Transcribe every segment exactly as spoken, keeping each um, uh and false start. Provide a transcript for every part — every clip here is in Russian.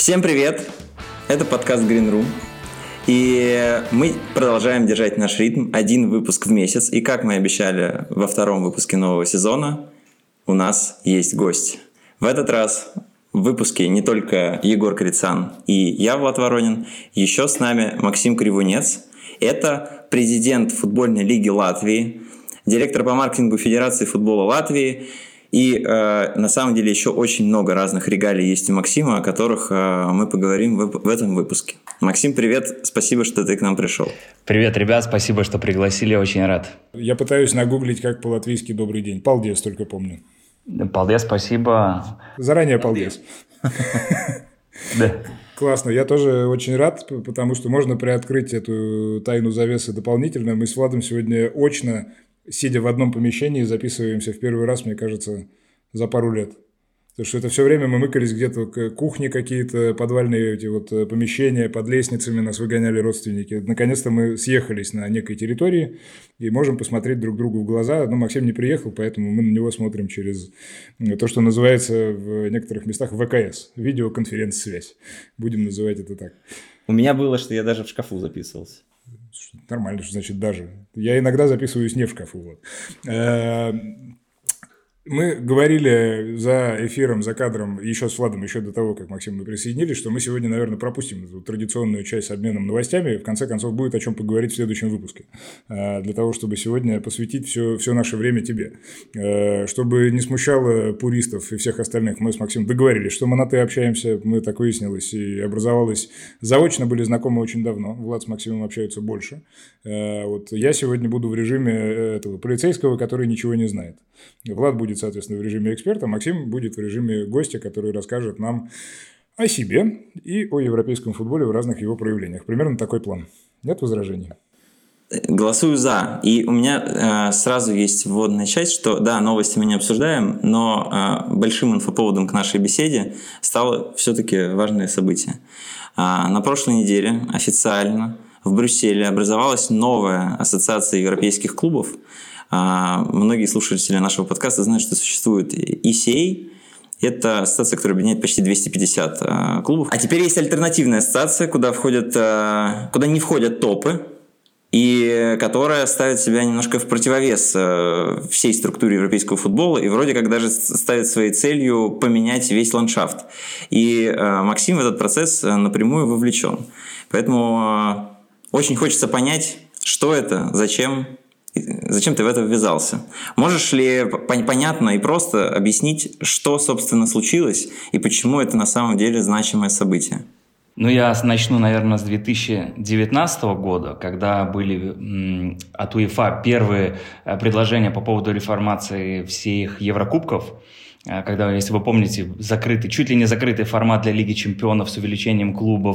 Всем привет! Это подкаст Green Room. И мы продолжаем держать наш ритм, один выпуск в месяц. И как мы обещали во втором выпуске нового сезона, у нас есть гость. В этот раз в выпуске не только Егор Крицан и я, Влад Воронин, еще с нами Максим Кривунец. Это президент футбольной лиги Латвии, директор по маркетингу Федерации футбола Латвии. И э, на самом деле еще очень много разных регалий есть у Максима, о которых э, мы поговорим в, в этом выпуске. Максим, привет, спасибо, что ты к нам пришел. Привет, ребят, спасибо, что пригласили, очень рад. Я пытаюсь нагуглить, как по-латвийски «добрый день». Балдес только помню. Балдес, спасибо. Заранее балдес. Да. Классно, я тоже очень рад, потому что можно приоткрыть эту тайну завесы дополнительно. Мы с Владом сегодня очно, сидя в одном помещении, записываемся в первый раз, мне кажется, за пару лет. Потому что это все время мы мыкались где-то к кухне какие-то, подвальные эти вот помещения, под лестницами нас выгоняли родственники. Наконец-то мы съехались на некой территории и можем посмотреть друг другу в глаза. Но Максим не приехал, поэтому мы на него смотрим через то, что называется в некоторых местах вэ ка эс – видеоконференц-связь. Будем называть это так. У меня было, что я даже в шкафу записывался. Нормально, что значит даже. Я иногда записываюсь не в шкафу. Вот. Мы говорили за эфиром, за кадром, еще с Владом, еще до того, как Максим мы присоединились, что мы сегодня, наверное, пропустим эту традиционную часть с обменом новостями. В конце концов, будет о чем поговорить в следующем выпуске. Для того, чтобы сегодня посвятить все, все наше время тебе. Чтобы не смущало пуристов и всех остальных, мы с Максимом договорились, что мы на «ты» общаемся. Мы так выяснилось и образовалось. Заочно были знакомы очень давно. Влад с Максимом общаются больше. Вот я сегодня буду в режиме этого полицейского, который ничего не знает. Влад будет, соответственно, в режиме эксперта, Максим будет в режиме гостя, который расскажет нам о себе и о европейском футболе в разных его проявлениях. Примерно такой план. Нет возражений? Голосую «за». И у меня э, сразу есть вводная часть, что да, новости мы не обсуждаем, но э, большим инфоповодом к нашей беседе стало все-таки важное событие. Э, на прошлой неделе официально в Брюсселе образовалась новая ассоциация европейских клубов. Многие слушатели нашего подкаста знают, что существует и си эй. Это ассоциация, которая объединяет почти двести пятьдесят клубов. А теперь есть альтернативная ассоциация, куда, входят, куда не входят топы, и которая ставит себя немножко в противовес всей структуре европейского футбола и вроде как даже ставит своей целью поменять весь ландшафт. И Максим в этот процесс напрямую вовлечен. Поэтому очень хочется понять, что это, зачем, зачем ты в это ввязался. Можешь ли понятно и просто объяснить, что, собственно, случилось и почему это на самом деле значимое событие? Ну, я начну, наверное, с две тысячи девятнадцатого года, когда были м, от УЕФА первые предложения по поводу реформации всех Еврокубков. Когда, если вы помните, закрытый, чуть ли не закрытый формат для Лиги Чемпионов с увеличением клубов.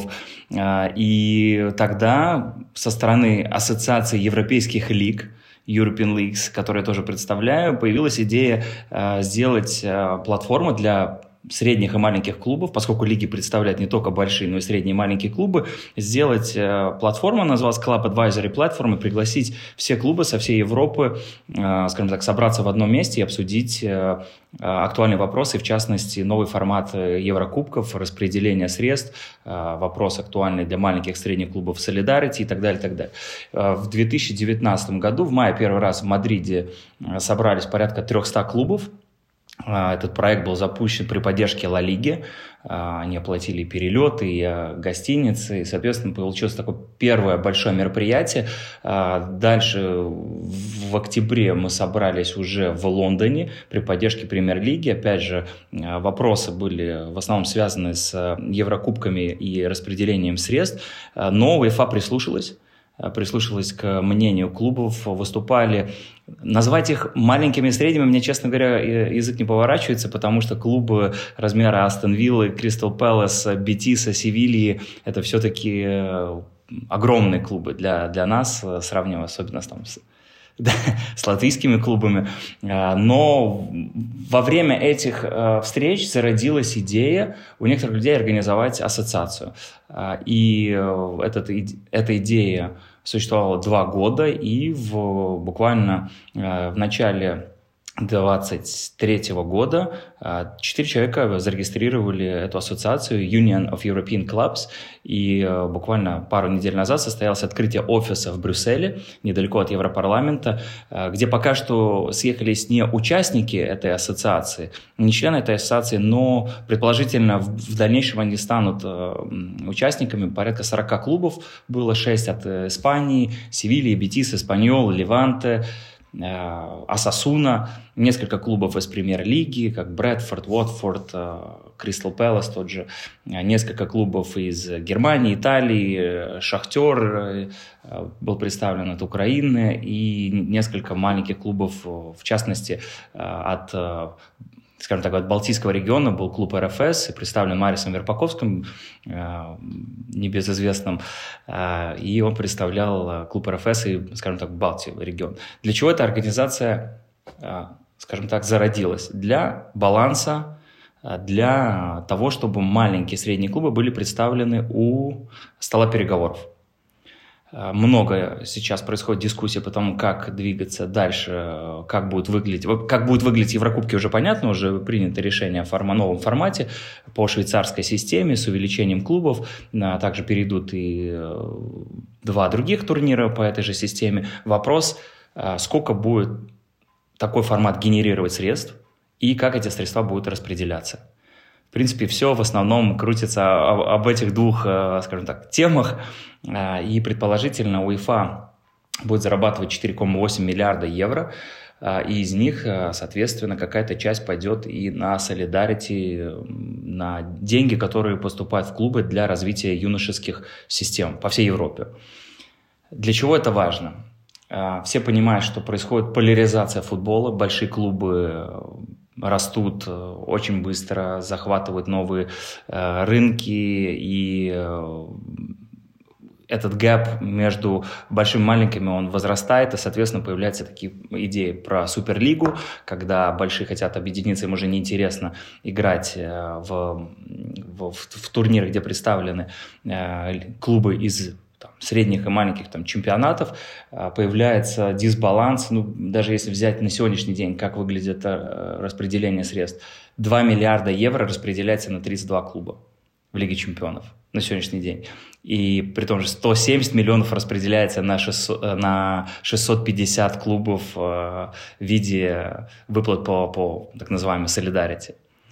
И тогда со стороны Ассоциации европейских лиг, European Leagues, которую я тоже представляю, появилась идея сделать платформу для средних и маленьких клубов, поскольку лиги представляют не только большие, но и средние и маленькие клубы, сделать э, платформу, называлась Club Advisory Platform, и пригласить все клубы со всей Европы, э, скажем так, собраться в одном месте и обсудить э, актуальные вопросы, в частности, новый формат Еврокубков, распределение средств, э, вопрос актуальный для маленьких и средних клубов Solidarity и так далее, и так далее. Э, в две тысячи девятнадцатом году, в мае, первый раз в Мадриде э, собрались порядка триста клубов. Этот проект был запущен при поддержке Ла Лиги. Они оплатили перелеты и гостиницы. И, соответственно, получилось такое первое большое мероприятие. Дальше в октябре мы собрались уже в Лондоне при поддержке Премьер-лиги. Опять же, вопросы были в основном связаны с Еврокубками и распределением средств. Но УЕФА прислушалась. прислушалась к мнению клубов, выступали. Назвать их маленькими и средними, мне, честно говоря, язык не поворачивается, потому что клубы размера Астон Виллы, Кристал Пэлас, Бетиса, Севильи – это все-таки огромные клубы для, для нас, сравнивая особенно с, там, с, да, с латвийскими клубами. Но во время этих встреч зародилась идея у некоторых людей организовать ассоциацию. И этот, эта идея существовала два года, и в, буквально в начале двадцать третьего года четыре человека зарегистрировали эту ассоциацию Union of European Clubs, и буквально пару недель назад состоялось открытие офиса в Брюсселе, недалеко от Европарламента, где пока что съехались не участники этой ассоциации, не члены этой ассоциации, но предположительно в дальнейшем они станут участниками. Порядка сорок клубов было, шесть от Испании, Севильи, Бетис, Эспаньол, Леванте, Осасуна, несколько клубов из премьер-лиги, как Брэдфорд, Уотфорд, Кристал Пэлас тот же, несколько клубов из Германии, Италии, Шахтер был представлен от Украины, и несколько маленьких клубов, в частности, от, скажем так, от Балтийского региона был клуб эр эф эс, представлен Марисом Верпаковским, небезызвестным, и он представлял клуб эр эф эс и, скажем так, Балтии регион. Для чего эта организация, скажем так, зародилась? Для баланса, для того, чтобы маленькие и средние клубы были представлены у стола переговоров. Много сейчас происходит дискуссий по тому, как двигаться дальше, как будет выглядеть, как будет выглядеть Еврокубки, уже понятно, уже принято решение о новом формате по швейцарской системе с увеличением клубов. Также перейдут и два других турнира по этой же системе. Вопрос, сколько будет такой формат генерировать средств и как эти средства будут распределяться. В принципе, все в основном крутится об этих двух, скажем так, темах. И предположительно УЕФА будет зарабатывать четыре целых восемь десятых миллиарда евро. И из них, соответственно, какая-то часть пойдет и на солидарити, на деньги, которые поступают в клубы для развития юношеских систем по всей Европе. Для чего это важно? Все понимают, что происходит поляризация футбола, большие клубы растут очень быстро, захватывают новые э, рынки, и э, этот гэп между большими и маленькими, он возрастает, и, соответственно, появляются такие идеи про Суперлигу, когда большие хотят объединиться, им уже неинтересно играть э, в, в, в турниры, где представлены э, клубы из там, средних и маленьких там, чемпионатов, появляется дисбаланс. Ну, даже если взять на сегодняшний день, как выглядит распределение средств, два миллиарда евро распределяется на тридцать два клуба в Лиге чемпионов на сегодняшний день. И при том же сто семьдесят миллионов распределяется на шестьсот, на шестьсот пятьдесят клубов в виде выплат по, по так называемой солидарити.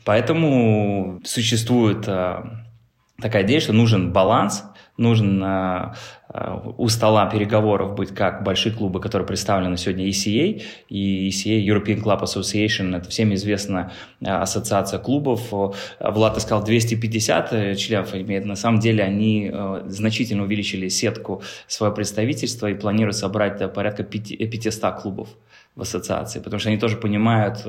Поэтому существует такая идея, что нужен баланс. Нужно э, у стола переговоров быть как большие клубы, которые представлены сегодня и си эй, и и си эй, European Club Association, это всем известная э, ассоциация клубов. Влад сказал, двести пятьдесят членов имеет. На самом деле они э, значительно увеличили сетку своего представительства и планируют собрать э, порядка пятьсот клубов в ассоциации, потому что они тоже понимают,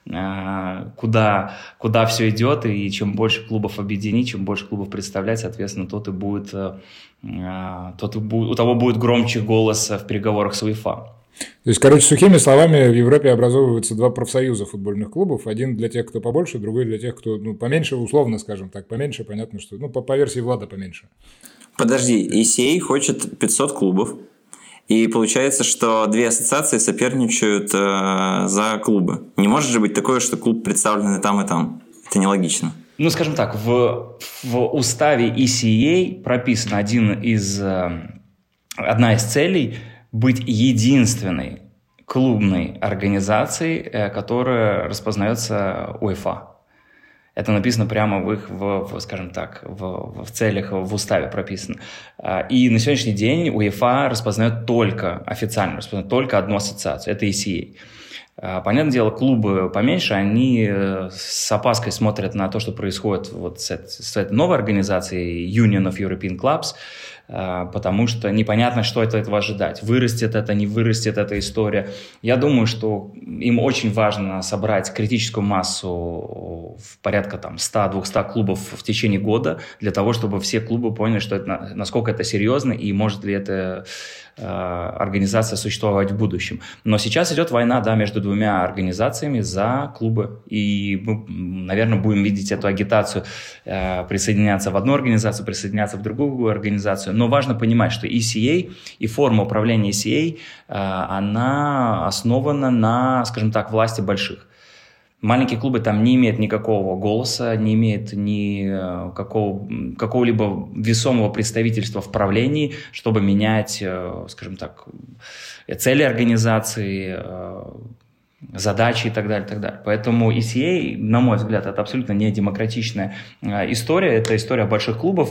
э, куда, куда все идет, и чем больше клубов объединить, чем больше клубов представлять, соответственно, тот и будет, э, тот и будет, у того будет громче голос в переговорах с УЕФА. То есть, короче, сухими словами, в Европе образовываются два профсоюза футбольных клубов. Один для тех, кто побольше, другой для тех, кто ну, поменьше, условно скажем так, поменьше, понятно, что ну, по, по версии Влада поменьше. Подожди, и си эй хочет пятьсот клубов. И получается, что две ассоциации соперничают э, за клубы. Не может же быть такое, что клуб представлен и там, и там. Это нелогично. Ну, скажем так, в, в уставе и си эй прописан один из, э, одна из целей быть единственной клубной организацией, э, которая распознается УЕФА. Это написано прямо в их, в, в, скажем так, в, в целях, в уставе прописано. И на сегодняшний день УЕФА распознает только, официально распознает только одну ассоциацию, это и си эй. Понятное дело, клубы поменьше, они с опаской смотрят на то, что происходит вот с, этой, с этой новой организацией Union of European Clubs, потому что непонятно, что от этого ожидать. Вырастет это, не вырастет эта история. Я думаю, что им очень важно собрать критическую массу в порядка там, сто-двести клубов в течение года, для того, чтобы все клубы поняли, что это, насколько это серьезно и может ли эта э, организация существовать в будущем. Но сейчас идет война, да, между двумя организациями за клубы. И мы, наверное, будем видеть эту агитацию э, присоединяться в одну организацию, присоединяться в другую организацию. эволюция. Но важно понимать, что и си эй, и форма управления и си эй, она основана на, скажем так, власти больших. Маленькие клубы там не имеют никакого голоса, не имеют ни какого, какого-либо весомого представительства в правлении, чтобы менять, скажем так, цели организации, задачи и так далее, и так далее. Поэтому и си эй, на мой взгляд, это абсолютно не демократичная история, это история больших клубов,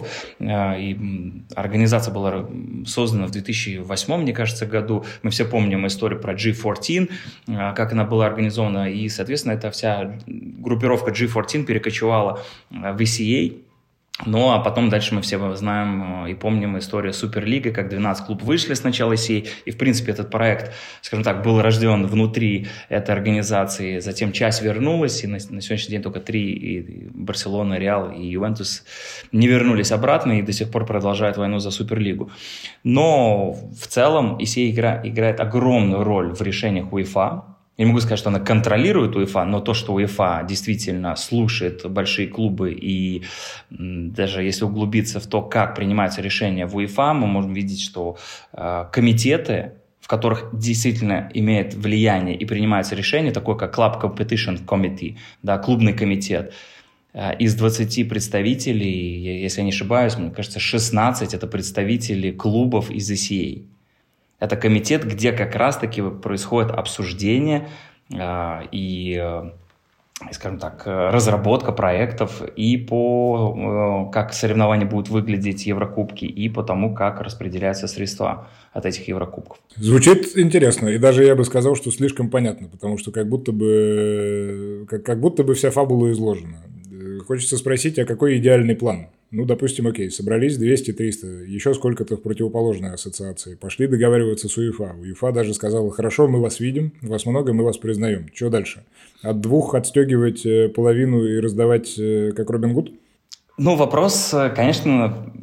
и организация была создана в две тысячи восьмом, мне кажется, году. Мы все помним историю про джи четырнадцать, как она была организована, и, соответственно, эта вся группировка джи четырнадцать перекочевала в и си эй. Ну, а потом дальше мы все знаем и помним историю Суперлиги, как двенадцать клубов вышли с начала и си эй, и, в принципе, этот проект, скажем так, был рожден внутри этой организации, затем часть вернулась, и на, на сегодняшний день только три, и Барселона, Реал и Ювентус не вернулись обратно и до сих пор продолжают войну за Суперлигу. Но в целом и си эй игра, играет огромную роль в решениях УЕФА. Я не могу сказать, что она контролирует УЕФА, но то, что УЕФА действительно слушает большие клубы, и даже если углубиться в то, как принимаются решения в УЕФА, мы можем видеть, что э, комитеты, в которых действительно имеет влияние и принимаются решения, такое как Club Competition Committee, да, клубный комитет, э, из двадцати представителей, если я не ошибаюсь, мне кажется, шестнадцать это представители клубов из и си эй. Это комитет, где как раз-таки происходит обсуждение э, и, э, скажем так, разработка проектов и по э, как соревнования будут выглядеть Еврокубки, и по тому, как распределяются средства от этих Еврокубков. Звучит интересно, и даже я бы сказал, что слишком понятно, потому что как будто бы, как, как будто бы вся фабула изложена. Хочется спросить, а какой идеальный план? Ну, допустим, окей, собрались двести-триста, еще сколько-то в противоположной ассоциации. Пошли договариваться с УЕФА. УЕФА даже сказала: хорошо, мы вас видим, вас много, мы вас признаем. Что дальше? От двух отстегивать половину и раздавать как Робин Гуд? Ну, вопрос, конечно,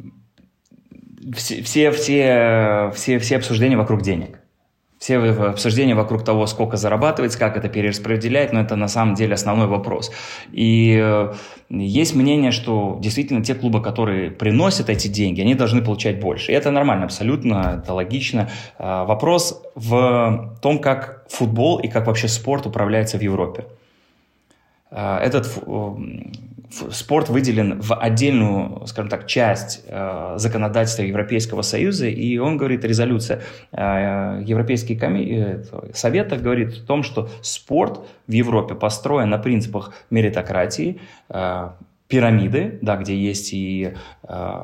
все, все, все, все, все обсуждения вокруг денег. Все обсуждения вокруг того, сколько зарабатывать, как это перераспределять, но это на самом деле основной вопрос. И есть мнение, что действительно те клубы, которые приносят эти деньги, они должны получать больше. И это нормально, абсолютно, это логично. Вопрос в том, как футбол и как вообще спорт управляется в Европе. Этот спорт выделен в отдельную, скажем так, часть э, законодательства Европейского Союза, и он говорит, резолюция э, Европейский коми... Совета говорит о том, что спорт в Европе построен на принципах меритократии, э, пирамиды, да, где есть и э,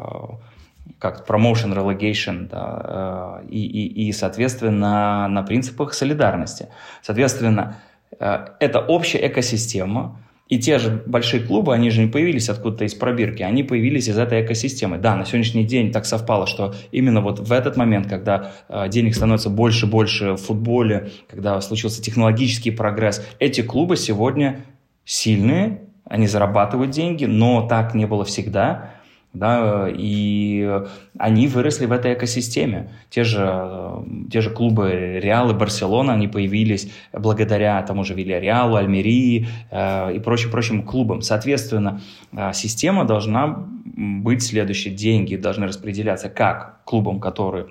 как promotion, relegation, да, э, и, и, и, соответственно, на принципах солидарности. Соответственно, э, это общая экосистема. И те же большие клубы, они же не появились откуда-то из пробирки, они появились из этой экосистемы. Да, на сегодняшний день так совпало, что именно вот в этот момент, когда э, денег становится больше и больше в футболе, когда случился технологический прогресс, эти клубы сегодня сильные, они зарабатывают деньги, но так не было всегда. Да, и они выросли в этой экосистеме. Те же, те же клубы Реал и Барселона, они появились благодаря тому же Вильяреалу, Альмерии э, и прочим-прочим клубам. Соответственно, э, система должна быть следующей. Деньги должны распределяться как клубам, которые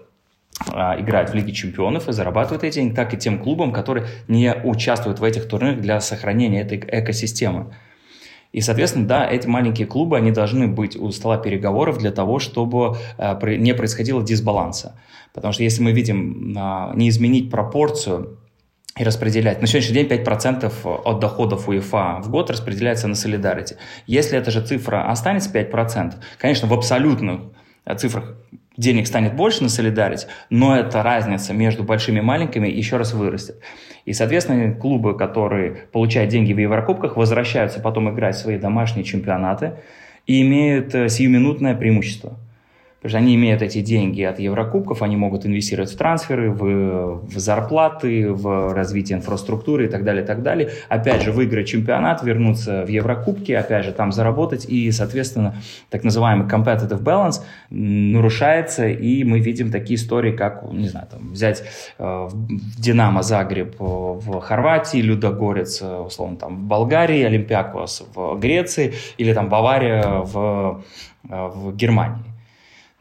э, играют в Лиге чемпионов и зарабатывают эти деньги, так и тем клубам, которые не участвуют в этих турнирах для сохранения этой экосистемы. И, соответственно, да, эти маленькие клубы, они должны быть у стола переговоров для того, чтобы э, не происходило дисбаланса. Потому что если мы видим э, не изменить пропорцию и распределять, на сегодняшний день пять процентов от доходов УЕФА в год распределяется на солидарити. Если эта же цифра останется пять процентов, конечно, в абсолютных цифрах денег станет больше на солидарити, но эта разница между большими и маленькими еще раз вырастет. И, соответственно, клубы, которые получают деньги в Еврокубках, возвращаются потом играть в свои домашние чемпионаты и имеют сиюминутное преимущество. Потому что они имеют эти деньги от Еврокубков, они могут инвестировать в трансферы, в, в зарплаты, в развитие инфраструктуры и так далее, и так далее. Опять же, выиграть чемпионат, вернуться в Еврокубки, опять же, там заработать. И, соответственно, так называемый competitive balance нарушается. И мы видим такие истории, как, не знаю, там, взять э, Динамо Загреб в Хорватии, Людогорец, условно, там, в Болгарии, Олимпиакос в Греции или там Бавария в, в Германии.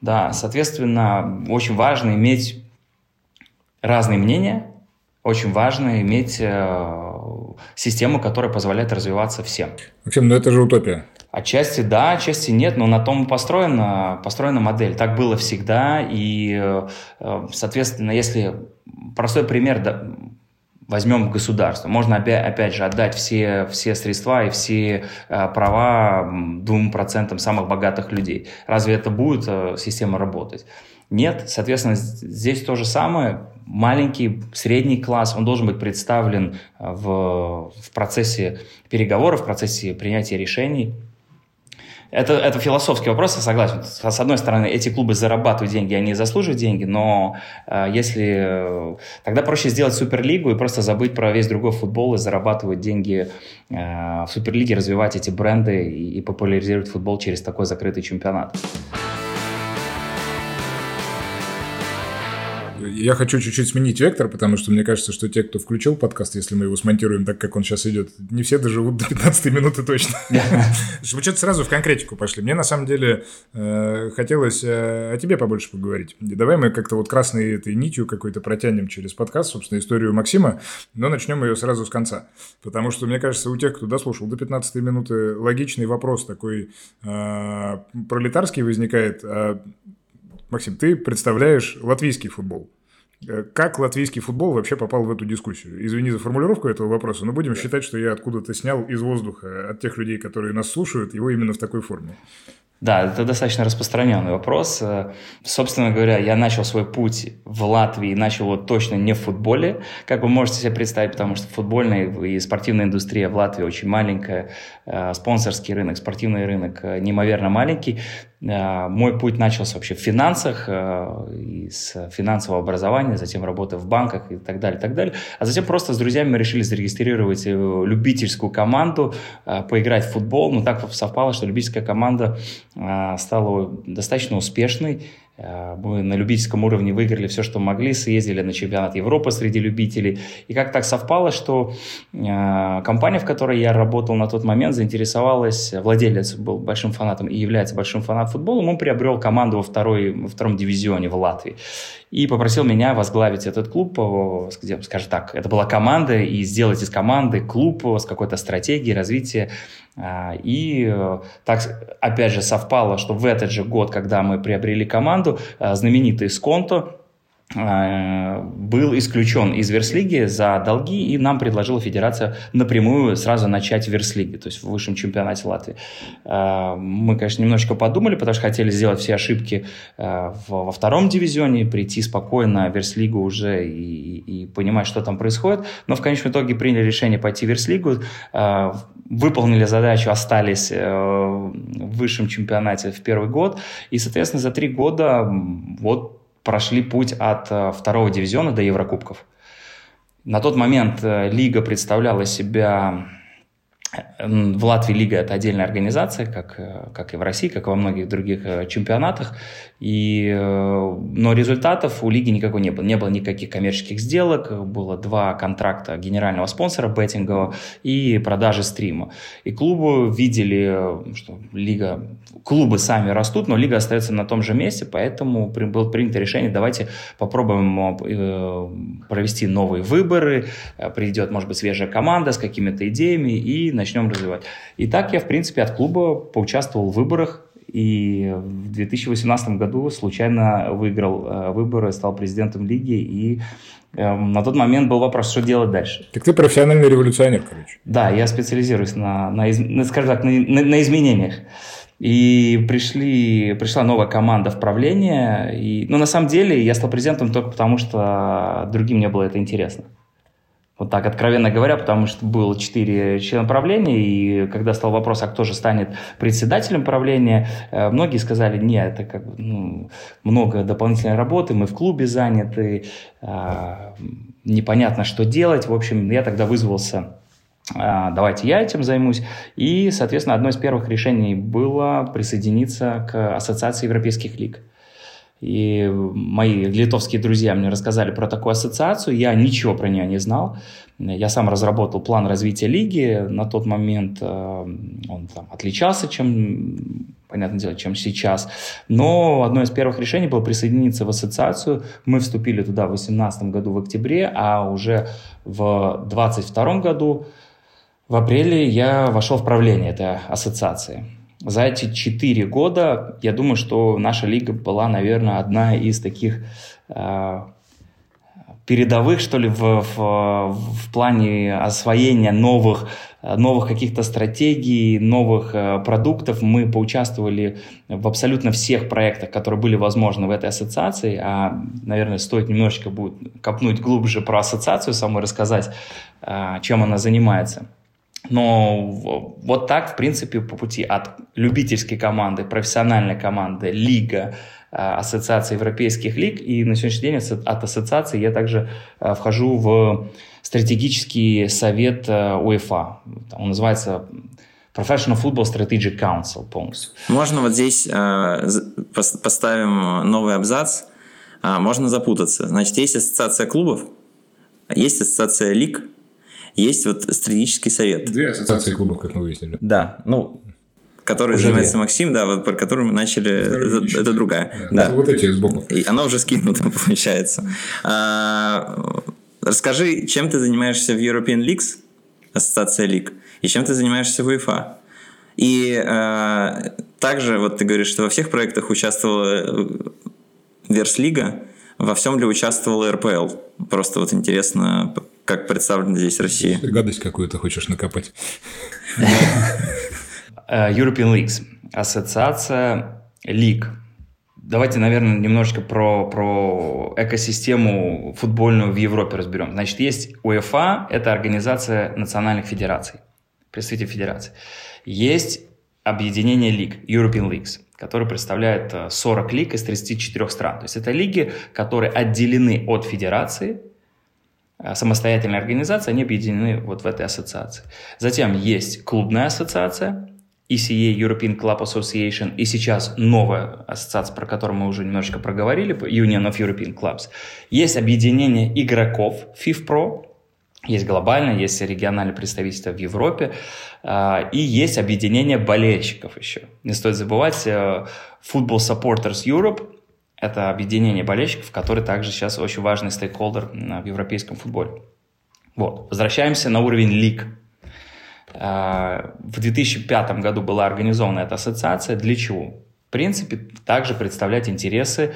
Да, соответственно, очень важно иметь разные мнения, очень важно иметь э, систему, которая позволяет развиваться всем. Максим, ну это же утопия. Отчасти да, отчасти нет, но на том построена, построена модель. Так было всегда, и, соответственно, если простой пример, да, возьмем государство, можно опять, опять же отдать все, все средства и все права двум процентам самых богатых людей. Разве это будет система работать? Нет, соответственно, здесь то же самое. Маленький, средний класс, он должен быть представлен в, в процессе переговоров, в процессе принятия решений. Это, это философский вопрос, я согласен. С одной стороны, эти клубы зарабатывают деньги, они заслуживают деньги, но э, если... Тогда проще сделать Суперлигу и просто забыть про весь другой футбол и зарабатывать деньги э, в Суперлиге, развивать эти бренды и, и популяризировать футбол через такой закрытый чемпионат. Я хочу чуть-чуть сменить вектор, потому что мне кажется, что те, кто включил подкаст, если мы его смонтируем так, как он сейчас идет, не все доживут до пятнадцатой минуты точно. Мы что-то сразу в конкретику пошли. Мне на самом деле хотелось о тебе побольше поговорить. Давай мы как-то вот красной этой нитью какой-то протянем через подкаст, собственно, историю Максима, но начнем ее сразу с конца. Потому что, мне кажется, у тех, кто дослушал до пятнадцатой минуты, логичный вопрос такой пролетарский возникает. Максим, ты представляешь латвийский футбол. Как латвийский футбол вообще попал в эту дискуссию? Извини за формулировку этого вопроса, но будем считать, что я откуда-то снял из воздуха от тех людей, которые нас слушают, его именно в такой форме. Да, это достаточно распространенный вопрос. Собственно говоря, я начал свой путь в Латвии, начал его точно не в футболе, как вы можете себе представить, потому что футбольная и спортивная индустрия в Латвии очень маленькая, спонсорский рынок, спортивный рынок неимоверно маленький. Мой путь начался вообще в финансах, с финансового образования, затем работы в банках и так далее, и так далее. А затем просто с друзьями мы решили зарегистрировать любительскую команду, поиграть в футбол. Но так совпало, что любительская команда стала достаточно успешной. Мы на любительском уровне выиграли все, что могли, съездили на чемпионат Европы среди любителей. И как так совпало, что компания, в которой я работал на тот момент, заинтересовалась, владелец был большим фанатом и является большим фанатом футбола, он приобрел команду во, второй, во втором дивизионе в Латвии. И попросил меня возглавить этот клуб, где, скажем так, это была команда, и сделать из команды клуб с какой-то стратегией развития. И так, опять же, совпало, что в этот же год, когда мы приобрели команду, знаменитый Сконто был исключен из Верслиги за долги, и нам предложила федерация напрямую сразу начать в Верслиге, то есть в высшем чемпионате Латвии. Мы, конечно, немножечко подумали, потому что хотели сделать все ошибки во втором дивизионе, прийти спокойно в Верслигу уже и, и понимать, что там происходит, но в конечном итоге приняли решение пойти в Верслигу, выполнили задачу, остались в высшем чемпионате в первый год, и, соответственно, за три года вот прошли путь от второго дивизиона до Еврокубков. На тот момент лига представляла себя... В Латвии лига – это отдельная организация, как, как и в России, как и во многих других чемпионатах. И, но результатов у лиги никакой не было. Не было никаких коммерческих сделок, было два контракта генерального спонсора беттингового и продажи стрима. И клубы видели, что лига, клубы сами растут, но лига остается на том же месте, поэтому было принято решение, давайте попробуем провести новые выборы, придет, может быть, свежая команда с какими-то идеями и начнем развивать. И так я, в принципе, от клуба поучаствовал в выборах, и в две тысячи восемнадцатом году случайно выиграл э, выборы, стал президентом лиги, и э, на тот момент был вопрос, что делать дальше. Так ты профессиональный революционер, короче. Да, я специализируюсь на, на, на, скажем так, на, на, на изменениях. И пришли, пришла новая команда в правление, и, ну, на самом деле, я стал президентом только потому, что другим не было это интересно. Вот так, откровенно говоря, потому что было четыре члена правления, и когда стал вопрос, а кто же станет председателем правления, многие сказали, нет, это как бы, ну, много дополнительной работы, мы в клубе заняты, непонятно, что делать. В общем, я тогда вызвался, давайте я этим займусь. И, соответственно, одно из первых решений было присоединиться к Ассоциации европейских лиг. И мои литовские друзья мне рассказали про такую ассоциацию, я ничего про нее не знал. Я сам разработал план развития лиги, на тот момент он там отличался, чем, понятное дело, чем сейчас. Но одно из первых решений было присоединиться в ассоциацию. Мы вступили туда в две тысячи восемнадцатом году в октябре, а уже в две тысячи двадцать втором году в апреле я вошел в правление этой ассоциации. За эти четыре года, я думаю, что наша лига была, наверное, одна из таких э, передовых, что ли, в, в, в плане освоения новых, новых каких-то стратегий, новых э, продуктов. Мы поучаствовали в абсолютно всех проектах, которые были возможны в этой ассоциации. А, наверное, стоит немножечко будет копнуть глубже про ассоциацию, самой рассказать, э, чем она занимается. Но вот так, в принципе, по пути от любительской команды, профессиональной команды, лига, ассоциация европейских лиг, и на сегодняшний день от ассоциации я также вхожу в стратегический совет УЕФА. Он называется Professional Football Strategic Council полностью. Можно вот здесь э, поставим новый абзац, а, можно запутаться. Значит, есть ассоциация клубов, есть ассоциация лиг, есть вот стратегический совет. Две ассоциации клубов, как мы выяснили. Да, ну, который уже занимается две. Максим, да, вот про которую мы начали, это, это другая. Да. Да. Вот эти сбоку. И она уже скинута, получается. А, расскажи, чем ты занимаешься в European Leagues, ассоциация лиг, и чем ты занимаешься в УЕФА. И а, также, вот ты говоришь, что во всех проектах участвовала Верслига, во всем ли участвовала эр пэ эл? Просто вот интересно, как представлена здесь Россия. Гадость какую-то хочешь накопать. European Leagues. Ассоциация лиг. Давайте, наверное, немножечко про, про экосистему футбольную в Европе разберем. Значит, есть УЕФА, это организация национальных федераций, представителей федераций. Есть объединение лиг, European Leagues, который представляет сорок лиг из тридцати четырёх стран. То есть это лиги, которые отделены от федерации, самостоятельные организации, они объединены вот в этой ассоциации. Затем есть клубная ассоциация, и си эй, European Club Association, и сейчас новая ассоциация, про которую мы уже немножечко проговорили, Union of European Clubs. Есть объединение игроков FIFPro, есть глобальное, есть региональное представительство в Европе, и есть объединение болельщиков еще. Не стоит забывать, Football Supporters Europe – это объединение болельщиков, который также сейчас очень важный стейкхолдер в европейском футболе. Вот. Возвращаемся на уровень лиг. В две тысячи пятом году была организована эта ассоциация. Для чего? В принципе, также представлять интересы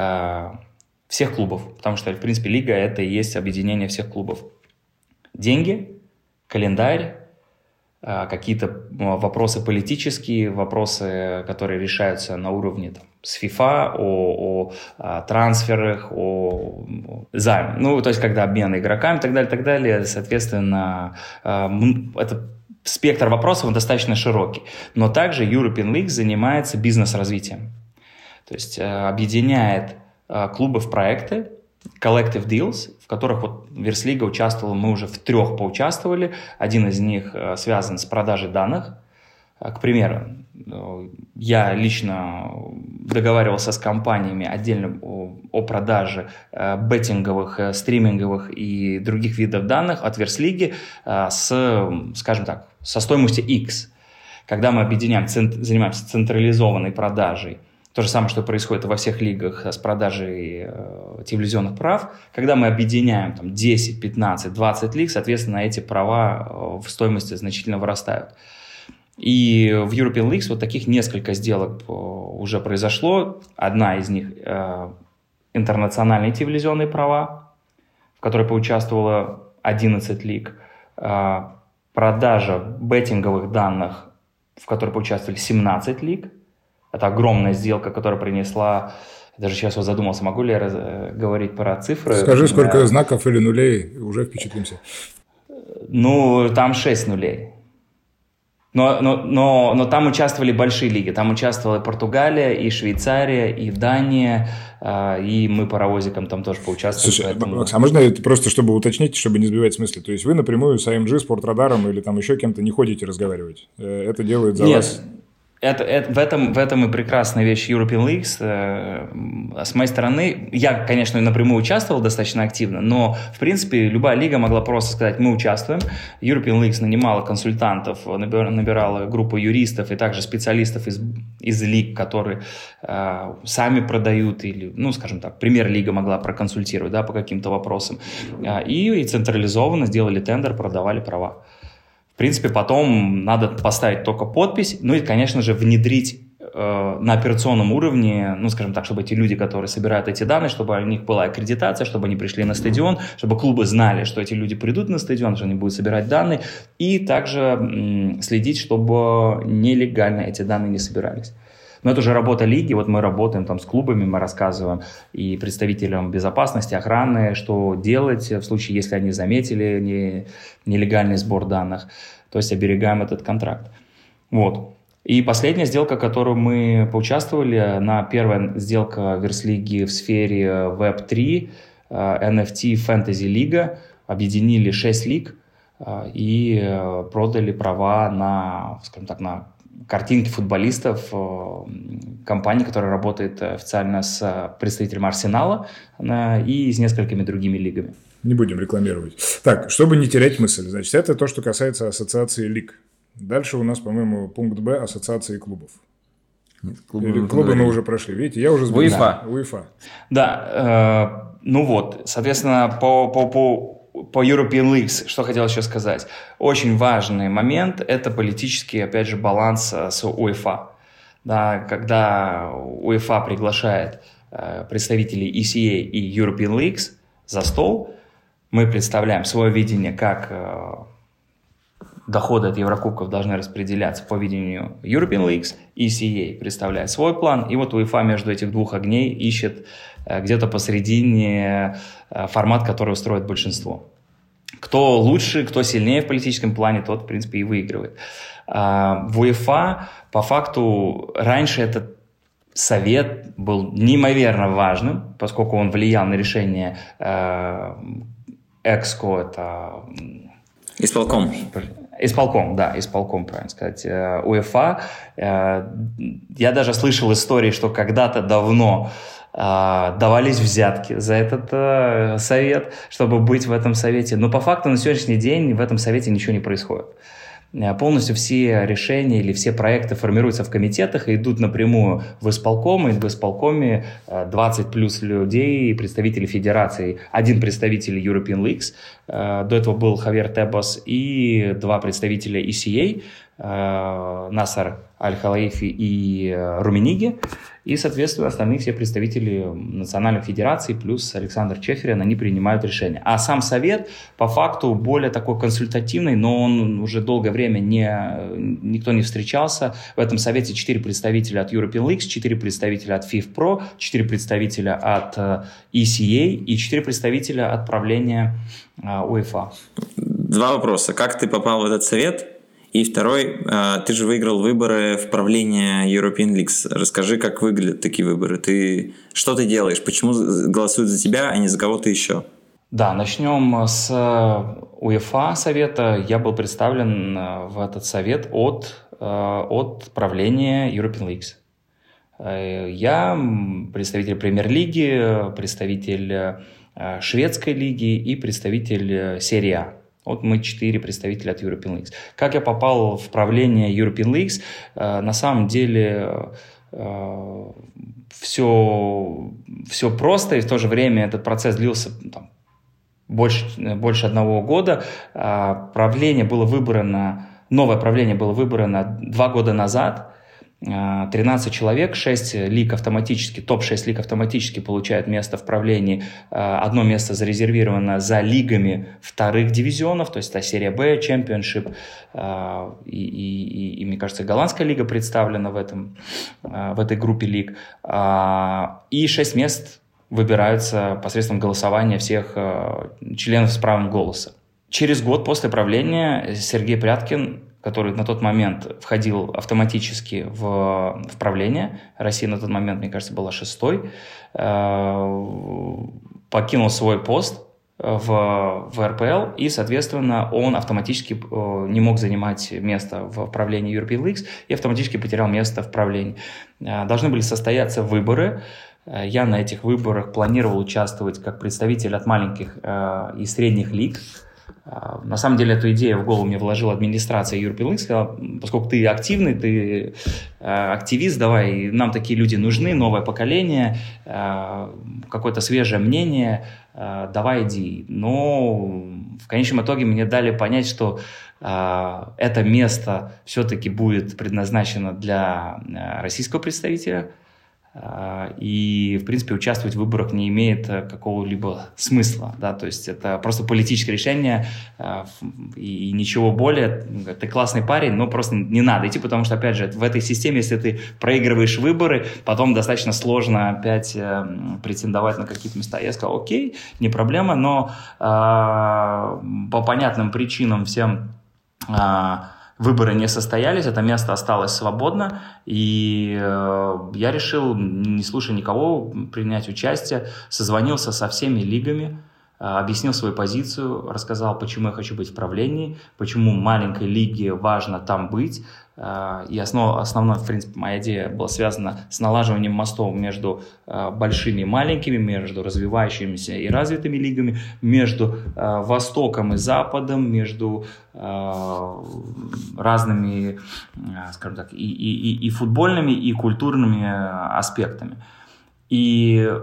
всех клубов, потому что, в принципе, лига – это и есть объединение всех клубов. Деньги, календарь, какие-то вопросы политические, вопросы, которые решаются на уровне там, с ФИФА, о, о трансферах, о, о займе. Ну, то есть, когда обмен игроками и так далее, так далее, соответственно, это спектр вопросов достаточно широкий. Но также European League занимается бизнес-развитием. То есть, объединяет клубы в проекты, collective deals, в которых вот Верслига участвовала, мы уже в трех поучаствовали. Один из них э, связан с продажей данных. К примеру, э, я лично договаривался с компаниями отдельно о, о продаже э, беттинговых, э, стриминговых и других видов данных от Верслиги э, с, скажем так, со стоимостью X. Когда мы объединяем, цент, занимаемся централизованной продажей, то же самое, что происходит во всех лигах с продажей э, телевизионных прав. Когда мы объединяем там, десять, пятнадцать, двадцать лиг, соответственно, эти права э, в стоимости значительно вырастают. И в European Leagues вот таких несколько сделок э, уже произошло. Одна из них э, – интернациональные телевизионные права, в которой поучаствовало одиннадцать лиг. Э, продажа беттинговых данных, в которой поучаствовали семнадцать лиг. Это огромная сделка, которая принесла... Даже сейчас вот задумался, могу ли я раз... говорить про цифры? Скажи, сколько я... знаков или нулей, уже впечатлимся. Ну, там шесть нулей. Но, но, но, но там участвовали большие лиги. Там участвовала и Португалия, и Швейцария, и Дания, и мы паровозиком там тоже поучаствовали. Слушай, поэтому... Макс, а можно это просто, чтобы уточнить, чтобы не сбивать смысл? То есть вы напрямую с АМГ, Спортрадаром или там еще кем-то не ходите разговаривать? Это делает за Нет. вас... Это, это, в, этом, в этом и прекрасная вещь European Leagues. Э, с моей стороны, я, конечно, напрямую участвовал достаточно активно, но, в принципе, любая лига могла просто сказать, мы участвуем. European Leagues нанимала консультантов, набирала группу юристов и также специалистов из, из лиг, которые э, сами продают, или, ну, скажем так, премьер-лига могла проконсультировать, да, по каким-то вопросам. Э, и, и централизованно сделали тендер, продавали права. В принципе, потом надо поставить только подпись, ну и, конечно же, внедрить э, на операционном уровне, ну, скажем так, чтобы эти люди, которые собирают эти данные, чтобы у них была аккредитация, чтобы они пришли на стадион, чтобы клубы знали, что эти люди придут на стадион, что они будут собирать данные, и также м, следить, чтобы нелегально эти данные не собирались. Но это уже работа лиги, вот мы работаем там с клубами, мы рассказываем и представителям безопасности, охраны, что делать в случае, если они заметили не, нелегальный сбор данных, то есть оберегаем этот контракт. Вот. И последняя сделка, в которой мы поучаствовали, на первая сделка Верслиги в сфере веб три, эн эф ти Fantasy Лига, объединили шесть лиг и продали права на, скажем так, на картинки футболистов компании, которая работает официально с представителем Арсенала и с несколькими другими лигами. Не будем рекламировать. Так, чтобы не терять мысль, значит, это то, что касается ассоциации лиг. Дальше у нас, по-моему, пункт Б – ассоциации клубов. Нет, клубы, Или, клубы мы уже прошли. Видите, я уже сбил. УЕФА. УЕФА. Да, э, ну вот, соответственно, по, по, по По European Leagues, что хотел еще сказать. Очень важный момент – это политический, опять же, баланс с УЕФА. Да, когда УЕФА приглашает э, представителей и си эй и European Leagues за стол, мы представляем свое видение, как э, доходы от Еврокубков должны распределяться по видению European Leagues, и си эй представляет свой план, и вот УЕФА между этих двух огней ищет э, где-то посередине э, формат, который устроит большинство. Кто лучше, кто сильнее в политическом плане, тот, в принципе, и выигрывает. А в УЕФА, по факту, раньше этот совет был неимоверно важным, поскольку он влиял на решение э, ЭКСКО, это... Исполком. Исполком, да, исполком, правильно сказать, УЕФА. Я даже слышал истории, что когда-то давно давались взятки за этот совет, чтобы быть в этом совете. Но по факту на сегодняшний день в этом совете ничего не происходит. Полностью все решения или все проекты формируются в комитетах и идут напрямую в исполком, и в исполкоме двадцать плюс людей, представители федерации, один представитель European Leagues, до этого был Хавьер Тебос, и два представителя и си эй, Насар Аль-Халаифи и Румениги, и, соответственно, остальные все представители национальных федераций плюс Александр Чеферин, они принимают решения. А сам совет, по факту, более такой консультативный, но он уже долгое время не, никто не встречался. В этом совете четыре представителя от European Leagues, четыре представителя от эф ай эф Pro, четыре представителя от и си эй и четыре представителя от правления УЕФА. Два вопроса. Как ты попал в этот совет? И второй, ты же выиграл выборы в правление European Leagues. Расскажи, как выглядят такие выборы. Ты, что ты делаешь? Почему голосуют за тебя, а не за кого-то еще? Да, начнем с УЕФА совета. Я был представлен в этот совет от, от правления European Leagues. Я представитель премьер-лиги, представитель шведской лиги и представитель серии А. Вот мы четыре представителя от European Leagues. Как я попал в правление European Leagues? На самом деле все, все просто, и в то же время этот процесс длился там, больше, больше одного года. Правление было выбрано, новое правление было выбрано два года назад. тринадцать человек, шесть лиг автоматически, топ шесть лиг автоматически получают место в правлении. Одно место зарезервировано за лигами вторых дивизионов, то есть это серия Б, Championship, и, и, и, и, мне кажется, голландская лига представлена в, этом, в этой группе лиг. И шесть мест выбираются посредством голосования всех членов с правом голоса. Через год после правления Сергей Пряткин, который на тот момент входил автоматически в, в правление, Россия на тот момент, мне кажется, была шестой, э, покинул свой пост в, в эр пэ эл, и, соответственно, он автоматически не мог занимать место в правлении European Leagues и автоматически потерял место в правлении. Должны были состояться выборы. Я на этих выборах планировал участвовать как представитель от маленьких и средних лиг. На самом деле, эту идею в голову мне вложила администрация European League, сказала, поскольку ты активный, ты активист, давай, нам такие люди нужны, новое поколение, какое-то свежее мнение, давай иди. Но в конечном итоге мне дали понять, что это место все-таки будет предназначено для российского представителя, и, в принципе, участвовать в выборах не имеет какого-либо смысла, да, то есть это просто политическое решение и ничего более. Ты классный парень, но просто не надо идти, потому что, опять же, в этой системе, если ты проигрываешь выборы, потом достаточно сложно опять претендовать на какие-то места. Я сказал, окей, не проблема, но по понятным причинам всем выборы не состоялись, это место осталось свободно, и э, я решил, не слушая никого, принять участие, созвонился со всеми лигами, э, объяснил свою позицию, рассказал, почему я хочу быть в правлении, почему маленькой лиге важно там быть, э, и основ, основной, в принципе, моя идея была связана с налаживанием мостов между э, большими и маленькими, между развивающимися и развитыми лигами, между э, Востоком и Западом, между разными, скажем так, и, и, и футбольными, и культурными аспектами. И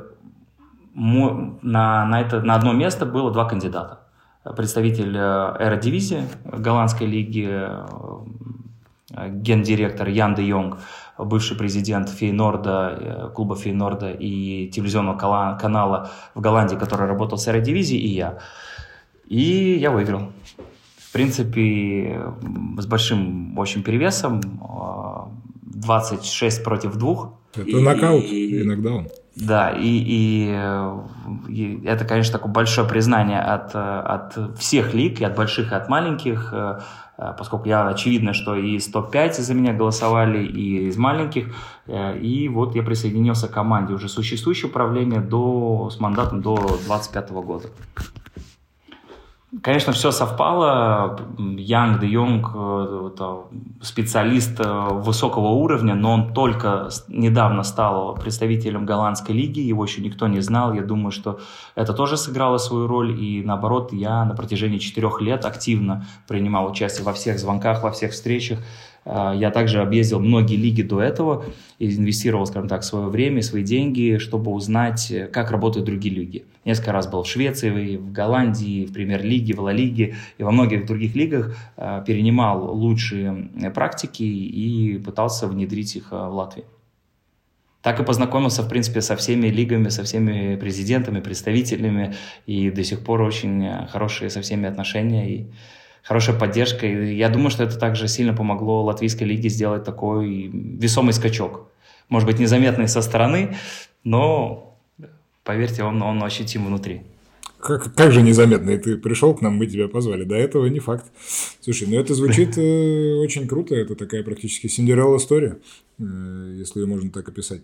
на, на, это, на одно место было два кандидата. Представитель Эрedivisie голландской лиги, гендиректор Ян де Йонг, бывший президент Фейнорда, клуба Фейнорда и телевизионного канала в Голландии, который работал с Эрedivisie, и я. И я выиграл. В принципе, с большим очень перевесом, двадцать шесть против двух. Это и, нокаут и, иногда он. Да, и, и, и это, конечно, такое большое признание от, от всех лиг, и от больших, и от маленьких, поскольку я, очевидно, что и из топ пять за меня голосовали, и из маленьких, и вот я присоединился к команде уже существующего правления до, с мандатом до двадцать пятого года. Конечно, все совпало. Ян де Йонг – специалист высокого уровня, но он только недавно стал представителем голландской лиги, его еще никто не знал. Я думаю, что это тоже сыграло свою роль. И наоборот, я на протяжении четырех лет активно принимал участие во всех звонках, во всех встречах. Я также объездил многие лиги до этого и инвестировал, скажем так, свое время, свои деньги, чтобы узнать, как работают другие лиги. Несколько раз был в Швеции, в Голландии, в Премьер-лиге, в Ла-лиге и во многих других лигах, перенимал лучшие практики и пытался внедрить их в Латвии. Так и познакомился, в принципе, со всеми лигами, со всеми президентами, представителями, и до сих пор очень хорошие со всеми отношения и хорошая поддержка. И я думаю, что это также сильно помогло латвийской лиге сделать такой весомый скачок. Может быть, незаметный со стороны, но, поверьте, он, он ощутим внутри. Как, как же незаметный? Ты пришел к нам, мы тебя позвали. До этого не факт. Слушай, ну это звучит э, очень круто. Это такая практически Синдерелла-история, э, если ее можно так описать.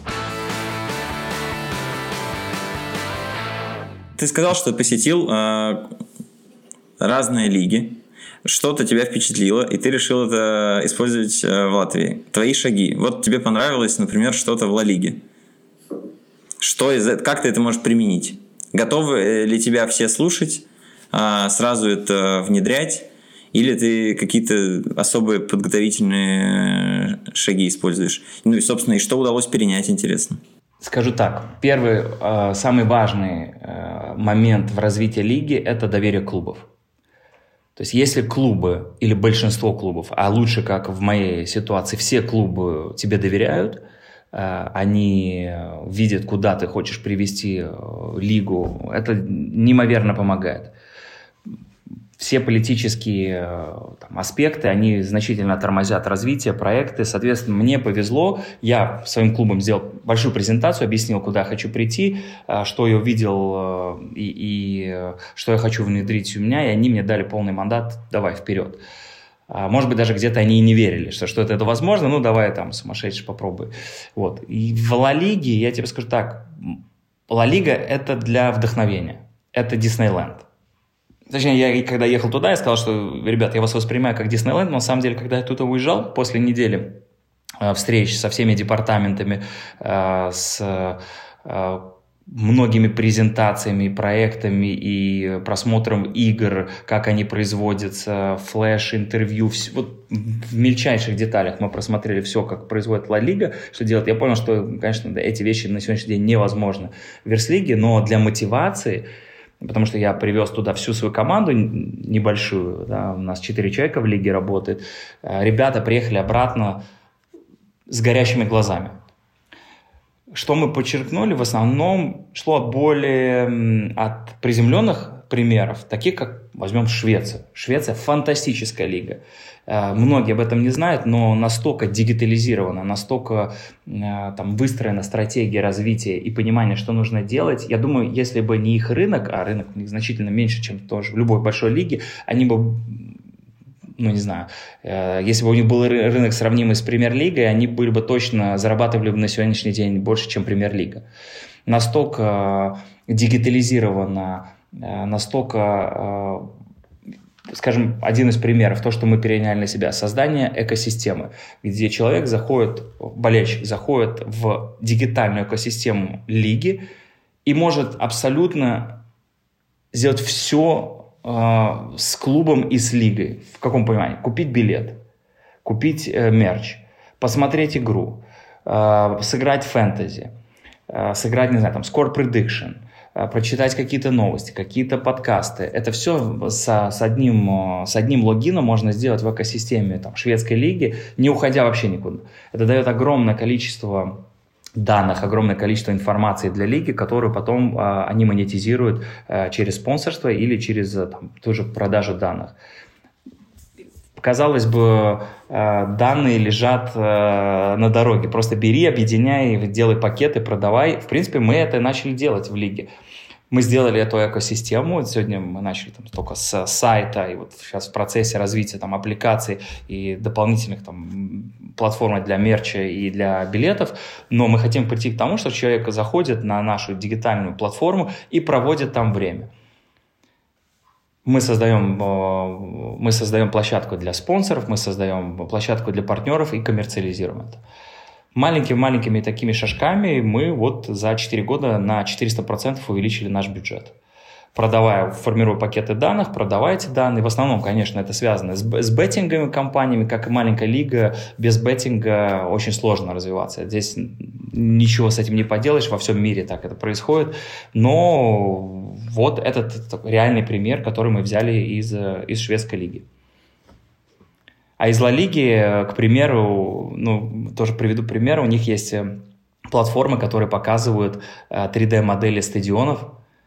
Ты сказал, что посетил э, разные лиги. Что-то тебя впечатлило, и ты решил это использовать э, в Латвии. Твои шаги. Вот тебе понравилось, например, что-то в Ла-лиге. Что из этого? Как ты это можешь применить? Готовы ли тебя все слушать, сразу это внедрять, или ты какие-то особые подготовительные шаги используешь? Ну и, собственно, и что удалось перенять, интересно? Скажу так. Первый, самый важный момент в развитии лиги – это доверие клубов. То есть если клубы или большинство клубов, а лучше, как в моей ситуации, все клубы тебе доверяют, они видят, куда ты хочешь привести лигу, это неимоверно помогает. Все политические там, аспекты, они значительно тормозят развитие, проекты. Соответственно, мне повезло, я своим клубом сделал большую презентацию, объяснил, куда я хочу прийти, что я увидел и, и что я хочу внедрить у меня, и они мне дали полный мандат, давай, вперед. Может быть, даже где-то они и не верили, что что-то это возможно, ну, давай там, сумасшедший, попробуй. Вот. И в Ла-лиге, я тебе скажу так, Ла-лига – это для вдохновения. это Диснейленд. Точнее, я когда ехал туда, я сказал, что, ребят, я вас воспринимаю как Диснейленд, но на самом деле, когда я туда уезжал, после недели э, встреч со всеми департаментами, э, с э, многими презентациями, проектами и просмотром игр, как они производятся, флеш, интервью, все, вот в мельчайших деталях мы просмотрели все, как производит Ла Лига, что делать. Я понял, что, конечно, эти вещи на сегодняшний день невозможны в Верслиге, но для мотивации, потому что я привез туда всю свою команду небольшую, да, у нас четыре человека в лиге работает, ребята приехали обратно с горящими глазами. Что мы подчеркнули, в основном шло от более от приземленных примеров, таких как, возьмем Швецию. Швеция – фантастическая лига. Многие об этом не знают, но настолько дигитализирована, настолько там выстроена стратегия развития и понимание, что нужно делать. Я думаю, если бы не их рынок, а рынок у них значительно меньше, чем тоже в любой большой лиге, они бы, ну не знаю, если бы у них был рынок сравнимый с Премьер-лигой, они были бы точно зарабатывали бы на сегодняшний день больше, чем Премьер-лига. Настолько дигитализирована, настолько, скажем, один из примеров, то, что мы переняли на себя, создание экосистемы, где человек заходит, болельщик заходит в дигитальную экосистему лиги и может абсолютно сделать все э, с клубом и с лигой. В каком понимании? Купить билет, купить э, мерч, посмотреть игру, э, сыграть фэнтези, э, сыграть, не знаю, там, score prediction, прочитать какие-то новости, какие-то подкасты. Это все со, с, одним, с одним логином можно сделать в экосистеме там, шведской лиги, не уходя вообще никуда. Это дает огромное количество данных, огромное количество информации для лиги, которую потом а, они монетизируют а, через спонсорство или через там, ту же продажу данных. Казалось бы, данные лежат на дороге. Просто бери, объединяй, делай пакеты, продавай. В принципе, мы это начали делать в лиге. Мы сделали эту экосистему. Сегодня мы начали там, только с сайта, и вот сейчас в процессе развития там, аппликаций и дополнительных там, платформ для мерча и для билетов. Но мы хотим прийти к тому, что человек заходит на нашу дигитальную платформу и проводит там время. Мы создаем, мы создаем площадку для спонсоров, мы создаем площадку для партнеров и коммерциализируем это. Маленькими-маленькими такими шажками мы вот за четыре года на четыреста процентов увеличили наш бюджет. Продавая, формируя пакеты данных, продавая эти данные. В основном, конечно, это связано с, с беттинговыми компаниями, как и маленькая лига. Без беттинга очень сложно развиваться. Здесь ничего с этим не поделаешь, во всем мире так это происходит. Но вот этот, этот реальный пример, который мы взяли из, из шведской лиги. А из Ла Лиги, к примеру, ну, тоже приведу пример, у них есть платформы, которые показывают три дэ-модели стадионов,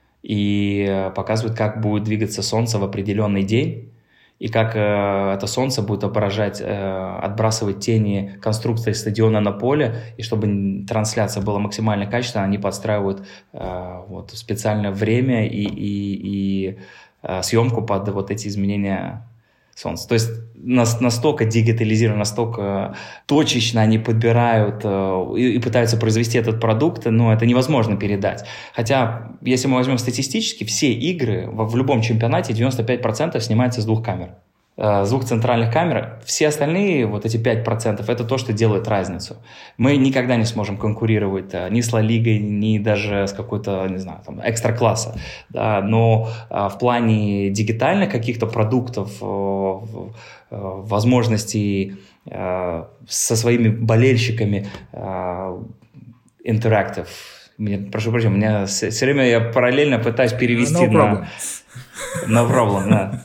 и показывают, как будет двигаться солнце в определенный день, и как э, это солнце будет отображать, э, отбрасывать тени конструкции стадиона на поле, и чтобы трансляция была максимально качественной, они подстраивают э, вот, специальное время и, и, и э, съемку под вот эти изменения солнца. То есть настолько дигитализировано, настолько точечно они подбирают э, и, и пытаются произвести этот продукт, но это невозможно передать. Хотя, если мы возьмем статистически, все игры в, в любом чемпионате девяносто пять процентов снимаются с двух камер. С двух центральных камер. Все остальные, вот эти пять процентов, это то, что делает разницу. Мы никогда не сможем конкурировать ни с Ла Лигой, ни даже с какой-то, не знаю, там, экстра-класса. Да, но а, в плане дигитальных каких-то продуктов, а, возможностей а, со своими болельщиками, интерактив. Мне, прошу прощения, у меня все, все время я параллельно пытаюсь перевести no на... No problem, да.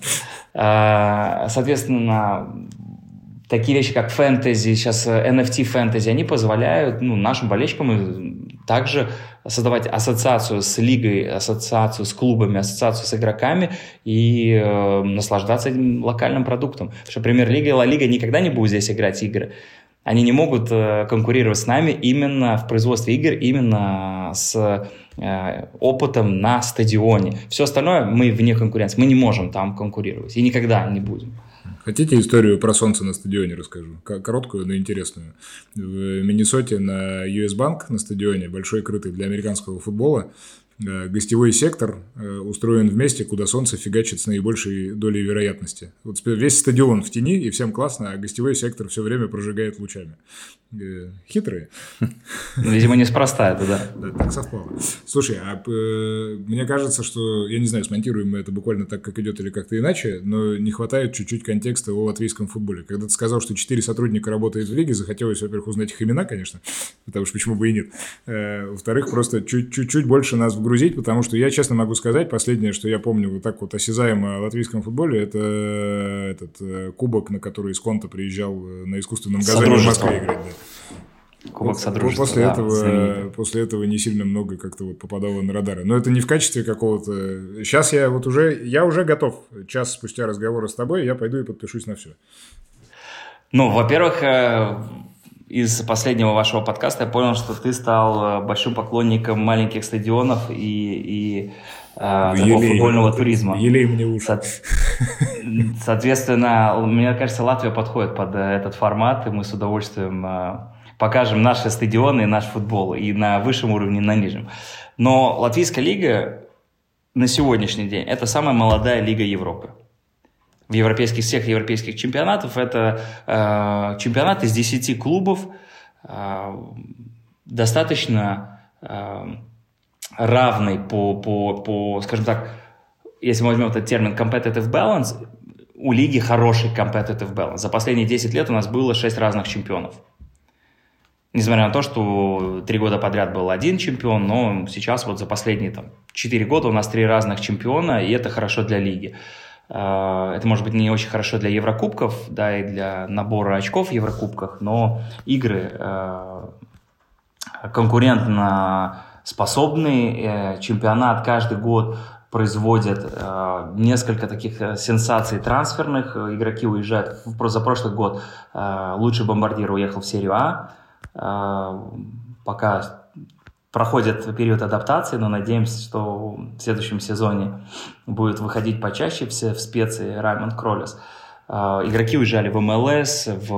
Соответственно, такие вещи, как фэнтези, сейчас эн эф ти фэнтези, они позволяют ну, нашим болельщикам также создавать ассоциацию с лигой, ассоциацию с клубами, ассоциацию с игроками и э, наслаждаться этим локальным продуктом. Потому что Премьер-лига и Ла Лига никогда не будут здесь играть игры. Они не могут э, конкурировать с нами именно в производстве игр, именно с э, опытом на стадионе. Все остальное мы вне конкуренции. Мы не можем там конкурировать и никогда не будем. Хотите историю про солнце на стадионе расскажу? Короткую, но интересную. В Миннесоте на ю эс Bank на стадионе, большой, крытый для американского футбола, гостевой сектор устроен в месте, куда солнце фигачит с наибольшей долей вероятности. Вот весь стадион в тени, и всем классно, а гостевой сектор все время прожигает лучами. Хитрые. Видимо, неспроста это, да. Да, так совпало. Слушай, а э, мне кажется, что, я не знаю, смонтируем мы это буквально так, как идет, или как-то иначе, но не хватает чуть-чуть контекста о латвийском футболе. Когда ты сказал, что четыре сотрудника работают в лиге, захотелось, во-первых, узнать их имена, конечно, потому что почему бы и нет. Э, во-вторых, просто чуть-чуть больше нас вгрузить, потому что я, честно могу сказать, последнее, что я помню вот так вот осязаемо о латвийском футболе, это этот э, кубок, на который Сконта приезжал на искусственном газоне в Москве играть, да. Кубок Содружества, после, да, этого, после этого не сильно много как-то вот попадало на радары. Но это не в качестве какого-то... Сейчас я вот уже, я уже готов. Час спустя разговора с тобой я пойду и подпишусь на все. Ну, во-первых, из последнего вашего подкаста я понял, что ты стал большим поклонником маленьких стадионов и, и э, такого футбольного туризма. Елей мне уши. Со- соответственно, мне кажется, Латвия подходит под этот формат, и мы с удовольствием... Э, покажем наши стадионы и наш футбол и на высшем уровне, и на нижнем. Но Латвийская лига на сегодняшний день – это самая молодая лига Европы. В европейских, всех европейских чемпионатах это э, чемпионат из десяти клубов, э, достаточно э, равный по, по, по, скажем так, если мы возьмем этот термин competitive balance, у лиги хороший competitive balance. За последние десять лет у нас было шесть разных чемпионов. Несмотря на то, что три года подряд был один чемпион, но сейчас вот за последние там, четыре года у нас три разных чемпиона, и это хорошо для лиги. Это может быть не очень хорошо для Еврокубков, да, и для набора очков в Еврокубках, но игры конкурентно способные, чемпионат каждый год производят э, несколько таких сенсаций трансферных. Игроки уезжают. За прошлый год э, лучший бомбардир уехал в серию А. Э, пока проходит период адаптации, но надеемся, что в следующем сезоне будет выходить почаще все в специи Раймонд Кролес. Э, игроки уезжали в эм эл эс, в,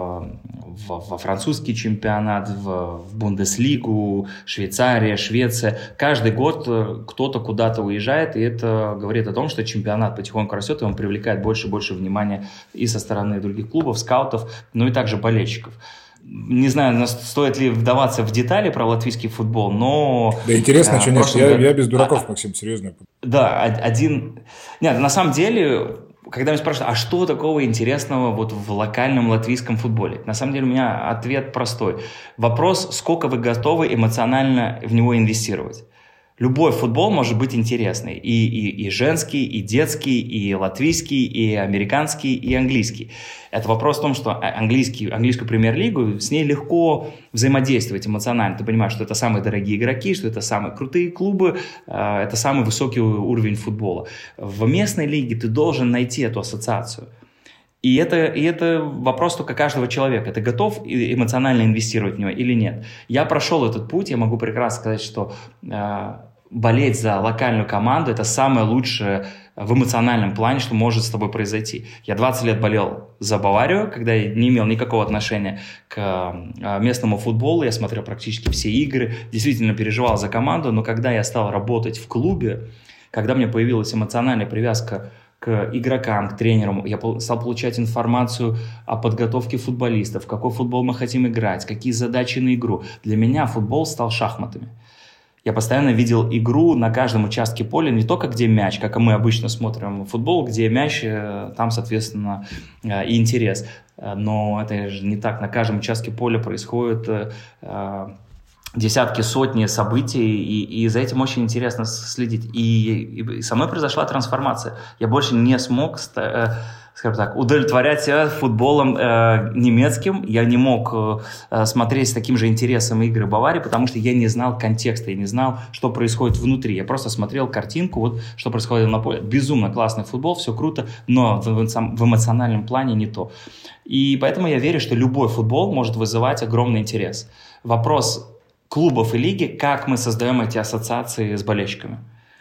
в, во французский чемпионат, в, в Бундеслигу, Швейцария, Швеция. Каждый год кто-то куда-то уезжает, и это говорит о том, что чемпионат потихоньку растет, и он привлекает больше и больше внимания и со стороны других клубов, скаутов, ну и также болельщиков. Не знаю, стоит ли вдаваться в детали про латвийский футбол, но... Да интересно, а, что нет, я, я без дураков, а, Максим, серьезно. Да, один... Нет, на самом деле... Когда меня спрашивают, а что такого интересного вот в локальном латвийском футболе? На самом деле у меня ответ простой. Вопрос, сколько вы готовы эмоционально в него инвестировать. Любой футбол может быть интересный. И, и, и женский, и детский, и латвийский, и американский, и английский. Это вопрос в том, что английский, английскую премьер-лигу, с ней легко взаимодействовать эмоционально. Ты понимаешь, что это самые дорогие игроки, что это самые крутые клубы, это самый высокий уровень футбола. В местной лиге ты должен найти эту ассоциацию. И это, и это вопрос только каждого человека. Ты готов эмоционально инвестировать в него или нет? Я прошел этот путь, я могу прекрасно сказать, что э, болеть за локальную команду – это самое лучшее в эмоциональном плане, что может с тобой произойти. Я двадцать лет болел за Баварию, когда я не имел никакого отношения к э, местному футболу. Я смотрел практически все игры, действительно переживал за команду. Но когда я стал работать в клубе, когда у меня появилась эмоциональная привязка к игрокам, к тренерам, я стал получать информацию о подготовке футболистов, какой футбол мы хотим играть, какие задачи на игру. Для меня футбол стал шахматами. Я постоянно видел игру на каждом участке поля, не только где мяч, как мы обычно смотрим футбол, где мяч, там, соответственно, и интерес. Но это же не так. На каждом участке поля происходит десятки, сотни событий, и, и за этим очень интересно следить. И, и со мной произошла трансформация. Я больше не смог, э, скажем так, удовлетворять себя футболом э, немецким. Я не мог э, смотреть с таким же интересом игры Баварии, потому что я не знал контекста, я не знал, что происходит внутри. Я просто смотрел картинку, вот что происходит на поле. Безумно классный футбол, все круто, но в, в эмоциональном плане не то. И поэтому я верю, что любой футбол может вызывать огромный интерес. Вопрос клубов и лиги, как мы создаем эти ассоциации с болельщиками.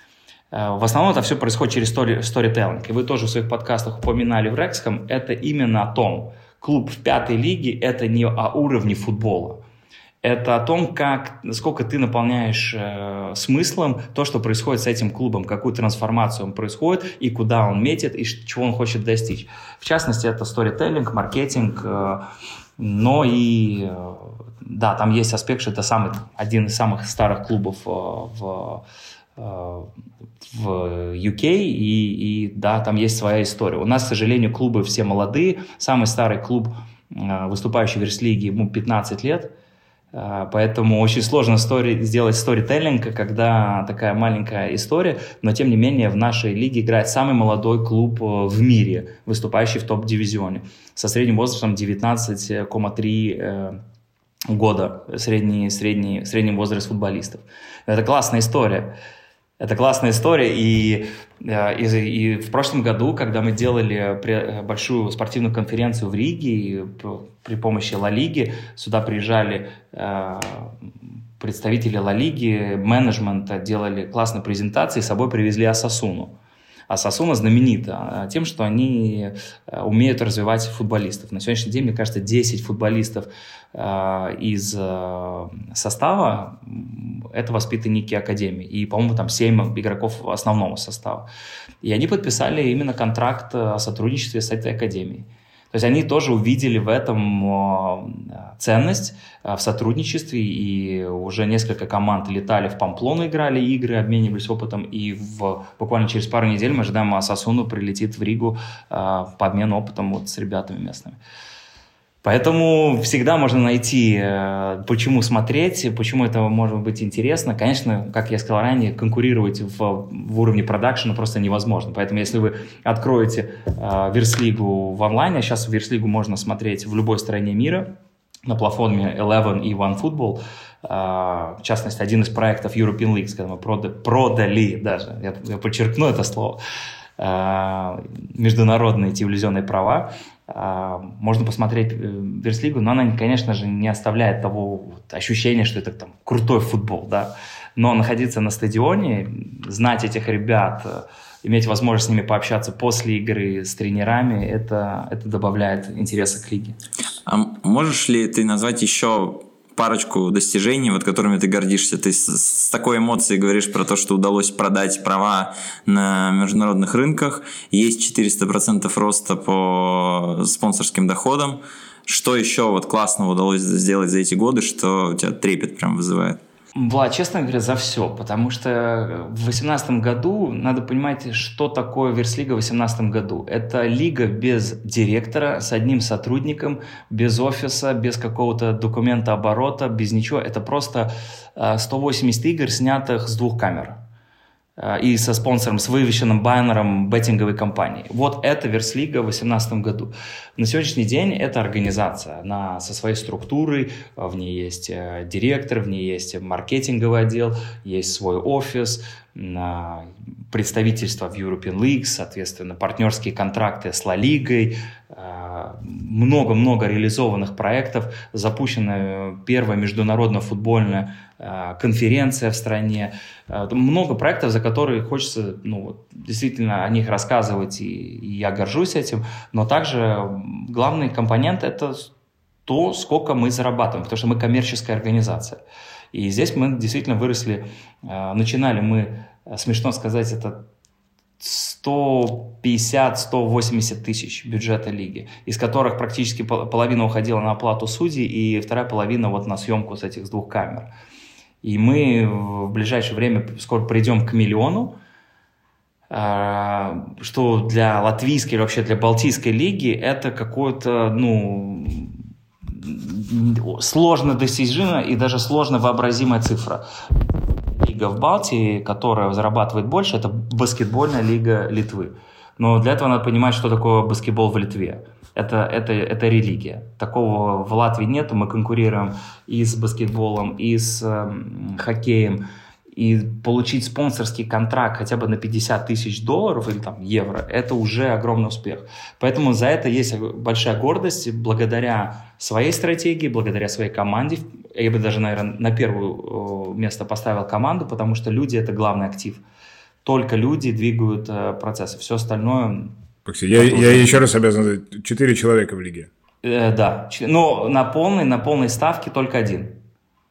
В основном это все происходит через сторителлинг. И вы тоже в своих подкастах упоминали в Рексхэм, это именно о том. Клуб в пятой лиге – это не о уровне футбола. Это о том, как, насколько ты наполняешь э, смыслом то, что происходит с этим клубом, какую трансформацию он происходит, и куда он метит, и чего он хочет достичь. В частности, это сторителлинг, маркетинг, э, но и, э, да, там есть аспект, что это самый, один из самых старых клубов э, в, э, в ю кей, и, и, да, там есть своя история. У нас, к сожалению, клубы все молодые. Самый старый клуб, э, выступающий в Верслиге, ему пятнадцать лет. Поэтому очень сложно стори- сделать сторителлинг, когда такая маленькая история, но тем не менее в нашей лиге играет самый молодой клуб в мире, выступающий в топ-дивизионе, со средним возрастом девятнадцать целых три года, средний, средний, средний возраст футболистов. Это классная история. Это классная история, и, и, и в прошлом году, когда мы делали большую спортивную конференцию в Риге, и при помощи Ла Лиги сюда приезжали э, представители Ла Лиги, менеджмента, делали классные презентации, с собой привезли Осасуну. Осасуна знаменита тем, что они умеют развивать футболистов. На сегодняшний день, мне кажется, десять футболистов э, из э, состава – это воспитанники академии. И, по-моему, там семь игроков основного состава. И они подписали именно контракт о сотрудничестве с этой академией. То есть они тоже увидели в этом ценность в сотрудничестве, и уже несколько команд летали в Памплону, играли игры, обменивались опытом, и в, буквально через пару недель мы ожидаем, Осасуна прилетит в Ригу по обмену опытом вот с ребятами местными. Поэтому всегда можно найти, почему смотреть, почему это может быть интересно. Конечно, как я сказал ранее, конкурировать в, в уровне продакшена просто невозможно. Поэтому если вы откроете э, Верслигу в онлайне, сейчас Верслигу можно смотреть в любой стране мира, на платформе Eleven и OneFootball. Э, в частности, один из проектов European League, когда мы продали, продали даже, я, я подчеркну это слово, э, международные телевизионные права. Можно посмотреть Верслигу, но она, конечно же, не оставляет того вот ощущения, что это там крутой футбол, да. Но находиться на стадионе, знать этих ребят, иметь возможность с ними пообщаться после игры с тренерами, это, это добавляет интереса к лиге. А можешь ли ты назвать еще парочку достижений, вот которыми ты гордишься? Ты с, с такой эмоцией говоришь про то, что удалось продать права на международных рынках, есть четыреста процентов роста по спонсорским доходам. Что еще вот классного удалось сделать за эти годы, что у тебя трепет прям вызывает? Влад, честно говоря, за все, потому что в две тысячи восемнадцатом году, надо понимать, что такое Верслига в две тысячи восемнадцатом году. Это лига без директора, с одним сотрудником, без офиса, без какого-то документа оборота, без ничего. Это просто сто восемьдесят игр, снятых с двух камер. И со спонсором, с вывешенным баннером беттинговой компании. Вот это Верслига в две тысячи восемнадцатом году. На сегодняшний день это организация. Она со своей структурой, в ней есть директор, в ней есть маркетинговый отдел, есть свой офис, представительство в European League, соответственно, партнерские контракты с Ла Лигой, много-много реализованных проектов, запущена первая международная футбольная конференция в стране, много проектов, за которые хочется, ну, действительно о них рассказывать, и, и я горжусь этим, но также главный компонент – это то, сколько мы зарабатываем, потому что мы коммерческая организация. И здесь мы действительно выросли, начинали мы, смешно сказать, это сто пятьдесят - сто восемьдесят тысяч бюджета лиги, из которых практически половина уходила на оплату судей, и вторая половина вот на съемку с этих двух камер. И мы в ближайшее время скоро придем к миллиону, что для латвийской или вообще для Балтийской лиги это какое-то, ну, сложно достижимо и даже сложно вообразимая цифра. Лига в Балтии, которая зарабатывает больше, это баскетбольная лига Литвы. Но для этого надо понимать, что такое баскетбол в Литве. Это, это, это религия. Такого в Латвии нет. Мы конкурируем и с баскетболом, и с э, хоккеем. И получить спонсорский контракт хотя бы на пятьдесят тысяч долларов или там, евро, это уже огромный успех. Поэтому за это есть большая гордость. Благодаря своей стратегии, благодаря своей команде, я бы даже, наверное, на первое место поставил команду, потому что люди – это главный актив. Только люди двигают процессы. Все остальное… Я, я еще раз обязан сказать, четыре человека в лиге. Э, да, но на полной, на полной ставке только один.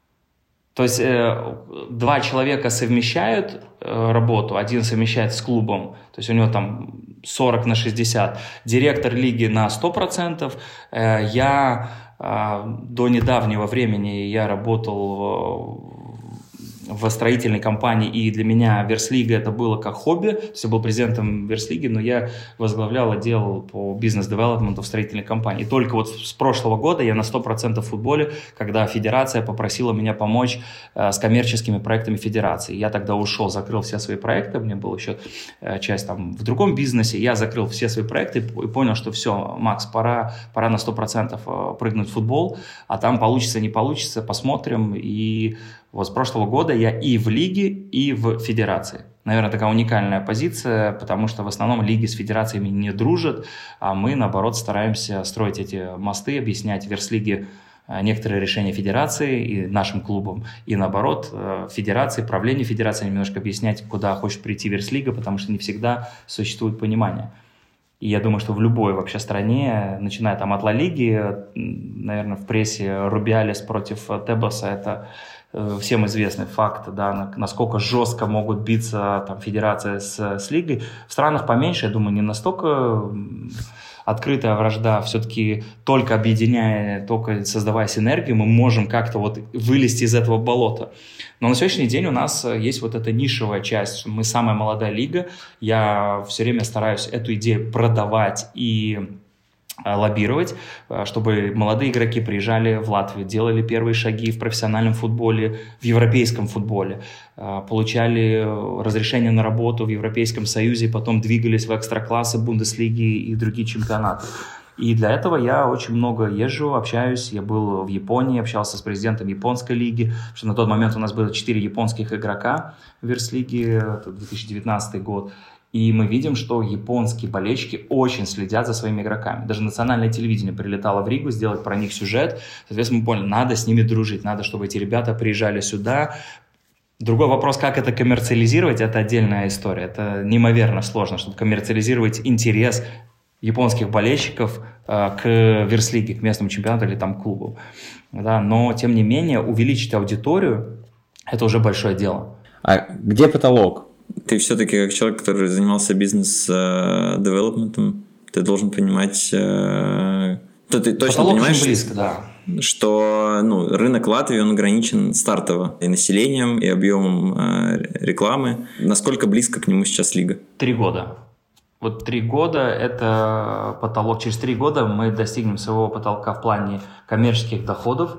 То есть э, два человека совмещают э, работу, один совмещает с клубом, то есть у него там сорок на шестьдесят, директор лиги на сто процентов, э, я э, до недавнего времени я работал в, в строительной компании, и для меня Верслига это было как хобби, то есть я был президентом Верслиги, но я возглавлял отдел по бизнес-девелопменту в строительной компании. И только вот с прошлого года я на сто процентов в футболе, когда федерация попросила меня помочь э, с коммерческими проектами федерации. Я тогда ушел, закрыл все свои проекты, у меня была еще э, часть там в другом бизнесе, я закрыл все свои проекты и понял, что все, Макс, пора, пора на сто процентов прыгнуть в футбол, а там получится, не получится, посмотрим. И вот с прошлого года я и в лиге, и в федерации. Наверное, такая уникальная позиция, потому что в основном лиги с федерациями не дружат, а мы, наоборот, стараемся строить эти мосты, объяснять Верслиге некоторые решения федерации и нашим клубам, и наоборот, федерации, правлению федерации немножко объяснять, куда хочет прийти Верслига, потому что не всегда существует понимание. И я думаю, что в любой вообще стране, начиная там от Ла Лиги, наверное, в прессе Рубиалес против Тебоса, это всем известный факт, да, насколько жестко могут биться там федерация с, с лигой. В странах поменьше, я думаю, не настолько открытая вражда, все-таки только объединяя, только создавая синергию, мы можем как-то вот вылезти из этого болота. Но на сегодняшний день у нас есть вот эта нишевая часть. Мы самая молодая лига. Я все время стараюсь эту идею продавать и лоббировать, чтобы молодые игроки приезжали в Латвию, делали первые шаги в профессиональном футболе, в европейском футболе, получали разрешение на работу в Европейском Союзе, потом двигались в экстраклассы, Бундеслиги и другие чемпионаты. И для этого я очень много езжу, общаюсь. Я был в Японии, общался с президентом японской лиги, потому что на тот момент у нас было четыре японских игрока в Верслиге, это две тысячи девятнадцатый год. И мы видим, что японские болельщики очень следят за своими игроками. Даже национальное телевидение прилетало в Ригу сделать про них сюжет. Соответственно, мы поняли, надо с ними дружить, надо, чтобы эти ребята приезжали сюда. Другой вопрос, как это коммерциализировать, это отдельная история. Это неимоверно сложно, чтобы коммерциализировать интерес японских болельщиков э, к Верслиге, к местному чемпионату или там клубу. Да, но, тем не менее, увеличить аудиторию – это уже большое дело. А где потолок? Ты все-таки, как человек, который занимался бизнес-девелопментом, ты должен понимать, то ты точно потолок понимаешь, очень близко, да. что ну, рынок Латвии он ограничен стартово и населением, и объемом рекламы. Насколько близко к нему сейчас лига? Три года. Вот три года – это потолок. Через три года мы достигнем своего потолка в плане коммерческих доходов.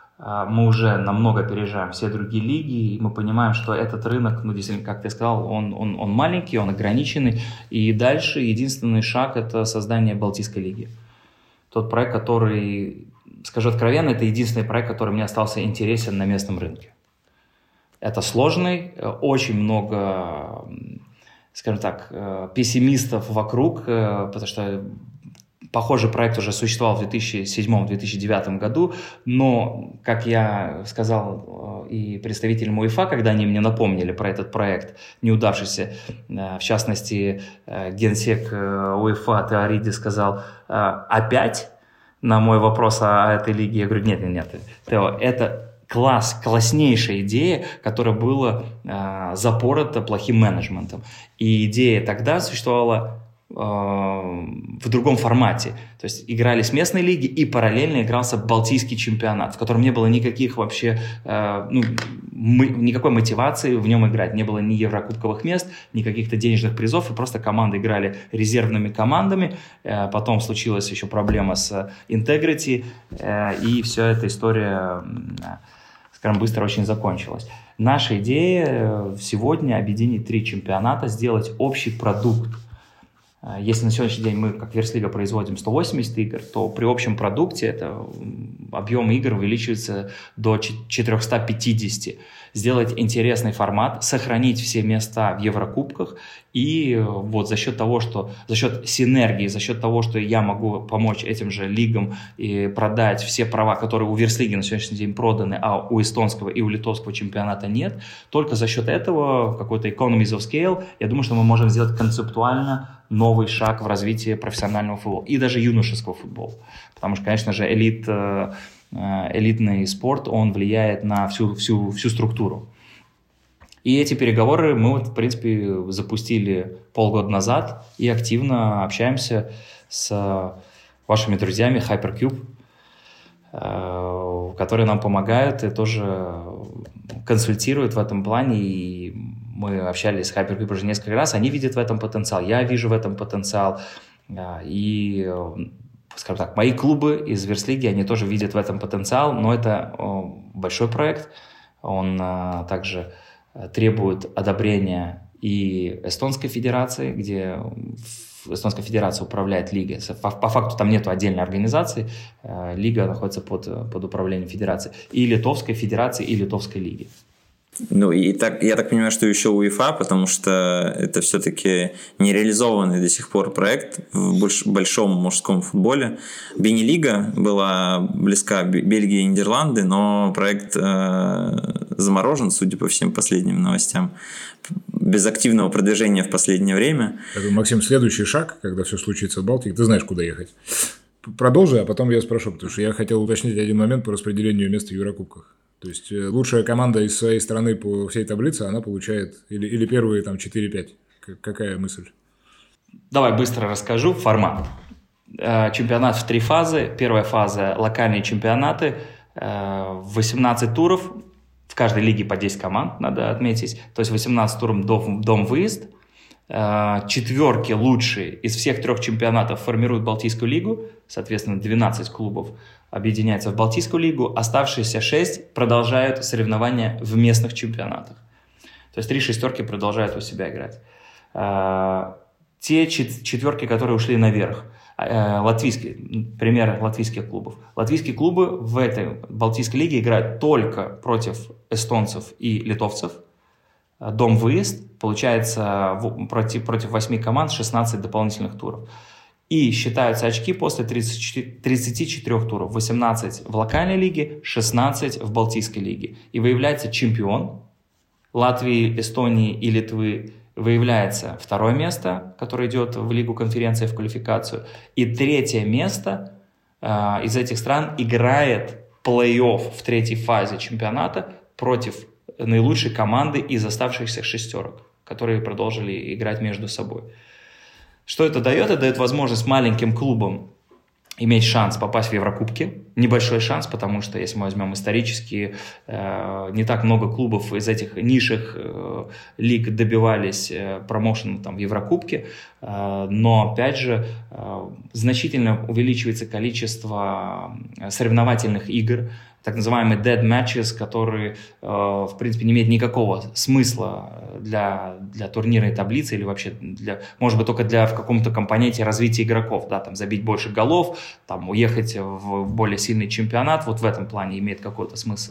Мы уже намного опережаем все другие лиги, и мы понимаем, что этот рынок, ну, действительно, как ты сказал, он, он, он маленький, он ограниченный. И дальше единственный шаг – это создание Балтийской лиги. Тот проект, который, скажу откровенно, это единственный проект, который мне остался интересен на местном рынке. Это сложный, очень много, скажем так, пессимистов вокруг, потому что похожий проект уже существовал в две тысячи седьмом - две тысячи девятом году, но, как я сказал и представителям УЕФА, когда они мне напомнили про этот проект, неудавшийся, в частности, генсек УЕФА Теориди сказал: «Опять?» На мой вопрос о этой лиге, я говорю: нет, нет, нет, Тео, это класс, класснейшая идея, которая была запорота плохим менеджментом. И идея тогда существовала в другом формате. То есть играли с местной лиги, и параллельно игрался Балтийский чемпионат, в котором не было никаких вообще, э, ну, мы, никакой мотивации в нем играть. Не было ни еврокубковых мест, ни каких-то денежных призов, и просто команды играли резервными командами. Э, потом случилась еще проблема с Integrity, э, и все эта история, э, скажем, быстро очень закончилась. Наша идея сегодня объединить три чемпионата, сделать общий продукт. Если на сегодняшний день мы, как Верслига, производим сто восемьдесят игр, то при общем продукте это объем игр увеличивается до четыреста пятьдесят. Сделать интересный формат, сохранить все места в Еврокубках, и вот за счет того, что за счет синергии, за счет того, что я могу помочь этим же лигам и продать все права, которые у Верслиги на сегодняшний день проданы, а у эстонского и у литовского чемпионата нет, только за счет этого, какой-то economies of scale, я думаю, что мы можем сделать концептуально новый шаг в развитии профессионального футбола и даже юношеского футбола. Потому что, конечно же, элит элитный спорт, он влияет на всю, всю, всю структуру. И эти переговоры мы, вот, в принципе, запустили полгода назад и активно общаемся с вашими друзьями Hypercube, которые нам помогают и тоже консультируют в этом плане. И мы общались с Hypercube уже несколько раз, они видят в этом потенциал, я вижу в этом потенциал. И, скажем так, мои клубы из Верслиги, они тоже видят в этом потенциал, но это большой проект, он также требует одобрения и Эстонской Федерации, где Эстонская Федерация управляет лигой. По, по факту там нету отдельной организации, лига находится под, под управлением Федерации. И Литовской Федерации, и Литовской лиги. Ну, и так, я так понимаю, что еще УЕФА, потому что это все-таки нереализованный до сих пор проект в больш, большом мужском футболе. Бенилига была близка Бельгии и Нидерланды, но проект э, заморожен, судя по всем последним новостям, без активного продвижения в последнее время. Так, Максим, следующий шаг, когда все случится в Балтике, ты знаешь, куда ехать. Продолжи, а потом я спрошу, потому что я хотел уточнить один момент по распределению мест в Еврокубках. То есть лучшая команда из своей страны по всей таблице, она получает или, или первые там четыре-пять. Какая мысль? Давай быстро расскажу. Формат. Чемпионат в три фазы. Первая фаза – локальные чемпионаты. восемнадцать туров. В каждой лиге по десять команд, надо отметить. То есть восемнадцать туров дом, дом-выезд. Четверки лучшие из всех трех чемпионатов формируют Балтийскую лигу. Соответственно, двенадцать клубов объединяются в Балтийскую лигу. Оставшиеся шесть продолжают соревнования в местных чемпионатах. То есть три шестерки продолжают у себя играть. Те четверки, которые ушли наверх. Латвийские, пример латвийских клубов. Латвийские клубы в этой Балтийской лиге играют только против эстонцев и литовцев. Дом-выезд, получается против, против восьми команд шестнадцать дополнительных туров. И считаются очки после тридцати четырёх туров. восемнадцать в локальной лиге, шестнадцать в Балтийской лиге. И выявляется чемпион Латвии, Эстонии и Литвы. Выявляется второе место, которое идет в Лигу конференции, в квалификацию. И третье место э, из этих стран играет плей-офф в третьей фазе чемпионата против наилучшей команды из оставшихся шестерок, которые продолжили играть между собой. Что это дает? Это дает возможность маленьким клубам иметь шанс попасть в Еврокубки. Небольшой шанс, потому что, если мы возьмем исторически, э, не так много клубов из этих низших э, лиг добивались э, промоушена там, в Еврокубке. Э, но, опять же, э, значительно увеличивается количество соревновательных игр, так называемые dead matches, которые, э, в принципе, не имеют никакого смысла для, для турнирной таблицы или вообще, для, может быть, только для в каком-то компоненте развития игроков, да, там, забить больше голов, там, уехать в более сильный чемпионат, вот в этом плане имеет какой-то смысл.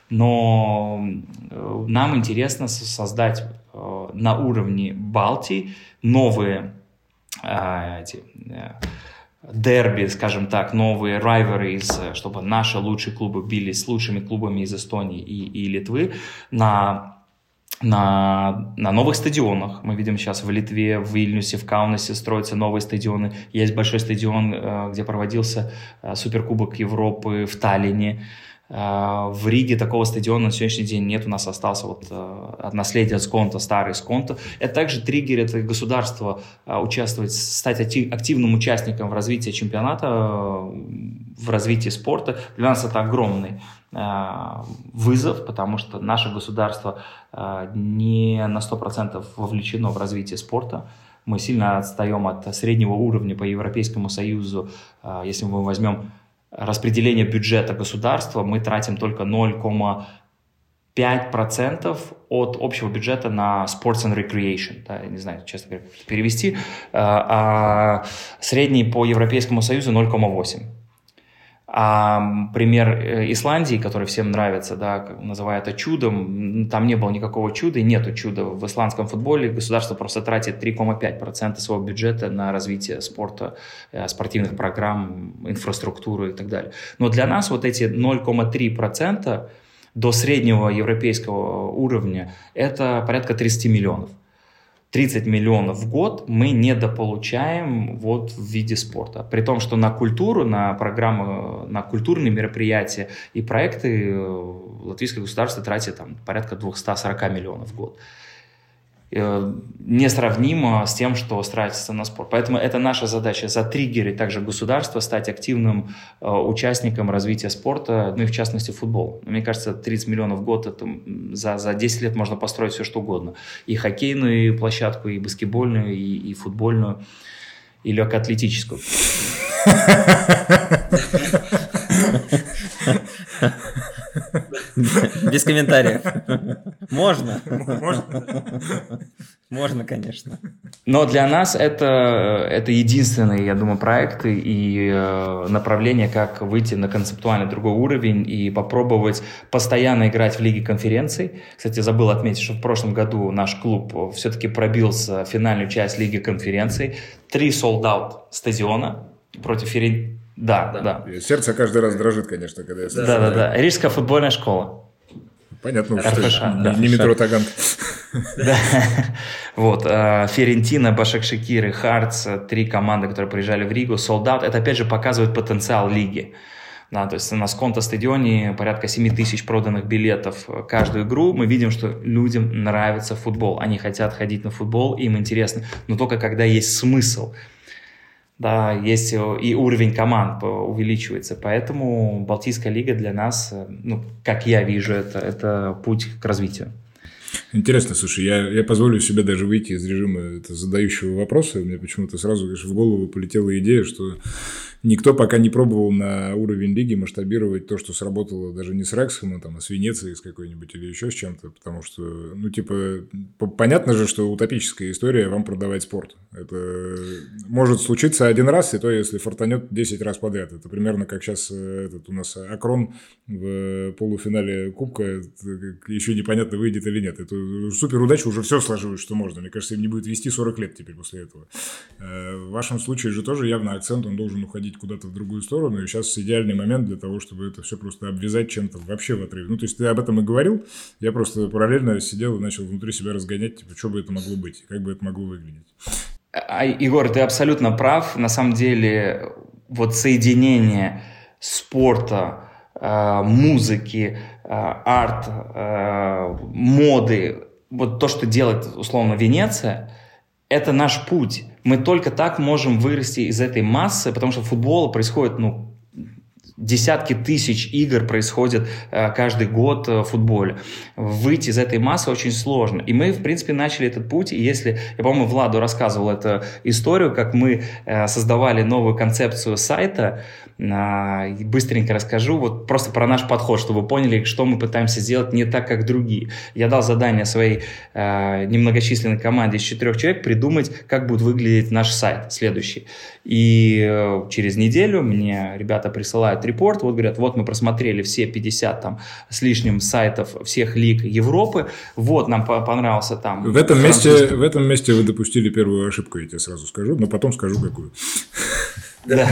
Но э, нам интересно создать э, на уровне Балтии новые э, эти, э, дерби, скажем так, новые райвары, чтобы наши лучшие клубы бились с лучшими клубами из Эстонии и, и Литвы на, на, на новых стадионах. Мы видим сейчас в Литве, в Вильнюсе, в Каунасе строятся новые стадионы. Есть большой стадион, где проводился Суперкубок Европы в Таллине. В Риге такого стадиона на сегодняшний день нет, у нас остался вот от наследия Сконто, старый Сконто. Это также триггерит государство участвовать, стать активным участником в развитии чемпионата, в развитии спорта. Для нас это огромный вызов, потому что наше государство не на сто процентов вовлечено в развитие спорта. Мы сильно отстаем от среднего уровня по Европейскому Союзу. Если мы возьмем распределение бюджета государства, мы тратим только ноль целых пять десятых процента от общего бюджета на sports and recreation. Да, я не знаю, честно говоря, перевести. А средний по Европейскому Союзу ноль целых восемь десятых. А пример Исландии, который всем нравится, да, называют это чудом, там не было никакого чуда и нету чуда. В исландском футболе государство просто тратит три целых пять десятых процента своего бюджета на развитие спорта, спортивных программ, инфраструктуры и так далее. Но для нас вот эти ноль целых три десятых процента до среднего европейского уровня – это порядка тридцать миллионов. тридцать миллионов в год мы недополучаем вот в виде спорта. При том, что на культуру, на программы, на культурные мероприятия и проекты латвийское государство тратит там, порядка двести сорок миллионов в год. Несравнимо с тем, что тратится на спорт. Поэтому это наша задача — затриггерить также государство, стать активным э, участником развития спорта, ну и в частности футбол. Мне кажется, тридцать миллионов в год — это за, за десять лет можно построить все, что угодно. И хоккейную площадку, и баскетбольную, и, и футбольную, и легкоатлетическую. Без комментариев. Можно. Можно? Можно, конечно. Но для нас это, это единственный, я думаю, проект и э, направление, как выйти на концептуально другой уровень и попробовать постоянно играть в Лиге конференций. Кстати, забыл отметить, что в прошлом году наш клуб все-таки пробился в финальную часть Лиги конференций. Три солд-аут стадиона против Ферентины. Да, да, да. Сердце каждый раз дрожит, конечно, когда я слышу. Да, да, да. Рижская футбольная школа. Понятно, эр эф ш, что да. не метро Таганка. Да. Вот. Ферентина, Башакшекир и Хартс, три команды, которые приезжали в Ригу. Солдат. Это, опять же, показывает потенциал лиги. Да, то есть на Сконто-стадионе порядка семь тысяч проданных билетов каждую игру. Мы видим, что людям нравится футбол. Они хотят ходить на футбол, им интересно. Но только когда есть смысл. Да, есть и уровень команд увеличивается. Поэтому Балтийская лига для нас, ну, как я вижу, это, это путь к развитию. Интересно, слушай, я, я позволю себе даже выйти из режима это, задающего вопроса. У меня почему-то сразу, конечно, в голову полетела идея, что никто пока не пробовал на уровень лиги масштабировать то, что сработало даже не с Рексхэмом, там, а с Венецией, с какой-нибудь или еще с чем-то. Потому что, ну, типа, понятно же, что утопическая история вам продавать спорт. Это может случиться один раз, и то, если фартанет десять раз подряд. Это примерно как сейчас этот, у нас Акрон в полуфинале Кубка, еще непонятно, выйдет или нет. Это супер удача, уже все сложилось, что можно. Мне кажется, им не будет вести сорок лет теперь после этого. В вашем случае же тоже явно акцент, он должен уходить куда-то в другую сторону, и сейчас идеальный момент для того, чтобы это все просто обвязать чем-то вообще в отрыве. Ну, то есть ты об этом и говорил, я просто параллельно сидел и начал внутри себя разгонять, типа, что бы это могло быть, как бы это могло выглядеть. Егор, ты абсолютно прав. На самом деле, вот соединение спорта, музыки, арт, моды, вот то, что делает, условно, Венеция, это наш путь. Мы только так можем вырасти из этой массы, потому что футбол происходит, ну, десятки тысяч игр происходят э, каждый год в футболе. Выйти из этой массы очень сложно. И мы, в принципе, начали этот путь. И если, я, по-моему, Владу рассказывал эту историю, как мы э, создавали новую концепцию сайта. Э, быстренько расскажу. Вот просто про наш подход, чтобы вы поняли, что мы пытаемся сделать не так, как другие. Я дал задание своей э, немногочисленной команде из четырех человек придумать, как будет выглядеть наш сайт следующий. И э, через неделю мне ребята присылают репорт, вот говорят, вот мы просмотрели все пятьдесят там с лишним сайтов всех лиг Европы, вот нам понравился там... В этом, месте, в этом месте вы допустили первую ошибку, я тебе сразу скажу, но потом скажу, какую. Да.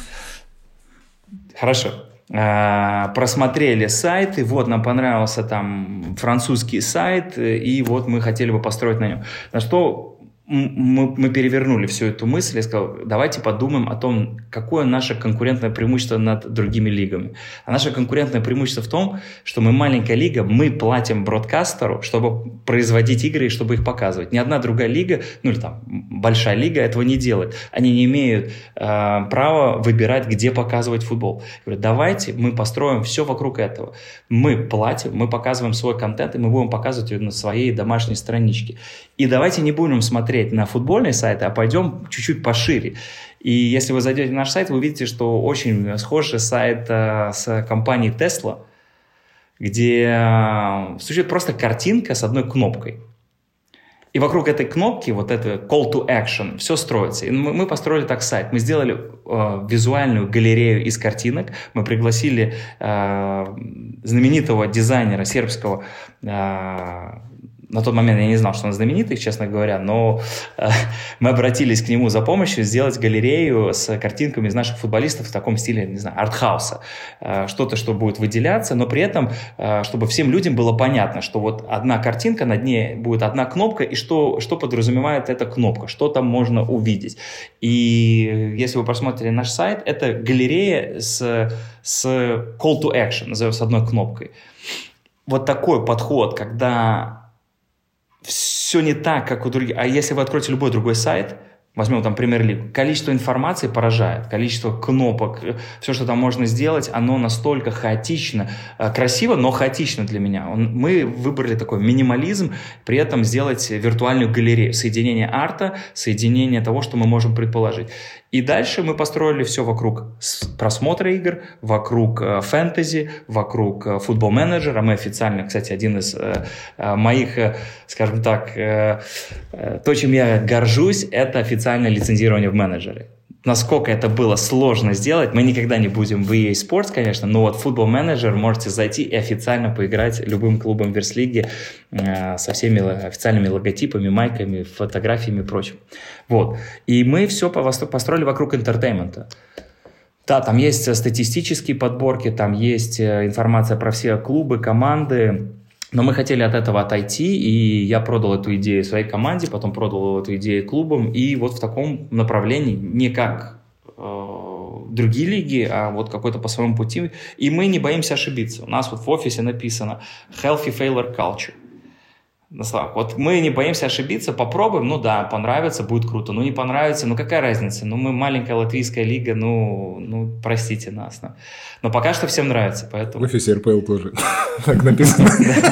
Хорошо. Просмотрели сайты, вот нам понравился там французский сайт, и вот мы хотели бы построить на нем. На что... Мы, мы перевернули всю эту мысль и сказали, давайте подумаем о том, какое наше конкурентное преимущество над другими лигами. А наше конкурентное преимущество в том, что мы маленькая лига, мы платим бродкастеру, чтобы производить игры и чтобы их показывать. Ни одна другая лига, ну или там большая лига этого не делает. Они не имеют э, права выбирать, где показывать футбол. Я говорю, давайте мы построим все вокруг этого. Мы платим, мы показываем свой контент, и мы будем показывать его на своей домашней страничке. И давайте не будем смотреть на футбольные сайты, а пойдем чуть-чуть пошире. И если вы зайдете на наш сайт, вы увидите, что очень схожий сайт э, с компанией Tesla, где э, существует просто картинка с одной кнопкой. И вокруг этой кнопки, вот это call to action, все строится. И мы, мы построили так сайт. Мы сделали э, визуальную галерею из картинок. Мы пригласили э, знаменитого дизайнера сербского э, на тот момент я не знал, что он знаменитый, честно говоря, но э, мы обратились к нему за помощью сделать галерею с картинками из наших футболистов в таком стиле, не знаю, артхауса. Э, что-то, что будет выделяться, но при этом, э, чтобы всем людям было понятно, что вот одна картинка, над ней будет одна кнопка, и что, что подразумевает эта кнопка, что там можно увидеть. И если вы посмотрите наш сайт, это галерея с, с call to action, с одной кнопкой. Вот такой подход, когда все не так, как у других. А если вы откроете любой другой сайт, возьмем там Премьер-лигу, количество информации поражает, количество кнопок, все, что там можно сделать, оно настолько хаотично, красиво, но хаотично для меня. Мы выбрали такой минимализм, при этом сделать виртуальную галерею, соединение арта, соединение того, что мы можем предположить. И дальше мы построили все вокруг просмотра игр, вокруг э, фэнтези, вокруг э, футбол-менеджера. Мы официально, кстати, один из э, моих, э, скажем так, э, э, то, чем я горжусь, это официальное лицензирование в менеджере. Насколько это было сложно сделать, мы никогда не будем в и эй Sports, конечно, но вот футбол-менеджер можете зайти и официально поиграть любым клубом Верслиги э, со всеми официальными логотипами, майками, фотографиями и прочим. Вот. И мы все построили вокруг интертеймента. Да, там есть статистические подборки, там есть информация про все клубы, команды. Но мы хотели от этого отойти, и я продал эту идею своей команде, потом продал эту идею клубам, и вот в таком направлении, не как э, другие лиги, а вот какой-то по своему пути. И мы не боимся ошибиться. У нас вот в офисе написано «Healthy Failure Culture». Вот мы не боимся ошибиться, попробуем, ну да, понравится, будет круто, ну не понравится, ну какая разница, ну мы маленькая латвийская лига, ну, ну простите нас. Но, но пока что всем нравится, поэтому... В офисе эр пэ эл тоже так написано.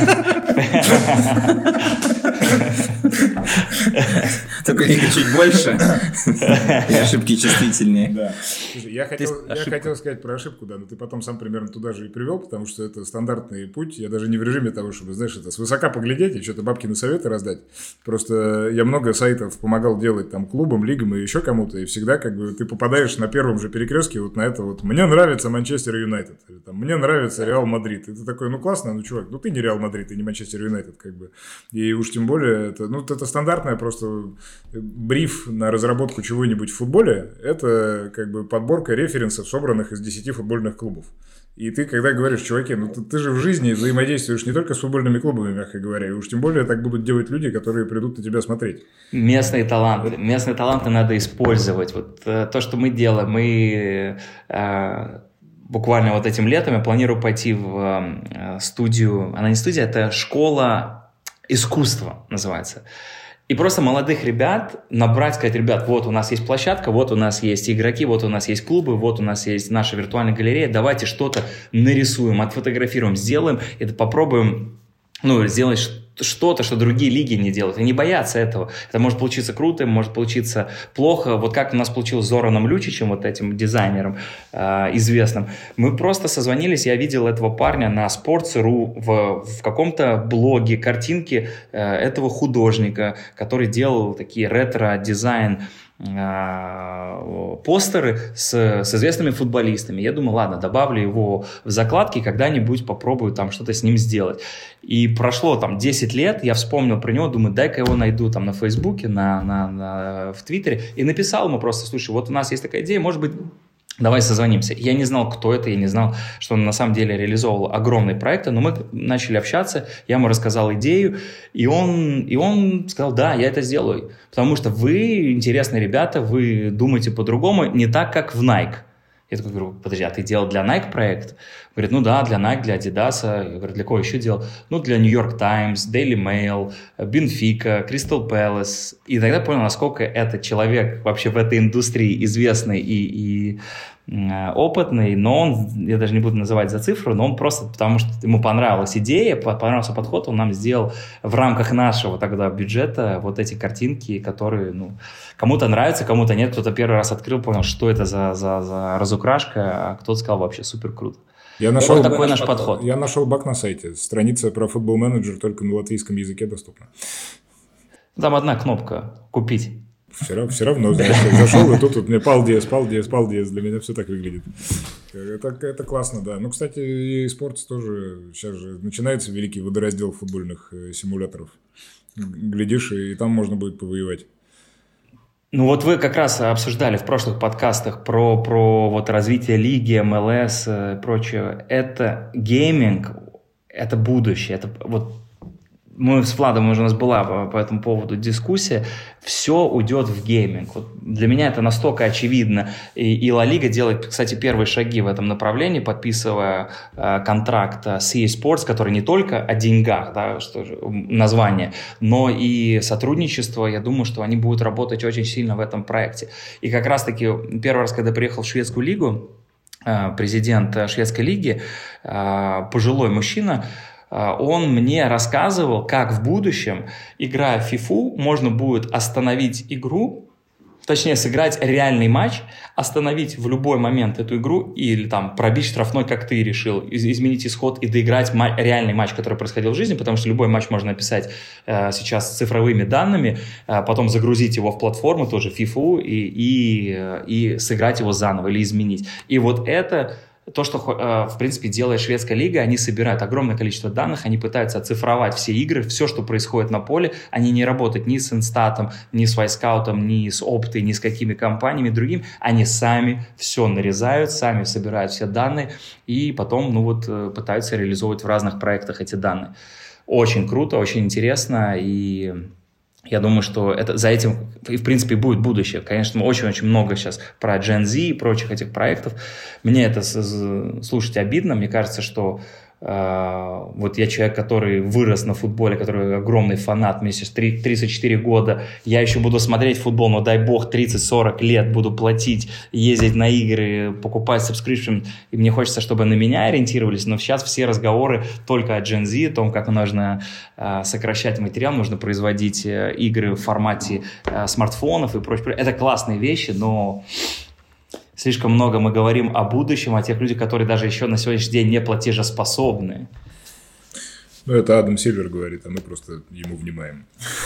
Только лига чуть больше, и ошибки чувствительнее. Да. Я хотел сказать про ошибку, да, но ты потом сам примерно туда же и привел, потому что это стандартный путь. Я даже не в режиме того, чтобы, знаешь, это свысока поглядеть и что-то бабкины советы раздать. Просто я много сайтов помогал делать там клубам, лигам и еще кому-то, и всегда как бы ты попадаешь на первом же перекрестке вот на это вот «Мне нравится Манчестер Юнайтед», или там «Мне нравится Реал Мадрид». И ты такой, ну классно, ну чувак, ну ты не Реал Мадрид, ты не Манчестер Юнайтед, как бы. И уж тем более, это, ну это стандартная просто бриф на разработку чего-нибудь в футболе, это как бы подборка референсов, собранных из десяти футбольных клубов. И ты, когда говоришь, чуваки, ну ты, ты же в жизни взаимодействуешь не только с футбольными клубами, мягко говоря, и уж тем более так будут делать люди, которые придут на тебя смотреть. Местные таланты. Местные таланты надо использовать. Вот э, то, что мы делаем, мы э, буквально вот этим летом я планирую пойти в э, студию, она не студия, это школа искусства называется. И просто молодых ребят набрать, сказать, ребят, вот у нас есть площадка, вот у нас есть игроки, вот у нас есть клубы, вот у нас есть наша виртуальная галерея, давайте что-то нарисуем, отфотографируем, сделаем, это попробуем, ну, сделать что-то, что другие лиги не делают, и не бояться этого. Это может получиться круто, может получиться плохо. Вот как у нас получилось с Зораном Лючичем, вот этим дизайнером э, известным. Мы просто созвонились, я видел этого парня на Sports точка ру в, в каком-то блоге, картинки э, этого художника, который делал такие ретро-дизайн постеры с, с известными футболистами. Я думаю, ладно, добавлю его в закладки, когда-нибудь попробую там что-то с ним сделать. И прошло там десять лет, я вспомнил про него, думаю, дай-ка его найду там на Фейсбуке, на, на, на, в Твиттере, и написал ему просто, слушай, вот у нас есть такая идея, может быть, давай созвонимся. Я не знал, кто это, я не знал, что он на самом деле реализовывал огромные проекты, но мы начали общаться, я ему рассказал идею, и он, и он сказал, да, я это сделаю, потому что вы интересные ребята, вы думаете по-другому, не так, как в Nike. Я такой говорю, подожди, а ты делал для Nike проект? Говорит, ну да, для Nike, для Adidas. Я говорю, для кого еще делал? Ну, для New York Times, Daily Mail, Benfica, Crystal Palace. И тогда понял, насколько этот человек вообще в этой индустрии известный и, и э, опытный. Но он, я даже не буду называть за цифру, но он просто, потому что ему понравилась идея, понравился подход, он нам сделал в рамках нашего тогда бюджета вот эти картинки, которые, ну, кому-то нравятся, кому-то нет. Кто-то первый раз открыл, понял, что это за, за, за разукрашка, а кто-то сказал, вообще супер круто. Я нашел, вот такой наш подход. подход. Я нашел баг на сайте. Страница про футбол-менеджер только на латвийском языке доступна. Там одна кнопка «Купить». Все, все равно, знаешь, зашел, и тут вот мне палдес, палдес, палдес, для меня все так выглядит. Это, это классно, да. Ну, кстати, и спортс тоже, сейчас же начинается великий водораздел футбольных симуляторов. Глядишь, и там можно будет повоевать. Ну вот вы как раз обсуждали в прошлых подкастах про, про вот развитие лиги, эм эл эс и прочее. Это гейминг, это будущее, это вот мы с Владом, уже у нас была по, по этому поводу дискуссия, все уйдет в гейминг. Вот для меня это настолько очевидно. И, и Ла Лига делает, кстати, первые шаги в этом направлении, подписывая э, контракт с и эй Sports, который не только о деньгах, да, что же, название, но и сотрудничество. Я думаю, что они будут работать очень сильно в этом проекте. И как раз-таки первый раз, когда приехал в шведскую лигу, э, президент шведской лиги, э, пожилой мужчина, он мне рассказывал, как в будущем, играя в фифу, можно будет остановить игру, точнее, сыграть реальный матч, остановить в любой момент эту игру или там пробить штрафной, как ты решил, изменить исход и доиграть ма- реальный матч, который происходил в жизни, потому что любой матч можно описать э, сейчас цифровыми данными, э, потом загрузить его в платформу, тоже фифу, и, и, и сыграть его заново или изменить. И вот это... То, что, в принципе, делает шведская лига, они собирают огромное количество данных, они пытаются оцифровать все игры, все, что происходит на поле. Они не работают ни с Инстатом, ни с Вайскаутом, ни с Оптой, ни с какими компаниями другими. Они сами все нарезают, сами собирают все данные и потом, ну вот, пытаются реализовывать в разных проектах эти данные. Очень круто, очень интересно, и... Я думаю, что это, за этим, и в принципе, будет будущее. Конечно, очень-очень много сейчас про Gen Z и прочих этих проектов. Мне это слушать обидно. Мне кажется, что э, вот я человек, который вырос на футболе, который огромный фанат, мне сейчас тридцать четыре года. Я еще буду смотреть футбол, но дай бог тридцать-сорок лет буду платить, ездить на игры, покупать subscription. И мне хочется, чтобы на меня ориентировались. Но сейчас все разговоры только о Gen Z, о том, как нужно э, сокращать материал, нужно производить э, игры в формате э, смартфонов и прочее. Это классные вещи, но слишком много мы говорим о будущем, о тех людях, которые даже еще на сегодняшний день не платежеспособны. Ну, это Адам Сильвер говорит, а мы просто ему внимаем.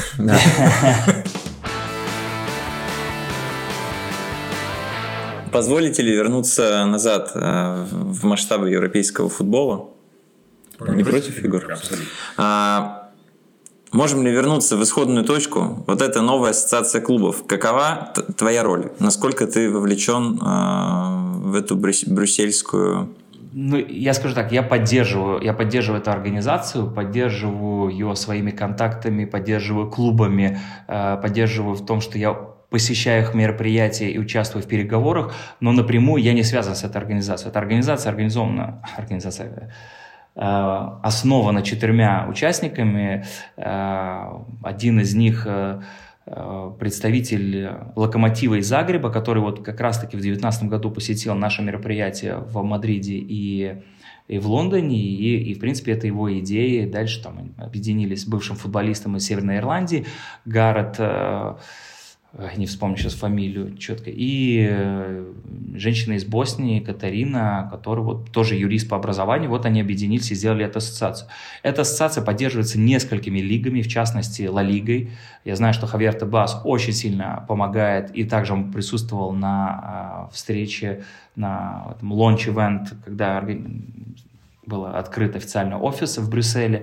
Позволите ли вернуться назад в масштабы европейского футбола? Не против, Егор? Абсолютно. Можем ли вернуться в исходную точку? Вот эта новая ассоциация клубов. Какова т- твоя роль? Насколько ты вовлечен э, в эту брюс- брюссельскую... Ну, я скажу так, я поддерживаю, я поддерживаю эту организацию, поддерживаю ее своими контактами, поддерживаю клубами, э, поддерживаю в том, что я посещаю их мероприятия и участвую в переговорах, но напрямую я не связан с этой организацией. Эта организация организована... Организация... основана четырьмя участниками. Один из них представитель Локомотива из Загреба, который вот как раз-таки в две тысячи девятнадцатом году посетил наше мероприятие в Мадриде и, и в Лондоне, и, и в принципе это его идеи. Дальше там объединились с бывшим футболистом из Северной Ирландии Гаррет, не вспомню сейчас фамилию четко, и женщина из Боснии, Катарина, которая вот тоже юрист по образованию, вот они объединились и сделали эту ассоциацию. Эта ассоциация поддерживается несколькими лигами, в частности, Ла Лигой. Я знаю, что Хавьер Тебас очень сильно помогает, и также он присутствовал на встрече, на этом лонч-ивент, когда был открыт официальный офис в Брюсселе,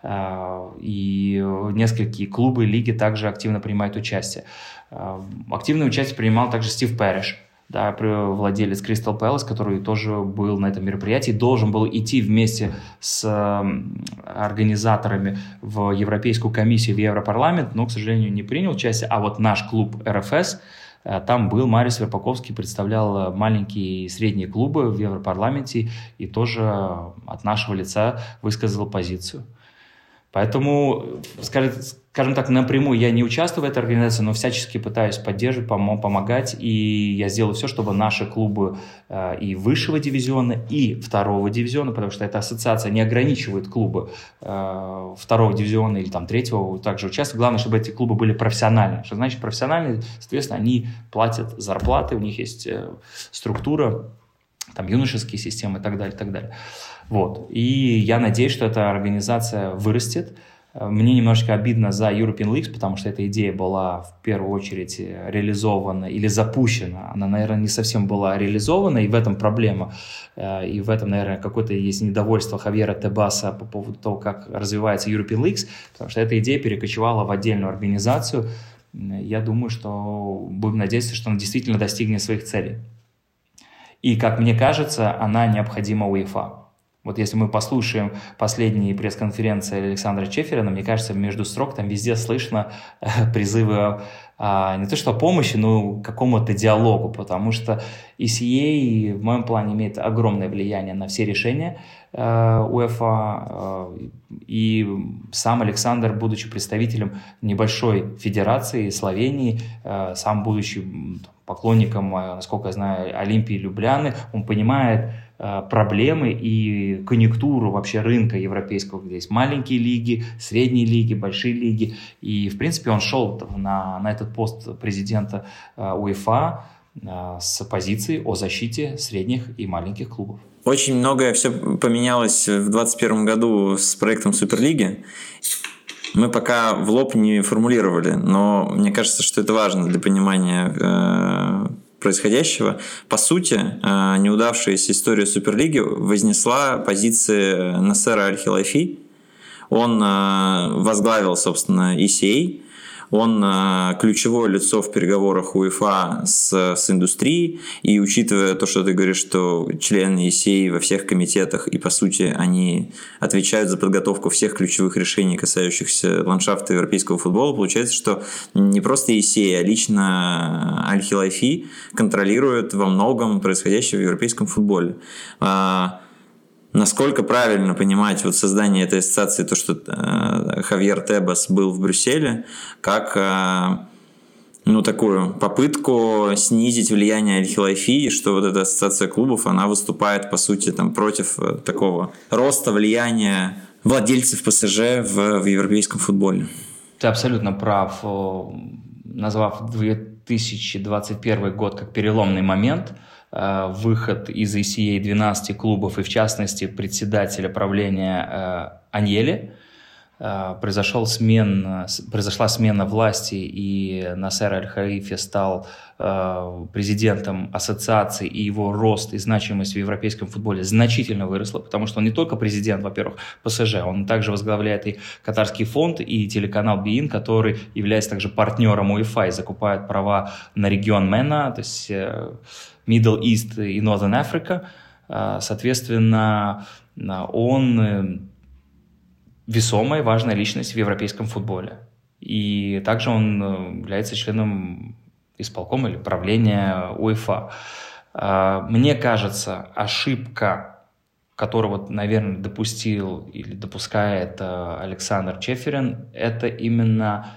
и несколько клубы лиги также активно принимают участие. Активное участие принимал также Стив Пэриш, да, владелец Кристал Пэлас, который тоже был на этом мероприятии, должен был идти вместе с организаторами в Европейскую комиссию, в Европарламент, но, к сожалению, не принял участие. А вот наш клуб эр эф эс, там был Мариус Верпаковский, представлял маленькие и средние клубы в Европарламенте и тоже от нашего лица высказал позицию. Поэтому, скажем так, напрямую я не участвую в этой организации, но всячески пытаюсь поддерживать, пом- помогать, и я сделаю все, чтобы наши клубы э, и высшего дивизиона, и второго дивизиона, потому что эта ассоциация не ограничивает клубы э, второго дивизиона или там третьего также участвовать. Главное, чтобы эти клубы были профессиональные. Что значит профессиональные? Соответственно, они платят зарплаты, у них есть э, структура, там юношеские системы и так далее, и так далее. Вот. И я надеюсь, что эта организация вырастет, Мне немножечко обидно за European Leagues, потому что эта идея была в первую очередь реализована или запущена. Она, наверное, не совсем была реализована, и в этом проблема. И в этом, наверное, какое-то есть недовольство Хавьера Тебаса по поводу того, как развивается European Leagues, потому что эта идея перекочевала в отдельную организацию. Я думаю, что будем надеяться, что она действительно достигнет своих целей. И, как мне кажется, она необходима УЕФА. Вот если мы послушаем последние пресс-конференции Александра Чеферина, мне кажется, между строк там везде слышно призывы а, не то что о помощи, но к какому-то диалогу, потому что и си эй в моем плане имеет огромное влияние на все решения э, УЕФА, э, и сам Александр, будучи представителем небольшой федерации Словении, э, сам будучи поклонником, насколько я знаю, Олимпии Любляны, он понимает проблемы и конъюнктуру вообще рынка европейского, где есть маленькие лиги, средние лиги, большие лиги. И, в принципе, он шел на, на этот пост президента УЕФА с позиции о защите средних и маленьких клубов. Очень многое все поменялось в двадцать первом году с проектом Суперлиги. Мы пока в лоб не формулировали, но мне кажется, что это важно для понимания э, происходящего. По сути, э, неудавшаяся история Суперлиги вознесла позиции Насера Аль-Хилайфи. Он э, возглавил, собственно, и си эй. Он э, ключевое лицо в переговорах УЕФА с, с индустрией, и учитывая то, что ты говоришь, что члены и си эй во всех комитетах, и по сути они отвечают за подготовку всех ключевых решений, касающихся ландшафта европейского футбола, получается, что не просто и си эй, а лично Аль-Хилайфи контролирует во многом происходящее в европейском футболе. Насколько правильно понимать вот создание этой ассоциации, то, что э, Хавьер Тебас был в Брюсселе, как э, ну, такую попытку снизить влияние Аль-Хилайфи, что вот эта ассоциация клубов, она выступает, по сути, там, против такого роста влияния владельцев ПСЖ в, в европейском футболе. Ты абсолютно прав, назвав две тысячи двадцать первый год как переломный момент. Выход из и си эй двенадцати клубов и, в частности, председателя правления Аньели. Произошел смен, произошла смена власти, и Насер Аль-Хилайфи стал президентом ассоциации, и его рост и значимость в европейском футболе значительно выросла, потому что он не только президент, во-первых, ПСЖ, он также возглавляет и Катарский фонд, и телеканал БеИН, который является также партнером УЕФА и закупает права на регион МЕНА, то есть Middle East и Northern Africa. Соответственно, он весомая, важная личность в европейском футболе. И также он является членом исполкома или правления УЕФА. Мне кажется, ошибка, которую, вот, наверное, допустил или допускает Александр Чеферин, это именно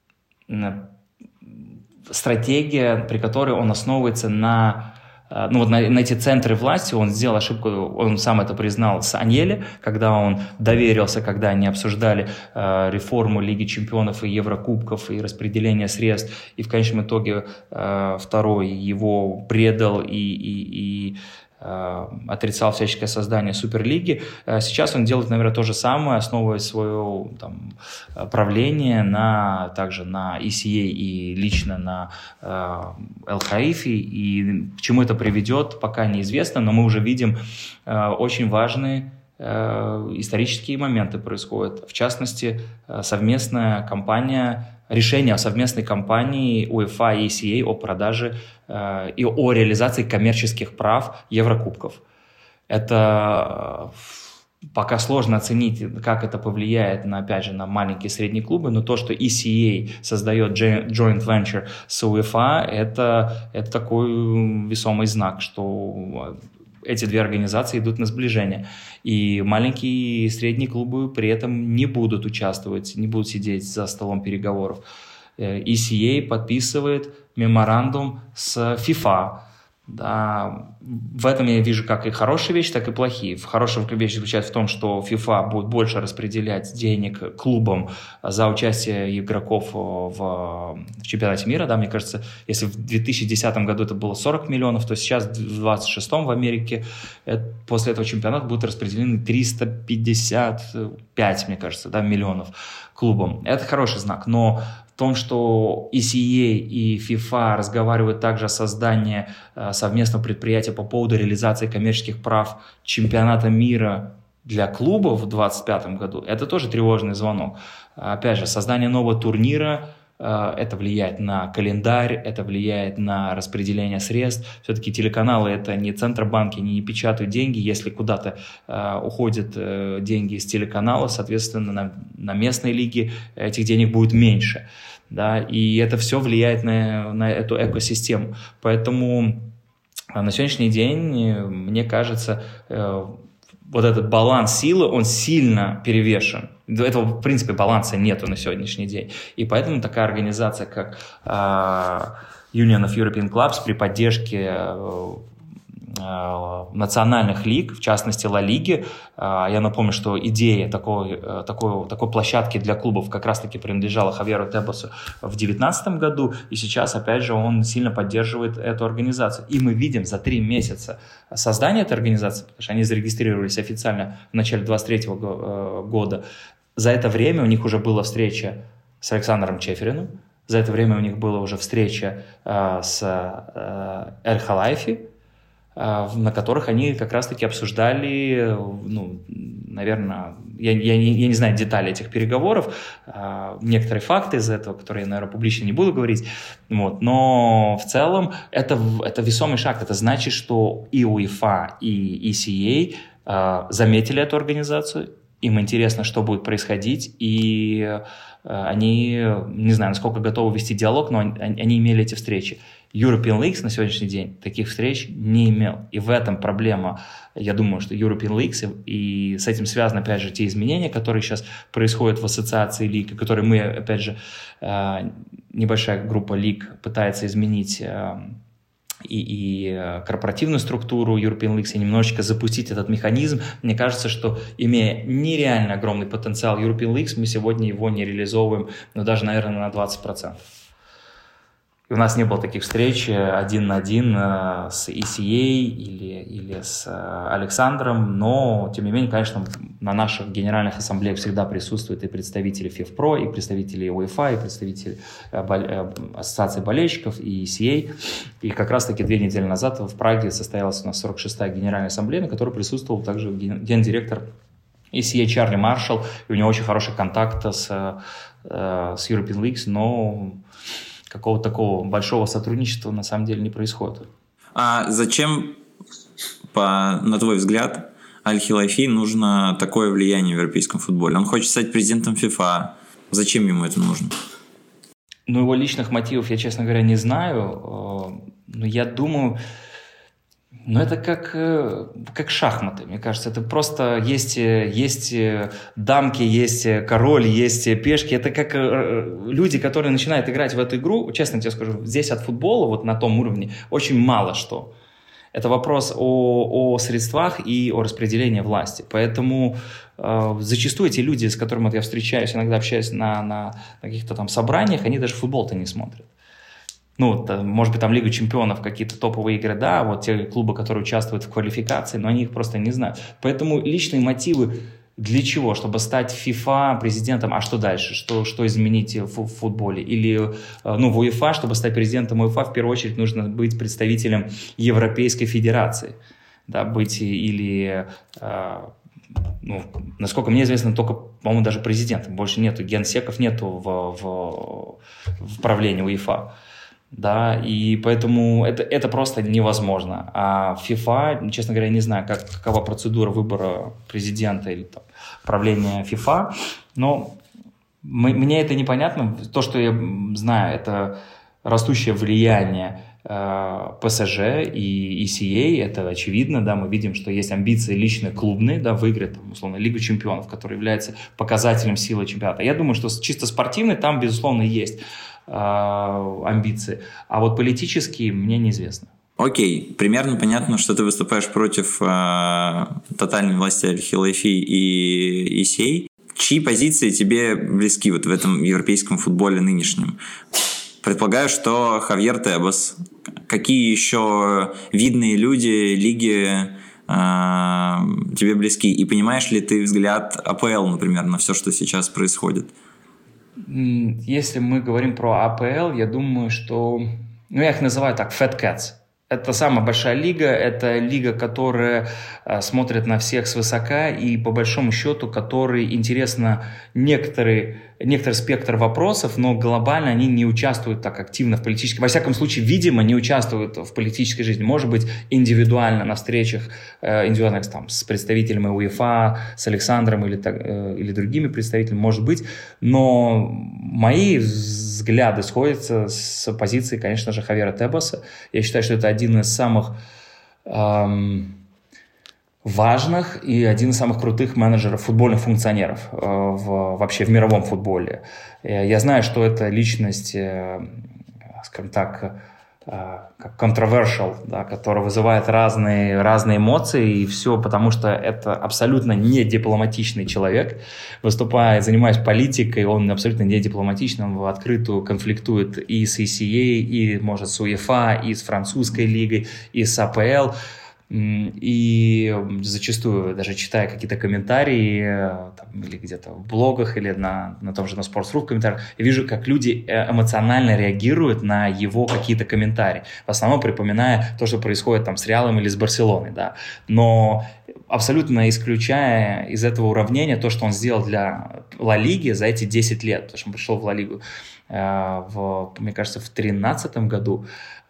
стратегия, при которой он основывается на Ну вот на, на эти центры власти. Он сделал ошибку, он сам это признал с Аньели, когда он доверился, когда они обсуждали э, реформу Лиги чемпионов и Еврокубков и распределение средств, и в конечном итоге э, второй его предал и, и, и э, отрицал всяческое создание Суперлиги. Э, сейчас он делает, наверное, то же самое, основывая свое там, правление на, также на и си эй и лично на э, Аль-Хилайфи. И к чему это приведет, пока неизвестно, но мы уже видим э, очень важные э, исторические моменты происходят. В частности, э, совместная кампания, решение о совместной кампании УЕФА и и си эй о продаже э, и о реализации коммерческих прав Еврокубков. Это пока сложно оценить, как это повлияет на, опять же, на маленькие и средние клубы, но то, что и си эй создает joint venture с УЕФА, это, это такой весомый знак, что эти две организации идут на сближение. И маленькие и средние клубы при этом не будут участвовать, не будут сидеть за столом переговоров. и си эй подписывает меморандум с FIFA, Да, в этом я вижу как и хорошие вещи, так и плохие. Хорошая вещь заключается в том, что FIFA будет больше распределять денег клубам за участие игроков в, в чемпионате мира. Да, мне кажется, если в две тысячи десятом году это было сорок миллионов, то сейчас в две тысячи двадцать шестом в Америке после этого чемпионата будут распределены триста пятьдесят пять, мне кажется, да, миллионов клубам. Это хороший знак, но в том, что и си эй, и FIFA разговаривают также о создании э, совместного предприятия по поводу реализации коммерческих прав чемпионата мира для клубов в двадцать пятом году, это тоже тревожный звонок. Опять же, создание нового турнира, э, это влияет на календарь, это влияет на распределение средств. Все-таки телеканалы — это не центробанки, они не печатают деньги. Если куда-то э, уходят э, деньги из телеканала, соответственно, на, на местной лиге этих денег будет меньше. Да, и это все влияет на, на эту экосистему. Поэтому на сегодняшний день, мне кажется, э, вот этот баланс силы, он сильно перевешен. Этого, в принципе, баланса нету на сегодняшний день. И поэтому такая организация, как э, Union of European Clubs, при поддержке э, национальных лиг, в частности Ла Лиги. Я напомню, что идея такой, такой, такой площадки для клубов как раз-таки принадлежала Хавьеру Тебосу в две тысячи девятнадцатом году, и сейчас, опять же, он сильно поддерживает эту организацию. И мы видим за три месяца создания этой организации, потому что они зарегистрировались официально в начале двадцать третьего года, за это время у них уже была встреча с Александром Чефериным, за это время у них была уже встреча с Эль Халайфи, на которых они как раз-таки обсуждали, ну, наверное, я, я, не, я не знаю детали этих переговоров, некоторые факты из этого, которые я, наверное, публично не буду говорить, вот, но в целом это, это весомый шаг, это значит, что и УЕФА, и и си эй заметили эту организацию, им интересно, что будет происходить, и они, не знаю, насколько готовы вести диалог, но они, они имели эти встречи. European Leagues на сегодняшний день таких встреч не имел. И в этом проблема, я думаю, что European Leagues, и с этим связаны, опять же, те изменения, которые сейчас происходят в ассоциации лиг, которые мы, опять же, небольшая группа лиг пытается изменить и, и корпоративную структуру European Leagues, и немножечко запустить этот механизм. Мне кажется, что, имея нереально огромный потенциал European Leagues, мы сегодня его не реализовываем, ну, даже, наверное, на двадцать процентов. И у нас не было таких встреч один на один с и си эй или, или с Александром, но, тем не менее, конечно, на наших генеральных ассамблеях всегда присутствуют и представители ФИФПРО, и представители УЕФА, и представители Ассоциации болельщиков, и и си эй. И как раз-таки две недели назад в Праге состоялась у нас сорок шестая генеральная ассамблея, на которой присутствовал также гендиректор и си эй Чарли Маршалл, и у него очень хороший контакт с, с European Leagues, но какого-то такого большого сотрудничества на самом деле не происходит. А зачем, по, на твой взгляд, Аль-Хилайфи нужно такое влияние в европейском футболе? Он хочет стать президентом ФИФА. Зачем ему это нужно? Ну, его личных мотивов я, честно говоря, не знаю. Но я думаю... Ну, это как, как шахматы, мне кажется. Это просто есть, есть дамки, есть король, есть пешки. Это как люди, которые начинают играть в эту игру. Честно тебе скажу, здесь от футбола, вот на том уровне, очень мало что. Это вопрос о, о средствах и о распределении власти. Поэтому э, зачастую эти люди, с которыми вот я встречаюсь, иногда общаюсь на, на, на каких-то там собраниях, они даже футбол-то не смотрят. Ну, может быть, там Лига чемпионов, какие-то топовые игры, да, вот те клубы, которые участвуют в квалификации, но они их просто не знают. Поэтому личные мотивы для чего? Чтобы стать FIFA президентом, а что дальше? Что, что изменить в футболе? Или, ну, в УЕФА, чтобы стать президентом УЕФА, в первую очередь нужно быть представителем Европейской Федерации, да, быть или... Ну, насколько мне известно, только, по-моему, даже президентом. Больше нету, генсеков нету в, в, в правлении УЕФА. Да, и поэтому это, это просто невозможно. А FIFA, честно говоря, не знаю, как, какова процедура выбора президента или там, правления FIFA, но мы, мне это непонятно. То, что я знаю, это растущее влияние э, ПСЖ и и си эй, это очевидно, да, мы видим, что есть амбиции личные, клубные, да, выиграть, там, условно, Лигу чемпионов, которая является показателем силы чемпионата. Я думаю, что чисто спортивный там, безусловно, есть амбиции. А вот политические мне неизвестно. Окей, примерно понятно, что ты выступаешь против э, тотальной власти Аль-Хилайфи и Исей. Чьи позиции тебе близки вот в этом европейском футболе нынешнем? Предполагаю, что Хавьер Тебас. Какие еще видные люди лиги э, тебе близки? И понимаешь ли ты взгляд АПЛ, например, на все, что сейчас происходит? Если мы говорим про АПЛ, я думаю, что... Ну, я их называю так, Fat Cats. Это самая большая лига, это лига, которая э, смотрит на всех свысока и, по большому счету, которой интересно некоторые, некоторый спектр вопросов, но глобально они не участвуют так активно в политической... Во всяком случае, видимо, не участвуют в политической жизни. Может быть, индивидуально на встречах э, индивидуальных там, с представителями УЕФА, с Александром или, так, э, или другими представителями, может быть. Но мои взгляды сходятся с позиции, конечно же, Хавьера Тебаса. Я считаю, что это один из самых эм, важных и один из самых крутых менеджеров, футбольных функционеров э, в, вообще в мировом футболе. Я знаю, что это личность, э, скажем так, э, как controversial, да, которая вызывает разные, разные эмоции, и все потому, что это абсолютно не дипломатичный человек. Выступая, занимаясь политикой, он абсолютно не дипломатичный, он в открытую конфликтует и с И Си Эй, и, может, с УЕФА, и с французской лигой, и с АПЛ. И зачастую, даже читая какие-то комментарии там, или где-то в блогах, или на, на том же на Sports.ru в комментариях, я вижу, как люди эмоционально реагируют на его какие-то комментарии. В основном припоминая то, что происходит там с Реалом или с Барселоной. Да. Но абсолютно исключая из этого уравнения то, что он сделал для Ла Лиги за эти десять лет, потому что он пришел в Ла Лигу, в, мне кажется, в две тысячи тринадцатом году,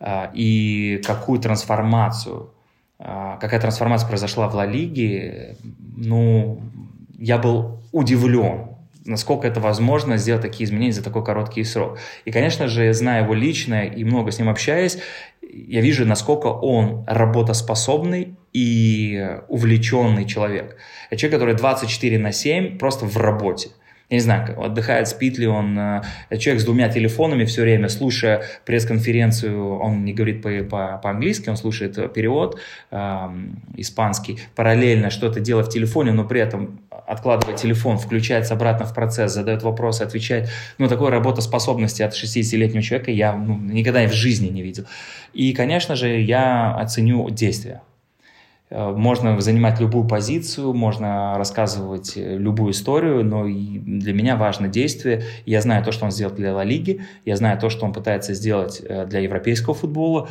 и какую трансформацию Какая трансформация произошла в Ла Лиге, ну, я был удивлен, насколько это возможно сделать такие изменения за такой короткий срок. И, конечно же, зная его лично и много с ним общаясь, я вижу, насколько он работоспособный и увлеченный человек. Это человек, который двадцать четыре на семь просто в работе. Я не знаю, отдыхает, спит ли он. Человек с двумя телефонами все время, слушая пресс-конференцию, он не говорит по- по- по-английски, он слушает перевод э, испанский, параллельно что-то делает в телефоне, но при этом откладывает телефон, включается обратно в процесс, задает вопросы, отвечает. Ну, такой работоспособности от шестидесятилетнего человека я ну, никогда в жизни не видел. И, конечно же, я оценю действия. Можно занимать любую позицию, можно рассказывать любую историю, но для меня важно действие. Я знаю то, что он сделал для Ла Лиги, я знаю то, что он пытается сделать для европейского футбола,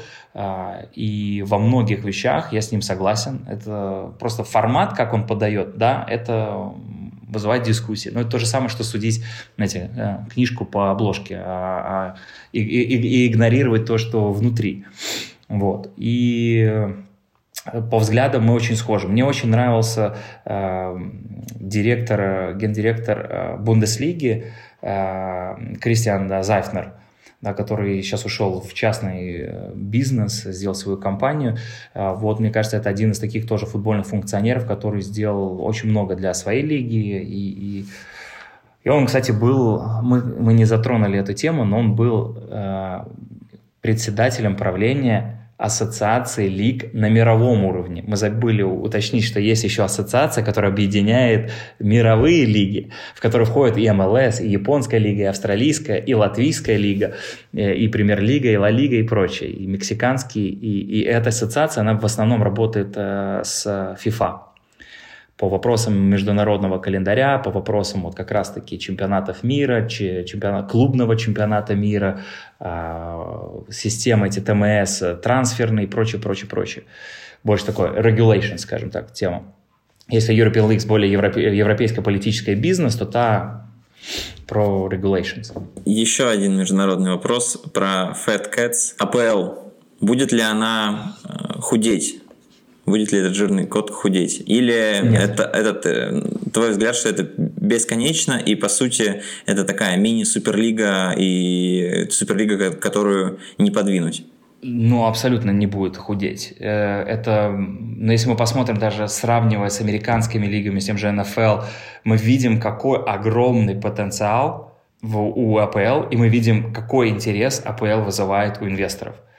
и во многих вещах я с ним согласен. Это просто формат, как он подает, да, это вызывает дискуссии. Но это то же самое, что судить, знаете, книжку по обложке а, а, и, и, и игнорировать то, что внутри. Вот. И по взглядам мы очень схожи. Мне очень нравился э, директор, гендиректор э, Бундеслиги э, Кристиан да, Зайфнер, да, который сейчас ушел в частный бизнес, сделал свою компанию. Э, вот, мне кажется, это один из таких тоже футбольных функционеров, который сделал очень много для своей лиги. И, и, и он, кстати, был, мы, мы не затронули эту тему, но он был э, председателем правления ассоциации лиг на мировом уровне. Мы забыли уточнить, что есть еще ассоциация, которая объединяет мировые лиги, в которые входят и Эм Эл Эс, и Японская лига, и Австралийская, и Латвийская лига, и Премьер-лига, и Ла Лига, и прочее, и мексиканский. И, и эта ассоциация, она в основном работает э, с ФИФА по вопросам международного календаря, по вопросам вот как раз-таки чемпионатов мира, чемпионат, клубного чемпионата мира, э, системы эти Тэ Эм Эс, трансферные и прочее, прочее, прочее. Больше такой regulation, скажем так, тема. Если European League более европе, европейская политическая бизнес, то та про regulations. Еще один международный вопрос про Fat Cats. А Пэ Эл, будет ли она худеть? Будет ли этот жирный кот худеть? Или это, этот, твой взгляд, что это бесконечно, и по сути это такая мини-суперлига, и суперлига, которую не подвинуть? Ну, абсолютно не будет худеть. Это, ну, если мы посмотрим, даже сравнивая с американскими лигами, с тем же Эн Эф Эл, мы видим, какой огромный потенциал в, у А Пэ Эл, и мы видим, какой интерес А Пэ Эл вызывает у инвесторов.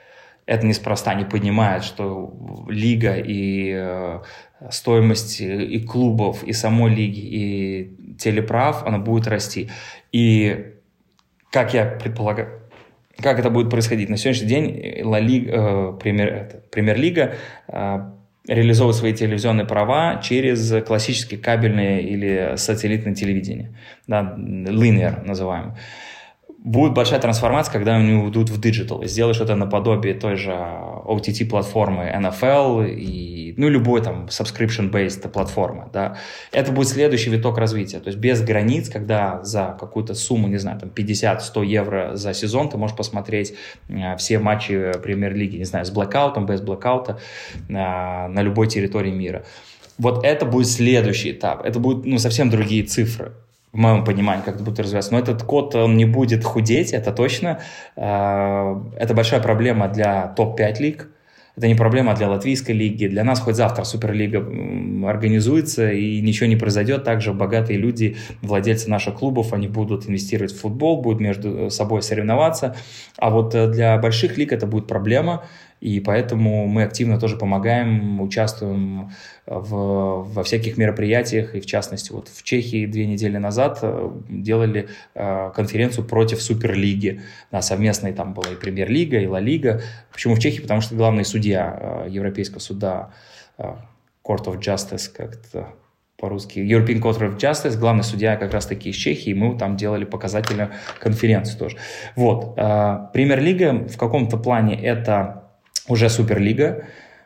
это неспроста, они понимают, что лига и э, стоимость и клубов, и самой лиги, и телеправ, она будет расти. И как я предполагаю, как это будет происходить? На сегодняшний день Ла Лига, э, премьер, Премьер-лига э, реализовывает свои телевизионные права через классические кабельные или сателлитное телевидение, да, linear называемое. Будет большая трансформация, когда они уйдут в диджитал и сделают что-то наподобие той же о ти ти-платформы эн эф эл и, ну, любой там subscription-based платформы, да. Это будет следующий виток развития, то есть без границ, когда за какую-то сумму, не знаю, там пятьдесят-сто евро за сезон ты можешь посмотреть э, все матчи премьер-лиги, не знаю, с блэкаутом, без блэкаута э, на любой территории мира. Вот это будет следующий этап, это будут, ну, совсем другие цифры. В моем понимании, как это будет развиваться. Но этот код, он не будет худеть, это точно. Это большая проблема для топ пять лиг. Это не проблема для латвийской лиги. Для нас хоть завтра Суперлига организуется и ничего не произойдет. Также богатые люди, владельцы наших клубов, они будут инвестировать в футбол, будут между собой соревноваться. А вот для больших лиг это будет проблема. И поэтому мы активно тоже помогаем, участвуем в, во всяких мероприятиях. И в частности, вот в Чехии две недели назад делали э, конференцию против Суперлиги. Да, совместной там была и Премьер-лига, и Ла Лига. Почему в Чехии? Потому что главный судья э, Европейского суда, э, Court of Justice, как-то по-русски, European Court of Justice, главный судья как раз-таки из Чехии, и мы там делали показательную конференцию тоже. Вот. Э, Премьер-лига в каком-то плане это уже Суперлига,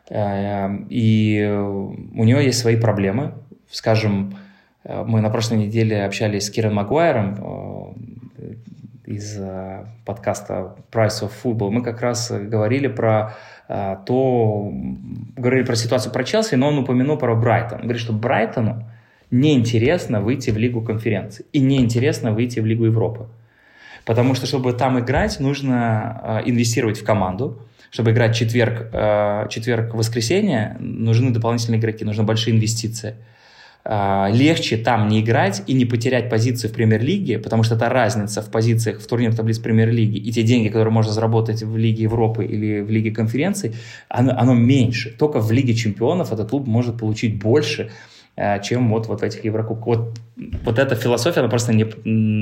и у нее есть свои проблемы. Скажем, мы на прошлой неделе общались с Киром Магуайром из подкаста Price of Football. Мы как раз говорили про то, говорили про ситуацию про Челси, но он упомянул про Брайтон. Он говорит, что Брайтону неинтересно выйти в Лигу конференций и неинтересно выйти в Лигу Европы. Потому что, чтобы там играть, нужно инвестировать в команду. Чтобы играть четверг, четверг-воскресенье, нужны дополнительные игроки, нужны большие инвестиции. Легче там не играть и не потерять позицию в Премьер-лиге, потому что это разница в позициях в турнирной таблице Премьер-лиги и те деньги, которые можно заработать в Лиге Европы или в Лиге конференций, оно, оно меньше. Только в Лиге чемпионов этот клуб может получить больше, чем вот, вот в этих Еврокубках. Вот, вот эта философия, она просто не,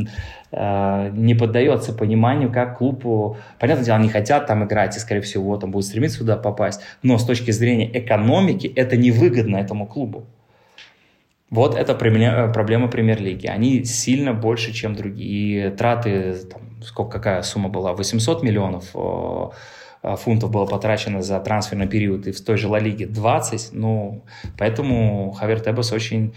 не поддается пониманию, как клубу... Понятное дело, они хотят там играть и, скорее всего, там будут стремиться туда попасть, но с точки зрения экономики это невыгодно этому клубу. Вот это проблема Премьер-лиги. Они сильно больше, чем другие. И траты, там, сколько, какая сумма была? восемьсот миллионов фунтов было потрачено за трансферный период, и в той же Ла Лиге двадцать, ну, поэтому Хавьер Тебас очень,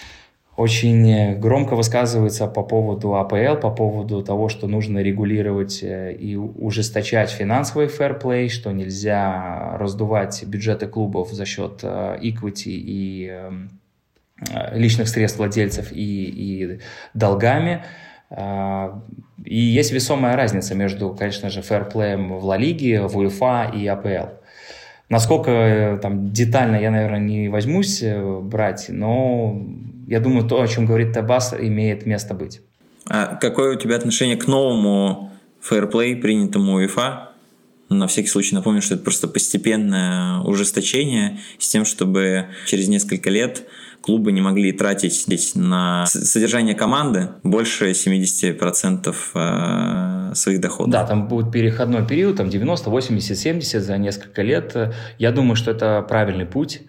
очень громко высказывается по поводу А П Л, по поводу того, что нужно регулировать и ужесточать финансовый фэрплей, что нельзя раздувать бюджеты клубов за счет equity и личных средств владельцев и, и долгами. И есть весомая разница между, конечно же, фэрплеем в Ла Лиге, в УЕФА и А П Л. Насколько там детально я, наверное, не возьмусь брать, но я думаю, то, о чем говорит Тебас, имеет место быть. А какое у тебя отношение к новому фэрплей, принятому УЕФА? На всякий случай напомню, что это просто постепенное ужесточение с тем, чтобы через несколько лет клубы не могли тратить здесь на содержание команды больше семьдесят процентов своих доходов. Да, там будет переходной период, там девяносто, восемьдесят, семьдесят за несколько лет. Я думаю, что это правильный путь.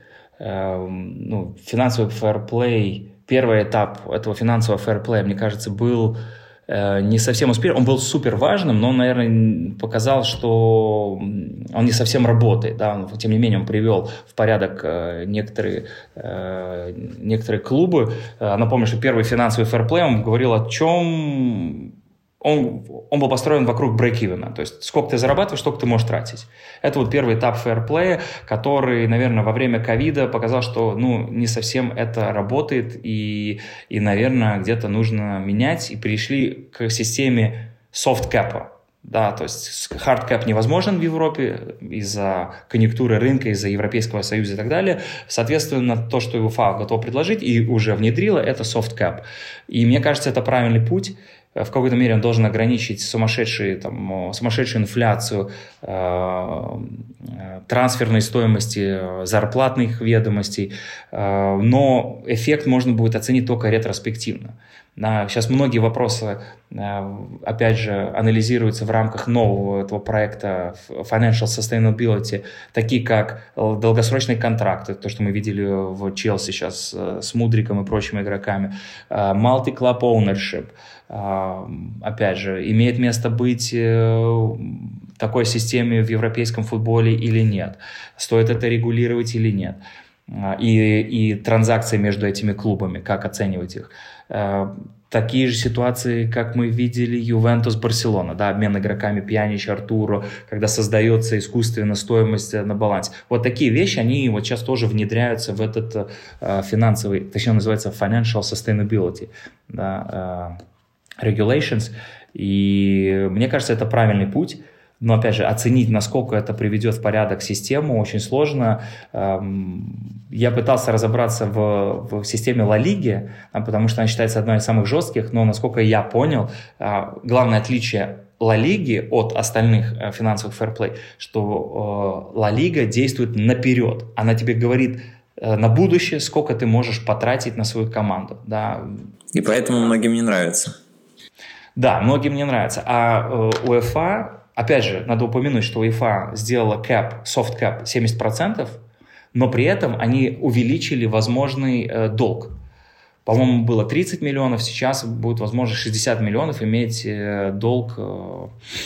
Ну, финансовый фэрплей, первый этап этого финансового фэрплея, мне кажется, был не совсем успешным. Он был супер важным, но он, наверное, показал, что он не совсем работает. Да? Он, тем не менее, он привел в порядок некоторые, некоторые клубы. Напомню, что первый финансовый фэрплей, он говорил о чем... Он, он был построен вокруг брейк-ивена, то есть сколько ты зарабатываешь, столько ты можешь тратить. Это вот первый этап фэрплея, который, наверное, во время ковида показал, что ну, не совсем это работает, и, и, наверное, где-то нужно менять, и пришли к системе софт-кэпа. Да, то есть hard-cap невозможен в Европе из-за конъюнктуры рынка, из-за Европейского Союза и так далее. Соответственно, то, что УЕФА готов предложить и уже внедрила, это soft-cap. И мне кажется, это правильный путь. В какой-то мере он должен ограничить сумасшедшую, там, сумасшедшую инфляцию, э, трансферной стоимости, зарплатных ведомостей, э, но эффект можно будет оценить только ретроспективно. Да, сейчас многие вопросы, э, опять же, анализируются в рамках нового этого проекта Financial Sustainability, такие как долгосрочные контракты, то, что мы видели в Челси сейчас э, с Мудриком и прочими игроками, э, multi-club ownership. Опять же, имеет место быть такой системе в европейском футболе или нет? Стоит это регулировать или нет? И, и транзакции между этими клубами, как оценивать их? Такие же ситуации, как мы видели Ювентус-Барселона, да, обмен игроками Пьянич, Артуро, когда создается искусственно стоимость на балансе. Вот такие вещи, они вот сейчас тоже внедряются в этот э, финансовый, точнее, он называется Financial Sustainability, да, э, Regulations, и мне кажется, это правильный путь, но, опять же, оценить, насколько это приведет в порядок систему, очень сложно. Я пытался разобраться в, в системе Ла Лиги, потому что она считается одной из самых жестких, но, насколько я понял, главное отличие Ла Лиги от остальных финансовых фэрплей, что Ла Лига действует наперед, она тебе говорит на будущее, сколько ты можешь потратить на свою команду. Да. И поэтому многим не нравится. Да, многим не нравится. А э, УЕФА, опять же, надо упомянуть, что УЕФА сделала кэп, soft cap семьдесят процентов, но при этом они увеличили возможный э, долг. По-моему, было тридцать миллионов, сейчас будет возможно шестьдесят миллионов иметь э, долг э,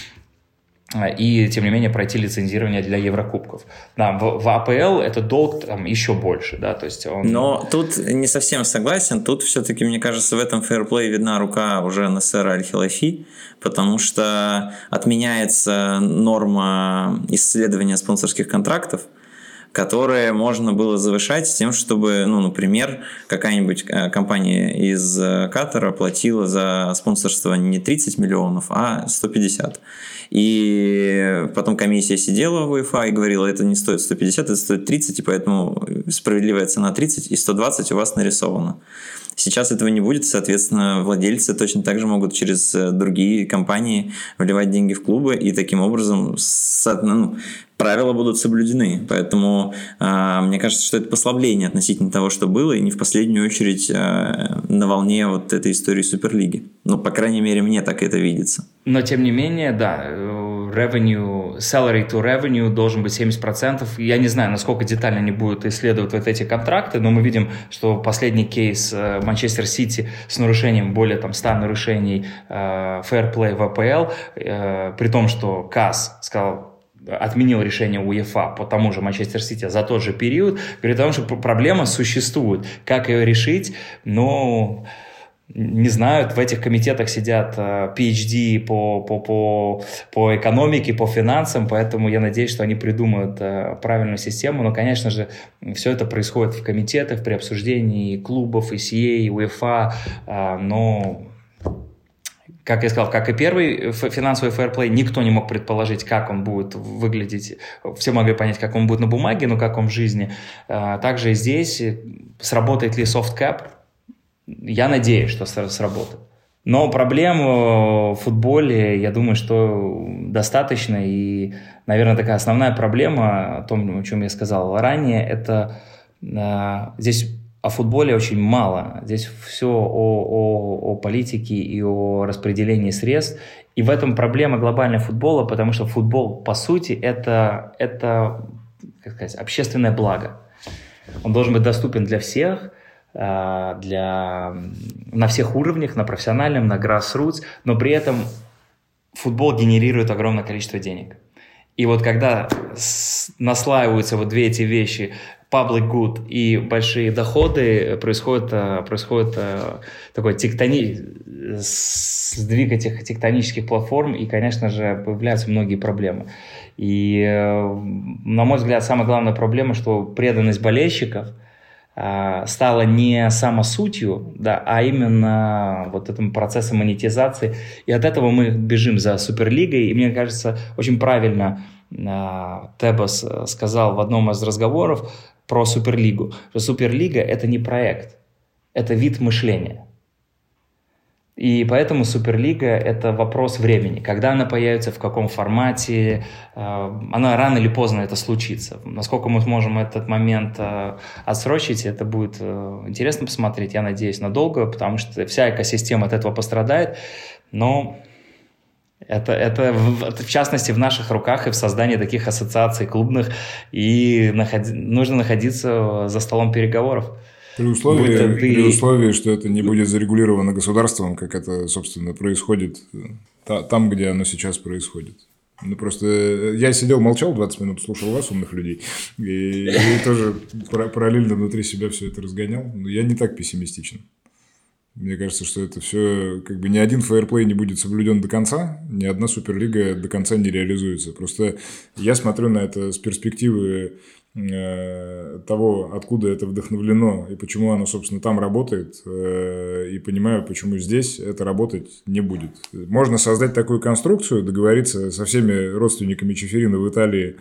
и, тем не менее, пройти лицензирование для Еврокубков. Да, в, в АПЛ этот долг там еще больше, да, то есть он... Но тут не совсем согласен, тут все-таки, мне кажется, в этом фэрплей видна рука уже Насера Аль-Хилафи, потому что отменяется норма исследования спонсорских контрактов, которые можно было завышать тем, чтобы, ну, например, какая-нибудь компания из Катара платила за спонсорство не тридцать миллионов, а сто пятьдесят. И потом комиссия сидела в УЕФА и говорила, это не стоит сто пятьдесят, это стоит тридцать, и поэтому справедливая цена тридцать, и сто двадцать у вас нарисовано. Сейчас этого не будет, соответственно, владельцы точно так же могут через другие компании вливать деньги в клубы, и таким образом ну, правила будут соблюдены. Поэтому э, мне кажется, что это послабление относительно того, что было, и не в последнюю очередь э, на волне вот этой истории Суперлиги. Ну, по крайней мере, мне так это видится. Но, тем не менее, да, revenue, salary to revenue должен быть семьдесят процентов. Я не знаю, насколько детально они будут исследовать вот эти контракты, но мы видим, что последний кейс Манчестер Сити с нарушением более там, ста нарушений fair play в АПЛ, при том, что КАС сказал, отменил решение УЕФА по тому же Манчестер Сити за тот же период, говорит о том, что проблема существует. Как ее решить? Ну... Не знаю, в этих комитетах сидят пи эйч ди по, по, по, по экономике, по финансам, поэтому я надеюсь, что они придумают правильную систему. Но, конечно же, все это происходит в комитетах при обсуждении клубов, и си эй, и УЕФА. Но, как я сказал, как и первый финансовый фэрплей, никто не мог предположить, как он будет выглядеть. Все могли понять, как он будет на бумаге, но как он в жизни. Также и здесь сработает ли soft cap. Я надеюсь, что сработает. Но проблем в футболе, я думаю, что достаточно. И, наверное, такая основная проблема, о том, о чем я сказал ранее, это э, здесь о футболе очень мало. Здесь все о, о, о политике и о распределении средств. И в этом проблема глобального футбола, потому что футбол, по сути, это, это как сказать, общественное благо. Он должен быть доступен для всех, для, на всех уровнях, на профессиональном, на grassroots, но при этом футбол генерирует огромное количество денег. И вот когда с, наслаиваются вот две эти вещи, public good и большие доходы, происходит, происходит такой тектони... сдвиг этих тектонических платформ, и, конечно же, появляются многие проблемы. И, на мой взгляд, самая главная проблема, что преданность болельщиков стала не самосутью, да, а именно вот этим процессом монетизации. И от этого мы бежим за Суперлигой. И мне кажется, очень правильно а, Тебас сказал в одном из разговоров про Суперлигу, что Суперлига – это не проект, это вид мышления. И поэтому Суперлига – это вопрос времени. Когда она появится, в каком формате, она рано или поздно это случится. Насколько мы сможем этот момент отсрочить, это будет интересно посмотреть, я надеюсь, надолго, потому что вся экосистема от этого пострадает. Но это, это в, в частности в наших руках и в создании таких ассоциаций клубных, и находи, нужно находиться за столом переговоров. При условии, ты... при условии, что это не будет зарегулировано государством, как это, собственно, происходит там, где оно сейчас происходит. Ну, просто я сидел, молчал двадцать минут, слушал вас, умных людей, и, и тоже параллельно внутри себя все это разгонял. Но я не так пессимистичен. Мне кажется, что это все, как бы ни один фейерплей не будет соблюден до конца, ни одна Суперлига до конца не реализуется. Просто я смотрю на это с перспективы того, откуда это вдохновлено и почему оно, собственно, там работает, и понимаю, почему здесь это работать не будет. Можно создать такую конструкцию, договориться со всеми родственниками Чеферина в Италии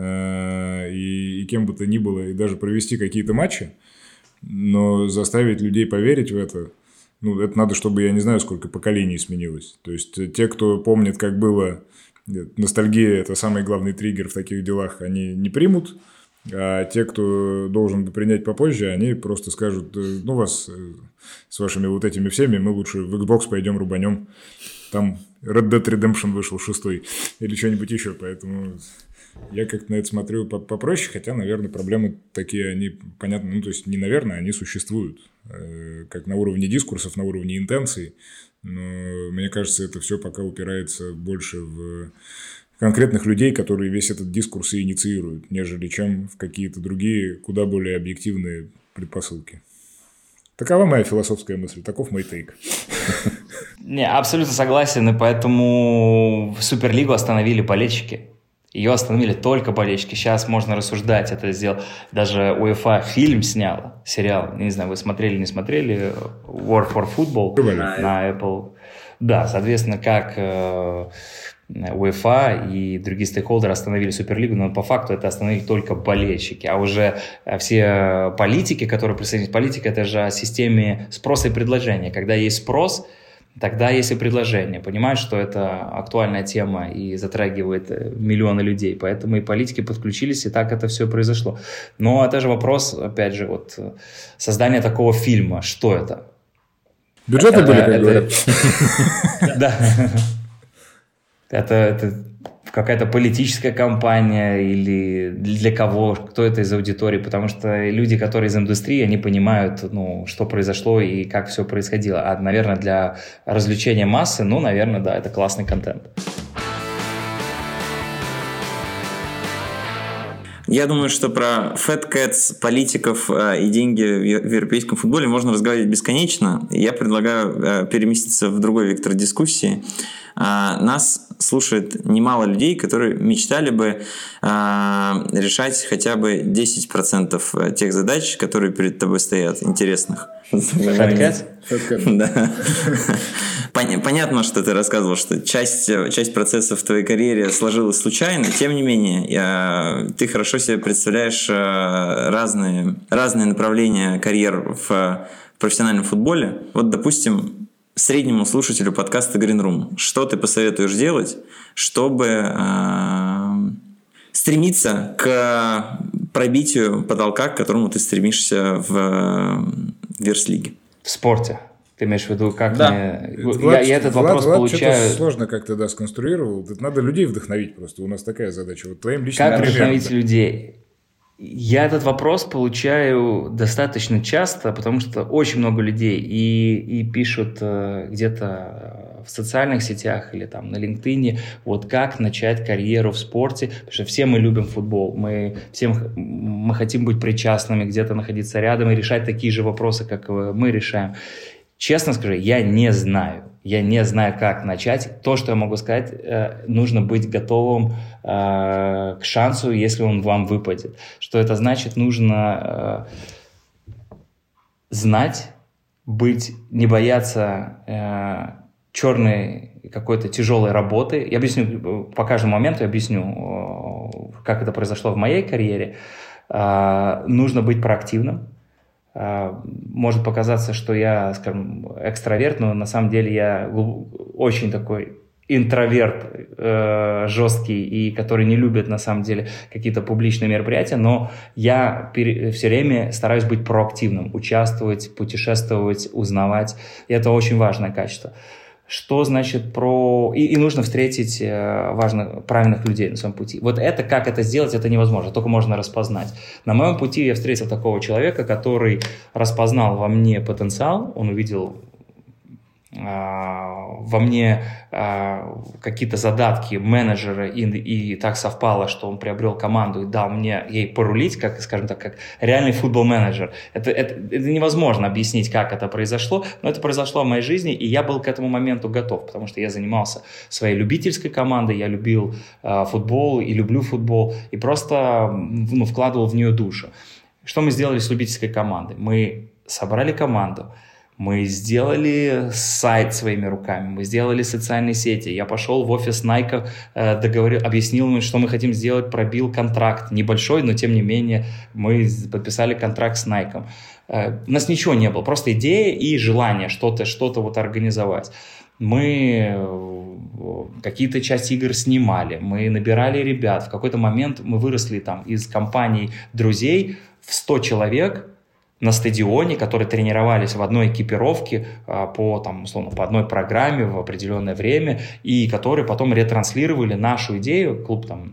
и, и кем бы то ни было, и даже провести какие-то матчи, но заставить людей поверить в это, ну, это надо, чтобы, я не знаю, сколько поколений сменилось. То есть, те, кто помнит, как было, ностальгия – это самый главный триггер в таких делах, они не примут. А те, кто должен принять попозже, они просто скажут: ну, вас с вашими вот этими всеми, мы лучше в Xbox пойдем рубанем. Там Red Dead Redemption вышел шестой или что-нибудь еще. Поэтому я как-то на это смотрю попроще, хотя, наверное, проблемы такие, они понятны, ну, то есть не наверное, они существуют. Как на уровне дискурсов, на уровне интенций. Но мне кажется, это все пока упирается больше в конкретных людей, которые весь этот дискурс и инициируют, нежели чем в какие-то другие, куда более объективные предпосылки. Такова моя философская мысль, таков мой тейк. Не, абсолютно согласен, и поэтому Суперлигу остановили болельщики. Ее остановили только болельщики. Сейчас можно рассуждать, это сделал. Даже УЕФА фильм снял, сериал. Не знаю, вы смотрели, не смотрели, War for Football на, на Apple. Да, соответственно, как УЕФА и другие стейкхолдеры остановили Суперлигу, но по факту это остановили только болельщики. А уже все политики, которые присоединились, политика – это же о системе спроса и предложения. Когда есть спрос, тогда есть и предложение. Понимаешь, что это актуальная тема и затрагивает миллионы людей. Поэтому и политики подключились, и так это все произошло. Но это же вопрос, опять же, вот создания такого фильма. Что это? Бюджеты были, как говорят. Да. Это, это какая-то политическая кампания или для кого, кто это из аудитории, потому что люди, которые из индустрии, они понимают, ну, что произошло и как все происходило. А, наверное, для развлечения массы, ну, наверное, да, это классный контент. Я думаю, что про Fat Cats, политиков и деньги в европейском футболе можно разговаривать бесконечно. Я предлагаю переместиться в другой вектор дискуссии. Нас слушает немало людей, которые мечтали бы решать хотя бы десять процентов тех задач, которые перед тобой стоят, интересных. Fat Cats? Да. Понятно, что ты рассказывал, что часть, часть процессов в твоей карьере сложилась случайно. Тем не менее, ты хорошо себе представляешь разные, разные направления карьер в профессиональном футболе. Вот, допустим, среднему слушателю подкаста Green Room, что ты посоветуешь делать, чтобы э, стремиться к пробитию потолка, к которому ты стремишься в э, Верслиге? В спорте. Ты имеешь в виду, как да. мне... Влад, я, я этот Влад, вопрос Влад, получаю... Что-то сложно как-то, да, сконструировал. Тут надо людей вдохновить просто. У нас такая задача. Вот твоим личным Как примером. вдохновить людей? Я этот вопрос получаю достаточно часто, потому что очень много людей и, и пишут э, где-то в социальных сетях или там на LinkedIn, вот как начать карьеру в спорте, потому что все мы любим футбол, мы, всем, мы хотим быть причастными, где-то находиться рядом и решать такие же вопросы, как мы решаем. Честно скажу, я не знаю. Я не знаю, как начать. То, что я могу сказать, э, нужно быть готовым э, к шансу, если он вам выпадет. Что это значит? Нужно э, знать, быть, не бояться э, черной какой-то тяжелой работы. Я объясню, по каждому моменту я объясню, э, как это произошло в моей карьере. Э, нужно быть проактивным. Может показаться, что я, скажем, экстраверт, но на самом деле я очень такой интроверт э, жесткий и который не любит на самом деле какие-то публичные мероприятия, но я пере, все время стараюсь быть проактивным, участвовать, путешествовать, узнавать. И это очень важное качество. Что значит про... И, и нужно встретить э, важных, правильных людей на своем пути. Вот это, как это сделать, это невозможно, только можно распознать. На моем пути я встретил такого человека, который распознал во мне потенциал, он увидел во мне а, какие-то задатки менеджера, и, и так совпало, что он приобрел команду и дал мне ей порулить, как, скажем так, как реальный футбол-менеджер. Это, это, это невозможно объяснить, как это произошло, но это произошло в моей жизни, и я был к этому моменту готов, потому что я занимался своей любительской командой, я любил а, футбол и люблю футбол, и просто ну, вкладывал в нее душу. Что мы сделали с любительской командой? Мы собрали команду, мы сделали сайт своими руками, мы сделали социальные сети. Я пошел в офис Nike, договорил, объяснил им, что мы хотим сделать, пробил контракт. Небольшой, но тем не менее мы подписали контракт с Nike. У нас ничего не было, просто идея и желание что-то, что-то вот организовать. Мы какие-то части игр снимали, мы набирали ребят. В какой-то момент мы выросли там из компаний друзей в сто человек, на стадионе, которые тренировались в одной экипировке по, там, условно, по одной программе в определенное время, и которые потом ретранслировали нашу идею. Клуб там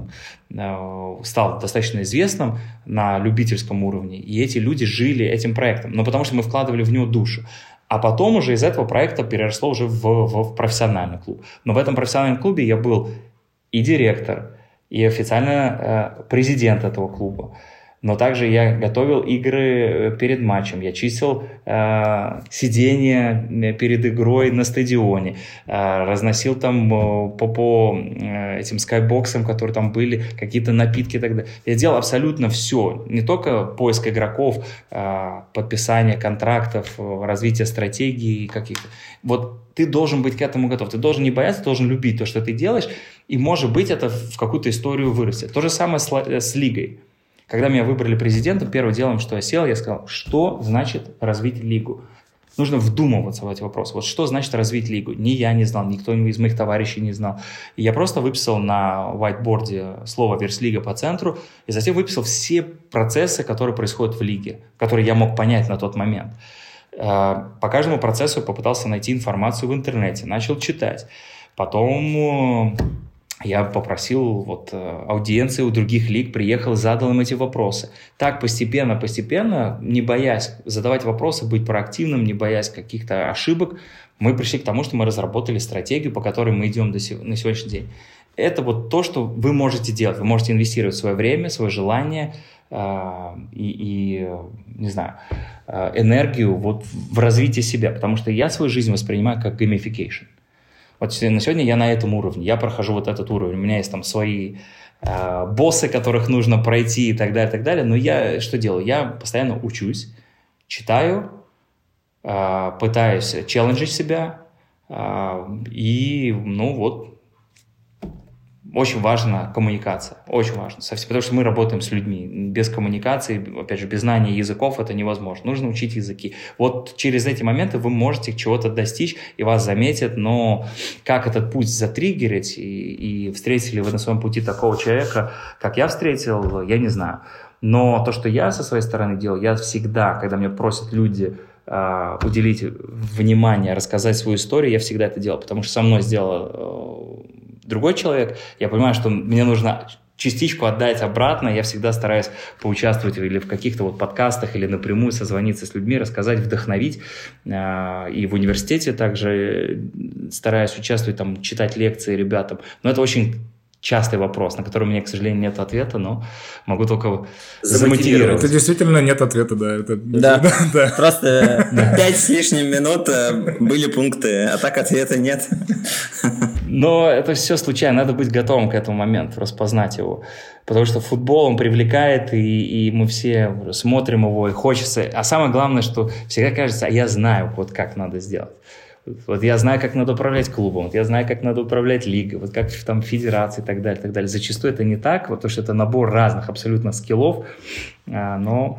стал достаточно известным на любительском уровне, и эти люди жили этим проектом, но потому что мы вкладывали в него душу. А потом уже из этого проекта переросло уже в, в, в профессиональный клуб. Но в этом профессиональном клубе я был и директор, и официально э, президент этого клуба. Но также я готовил игры перед матчем, я чистил э, сиденья перед игрой на стадионе, э, разносил там э, по, по э, этим скайбоксам, которые там были, какие-то напитки и так далее. Я делал абсолютно все, не только поиск игроков, э, подписание контрактов, развитие стратегии каких-то. Вот ты должен быть к этому готов, ты должен не бояться, ты должен любить то, что ты делаешь, и, может быть, это в какую-то историю вырастет. То же самое с, с лигой. Когда меня выбрали президентом, первым делом, что я сел, я сказал, что значит развить лигу? Нужно вдумываться в эти вопросы. Вот что значит развить лигу? Ни я не знал, никто из моих товарищей не знал. И я просто выписал на whiteboard слово «Верслига» по центру, и затем выписал все процессы, которые происходят в лиге, которые я мог понять на тот момент. По каждому процессу попытался найти информацию в интернете, начал читать. Потом... Я попросил вот, аудиенции у других лиг, приехал, задал им эти вопросы. Так постепенно, постепенно, не боясь задавать вопросы, быть проактивным, не боясь каких-то ошибок, мы пришли к тому, что мы разработали стратегию, по которой мы идем до сего, на сегодняшний день. Это вот то, что вы можете делать. Вы можете инвестировать свое время, свое желание э, и, и, не знаю, э, энергию вот в развитие себя. Потому что я свою жизнь воспринимаю как gamification. Вот на сегодня я на этом уровне, я прохожу вот этот уровень, у меня есть там свои э, боссы, которых нужно пройти и так далее, и так далее, но я что делаю? Я постоянно учусь, читаю, э, пытаюсь челленджить себя, э, и, ну вот, очень важна коммуникация, очень важно, потому что мы работаем с людьми, без коммуникации, опять же, без знания языков это невозможно, нужно учить языки. Вот через эти моменты вы можете чего-то достичь, и вас заметят, но как этот путь затриггерить, и, и встретили ли вы на своем пути такого человека, как я встретил, я не знаю. Но то, что я со своей стороны делал, я всегда, когда меня просят люди э, уделить внимание, рассказать свою историю, я всегда это делал, потому что со мной сделал... Э, другой человек, я понимаю, что мне нужно частичку отдать обратно, я всегда стараюсь поучаствовать или в каких-то вот подкастах, или напрямую созвониться с людьми, рассказать, вдохновить. И в университете также стараюсь участвовать, там, читать лекции ребятам. Но это очень частый вопрос, на который у меня, к сожалению, нет ответа, но могу только замотивировать. Это действительно нет ответа, да. Это, да. да, просто пять с лишним минут были пункты, а так ответа нет. Но это все случайно, надо быть готовым к этому моменту, распознать его. Потому что футбол, он привлекает, и, и мы все смотрим его, и хочется. А самое главное, что всегда кажется, а я знаю, вот как надо сделать. Вот я знаю, как надо управлять клубом, вот я знаю, как надо управлять лигой, вот как там федерации и так далее, и так далее. Зачастую это не так, вот, потому что это набор разных абсолютно скиллов, но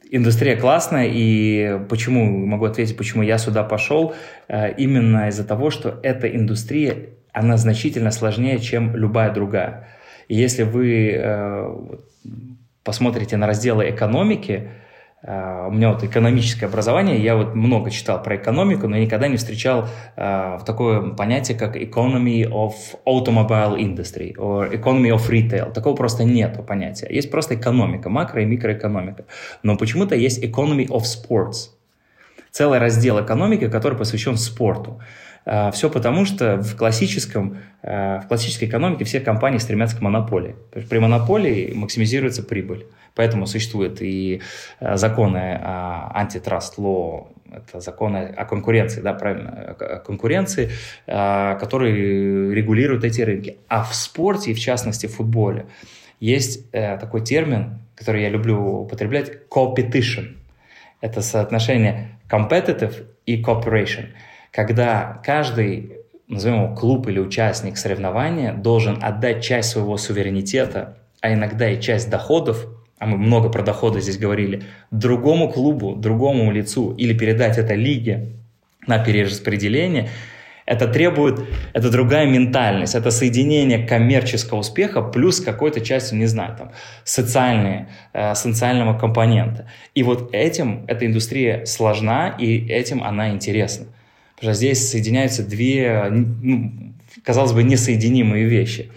Индустрия классная, и почему, могу ответить, почему я сюда пошел, именно из-за того, что эта индустрия, она значительно сложнее, чем любая другая. И если вы посмотрите на разделы экономики, у меня вот экономическое образование, я вот много читал про экономику, но я никогда не встречал uh, такое понятие, как economy of automobile industry or economy of retail. Такого просто нет понятия. Есть просто экономика, макро- и микроэкономика. Но почему-то есть economy of sports. Целый раздел экономики, который посвящен спорту. Uh, все потому, что в, классическом, uh, в классической экономике все компании стремятся к монополии. При монополии максимизируется прибыль. Поэтому существуют и законы антитраст лоу, это законы о конкуренции, да, правильно, о конкуренции, которые регулируют эти рынки. А в спорте, и в частности в футболе, есть такой термин, который я люблю употреблять, competition. Это соотношение competitive и cooperation, когда каждый, назовем его клуб или участник соревнования, должен отдать часть своего суверенитета, а иногда и часть доходов, а мы много про доходы здесь говорили, другому клубу, другому лицу или передать это лиге на перераспределение, это требует, это другая ментальность, это соединение коммерческого успеха плюс какой-то частью, не знаю, там, социальные, э, социального компонента. И вот этим эта индустрия сложна, и этим она интересна. Потому что здесь соединяются две, ну, казалось бы, несоединимые вещи.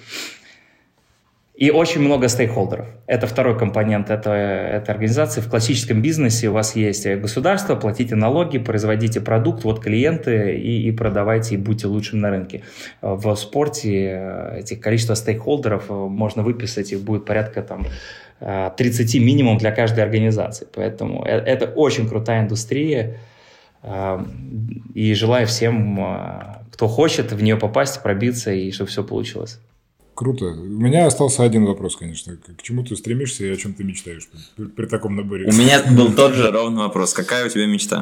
И очень много стейкхолдеров. Это второй компонент этой, этой организации. В классическом бизнесе у вас есть государство, платите налоги, производите продукт, вот клиенты, и, и продавайте, и будьте лучшим на рынке. В спорте этих количество стейкхолдеров можно выписать, и будет порядка там, тридцать минимум для каждой организации. Поэтому это очень крутая индустрия. И желаю всем, кто хочет в нее попасть, пробиться, и чтобы все получилось. Круто. У меня остался один вопрос, конечно. К чему ты стремишься и о чем ты мечтаешь при, при таком наборе? У меня был тот же ровный вопрос. Какая у тебя мечта?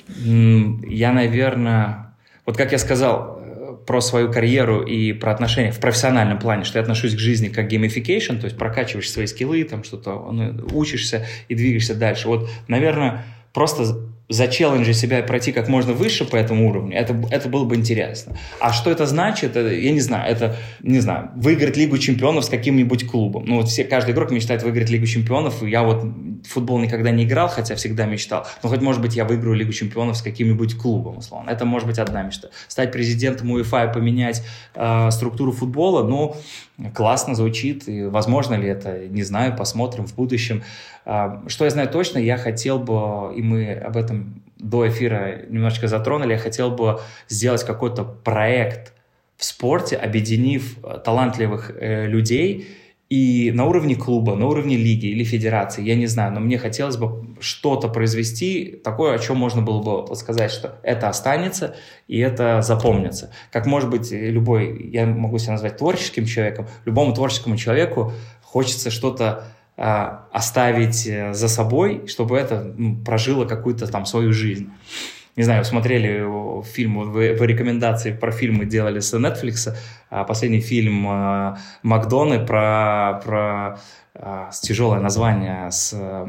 Я, наверное... Вот как я сказал про свою карьеру и про отношения в профессиональном плане, что я отношусь к жизни как gamification, то есть прокачиваешь свои скиллы, там что-то, ну, учишься и двигаешься дальше. Вот, наверное, просто... зачелленджить себя и пройти как можно выше по этому уровню, это, это было бы интересно. А что это значит, это, я не знаю, это, не знаю, выиграть Лигу чемпионов с каким-нибудь клубом. Ну вот все, каждый игрок мечтает выиграть Лигу чемпионов, и я вот в футбол никогда не играл, хотя всегда мечтал, но хоть, может быть, я выиграю Лигу чемпионов с каким-нибудь клубом, условно. Это может быть одна мечта. Стать президентом УЕФА и поменять э, структуру футбола, ну, классно звучит, и возможно ли это, не знаю, посмотрим в будущем. Что я знаю точно, я хотел бы, и мы об этом до эфира немножечко затронули, я хотел бы сделать какой-то проект в спорте, объединив талантливых э, людей и на уровне клуба, на уровне лиги или федерации, я не знаю, но мне хотелось бы что-то произвести, такое, о чем можно было бы сказать, что это останется и это запомнится. Как может быть любой, я могу себя назвать творческим человеком, любому творческому человеку хочется что-то оставить за собой, чтобы это, ну, прожило какую-то там свою жизнь. Не знаю, смотрели фильм, вы, вы рекомендации про фильмы делали с Netflix, последний фильм Макдоны про, про с тяжелое название с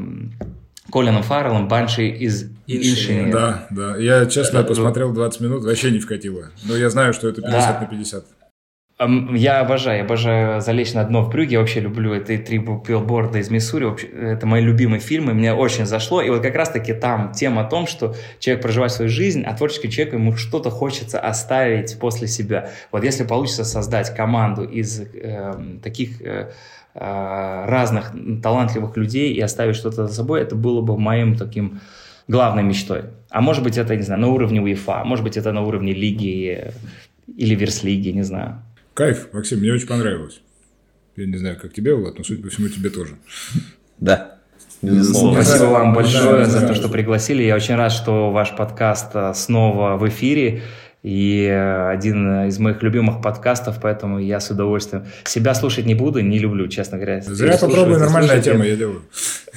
Колином Фарреллом «Банши из Иншини». Да, да. Я, честно, посмотрел двадцать минут, вообще не вкатило. Но я знаю, что это пятьдесят да. на пятьдесят. Я обожаю, я обожаю «Залечь на дно в брюгге», я вообще люблю это «Три билборда из Миссури», вообще, это мои любимые фильмы, мне очень зашло, и вот как раз-таки там тема о том, что человек проживает свою жизнь, а творческий человек, ему что-то хочется оставить после себя. Вот если получится создать команду из э, таких э, разных талантливых людей и оставить что-то за собой, это было бы моим таким главной мечтой. А может быть это, не знаю, на уровне УЕФА, может быть это на уровне лиги или Верслиги, не знаю. Кайф, Максим, мне очень понравилось. Я не знаю, как тебе, Влад, но, судя по всему, тебе тоже. Да. Безусловно. Спасибо вам большое за то, что пригласили. Я очень рад, что ваш подкаст снова в эфире. И один из моих любимых подкастов, поэтому я с удовольствием. Себя слушать не буду, не люблю, честно говоря. Зря попробуй, нормальная тема, я делаю.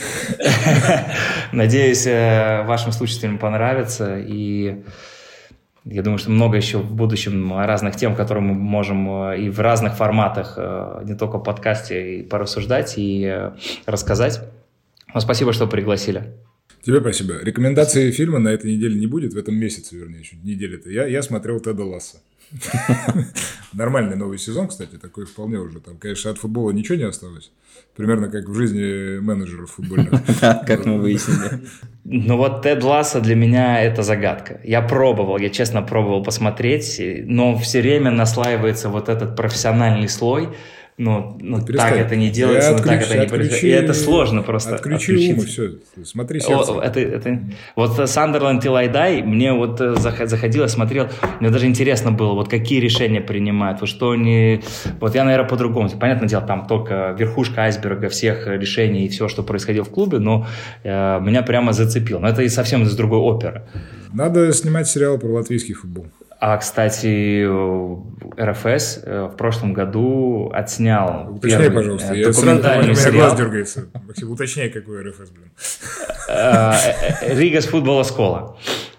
Надеюсь, вашим слушателям понравится. И я думаю, что много еще в будущем разных тем, которые мы можем и в разных форматах, не только в подкасте, и порассуждать, и рассказать. Но спасибо, что пригласили. Тебе спасибо. Рекомендации фильма на этой неделе не будет, в этом месяце, вернее, еще неделе-то. Я, я смотрел Теда Ласса. Нормальный новый сезон, кстати, такой вполне уже. Там, конечно, от футбола ничего не осталось. Примерно как в жизни менеджеров футбольных. Как мы выяснили. Ну вот Тед Лассо для меня это загадка. Я пробовал, я честно пробовал посмотреть, но все время наслаивается вот этот профессиональный слой. Ну, ну так это не делается, ну так это не происходит. И это сложно просто. Отключи ум и все, смотри сердце. Это, это, вот Sunderland Till I Die, мне вот заходил, я смотрел, мне даже интересно было, вот какие решения принимают, вот что они... Вот я, наверное, по-другому. Понятное дело, там только верхушка айсберга всех решений и все, что происходило в клубе, но э, меня прямо зацепило. Но это и совсем из другой оперы. Надо снимать сериал про латвийский футбол. А, кстати, эр эф эс в прошлом году отснял уточняй, первый пожалуйста. документальный я сериал. У меня глаз дергается. Максим, уточняй, какой эр эф эс, блин. Ригас Футбола Скола.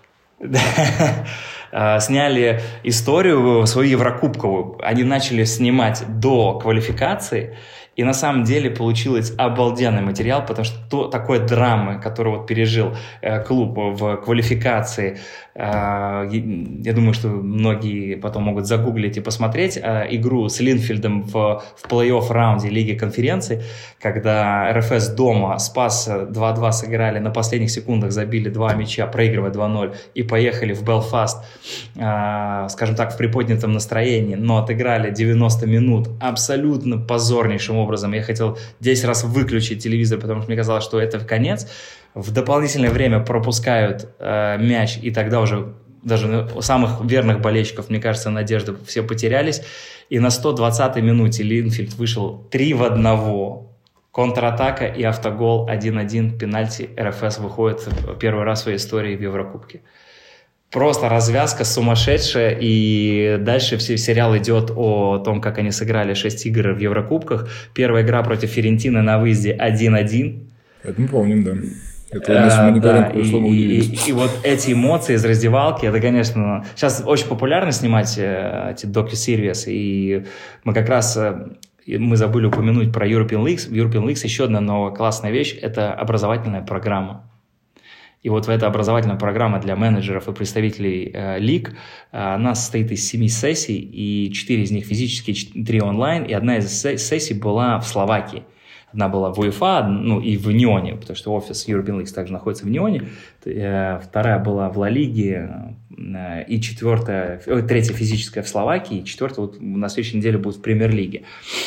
Сняли историю свою еврокубковую. Они начали снимать до квалификации. И на самом деле получился обалденный материал, потому что то, такой драмы, которую вот пережил э, клуб в квалификации, э, я думаю, что многие потом могут загуглить и посмотреть э, игру с Линфильдом в, в плей-офф раунде Лиги конференций, когда эр эф эс дома спас два-два, сыграли, на последних секундах забили два мяча, проигрывая два ноль, и поехали в Белфаст, э, скажем так, в приподнятом настроении, но отыграли девяносто минут абсолютно позорнейшим образом. Образом. Я хотел десять раз выключить телевизор, потому что мне казалось, что это конец. В дополнительное время пропускают э, мяч, и тогда уже даже у самых верных болельщиков, мне кажется, надежды все потерялись. И на сто двадцатой минуте Линфильд вышел три в одного. Контратака и автогол один-один, пенальти. эр эф эс выходит первый раз в своей истории в Еврокубке. Просто развязка сумасшедшая, и дальше все, сериал идет о том, как они сыграли шесть игр в Еврокубках. Первая игра против Фиорентины на выезде один-один. Это мы помним, да. Это у нас в мониторинг пришло, мы и, и, и вот эти эмоции из раздевалки, это, конечно... Сейчас очень популярно снимать эти доку-сериес, и мы как раз... Мы забыли упомянуть про European Leagues. В European Leagues еще одна новая классная вещь – это образовательная программа. И вот в эта образовательная программа для менеджеров и представителей э, лиг, э, она состоит из семи сессий, и четыре из них физические, три онлайн, и одна из сессий была в Словакии. Одна была в УЕФА, ну и в Нионе, потому что офис European Leagues также находится в Нионе. Э, вторая была в Ла Лиге, э, и четвертая, э, третья физическая в Словакии, и четвертая вот на следующей неделе будет в Премьер-лиге.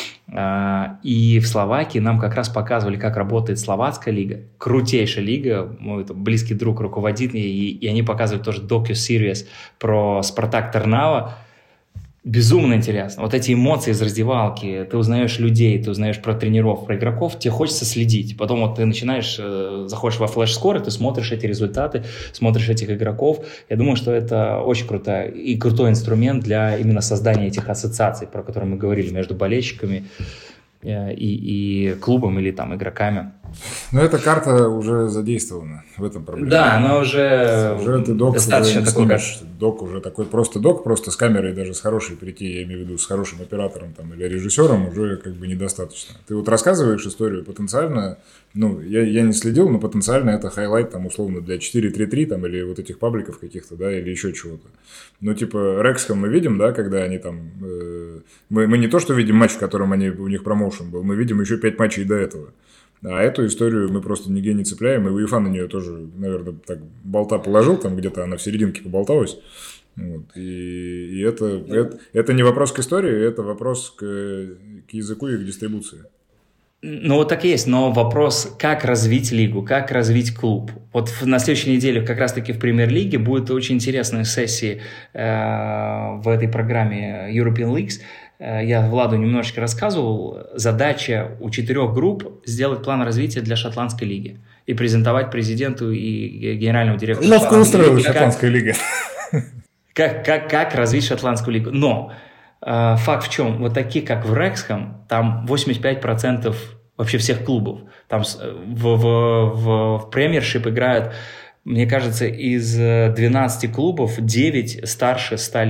И в Словакии нам как раз показывали, как работает словацкая лига. Крутейшая лига, мой близкий друг руководит, и, и они показывают тоже доку-сериес про Спартак Трнава. Безумно интересно. Вот эти эмоции из раздевалки, ты узнаешь людей, ты узнаешь про тренеров, про игроков, тебе хочется следить. Потом вот ты начинаешь, заходишь во флеш-скор, и ты смотришь эти результаты, смотришь этих игроков. Я думаю, что это очень круто и крутой инструмент для именно создания этих ассоциаций, про которые мы говорили, между болельщиками и, и клубом или там игроками. Но эта карта уже задействована в этом проблеме. Да, она уже, уже ты док достаточно уже такой, как... Док уже такой просто док, просто с камерой даже с хорошей прийти, я имею в виду с хорошим оператором там, или режиссером уже как бы недостаточно. Ты вот рассказываешь историю потенциально, ну, я, я не следил, но потенциально это хайлайт там условно для четыре три три там или вот этих пабликов каких-то, да, или еще чего-то. Ну, типа, Рексхэм мы видим, да, когда они там, э, мы, мы не то, что видим матч, в котором они, у них промоушен был, мы видим еще пять матчей до этого. А эту историю мы просто нигде не цепляем, и УЕФА на нее тоже, наверное, так болта положил, там где-то она в серединке поболталась. Вот. И, и это, это, это не вопрос к истории, это вопрос к, к языку и к дистрибуции. Ну, вот так и есть, но вопрос, как развить лигу, как развить клуб. Вот на следующей неделе как раз-таки в Премьер-лиге будет очень интересная сессия э, в этой программе European Leagues. Я Владу немножечко рассказывал. Задача у четырех групп сделать план развития для шотландской лиги и презентовать президенту и генеральному директору. Ловко устроилась шотландская лига. Как, как, как развить шотландскую лигу. Но э, факт в чем? Вот такие, как в Рексхэм, там восемьдесят пять процентов вообще всех клубов. Там в, в, в, в премьершип играют, мне кажется, из двенадцати клубов девять старше ста лет.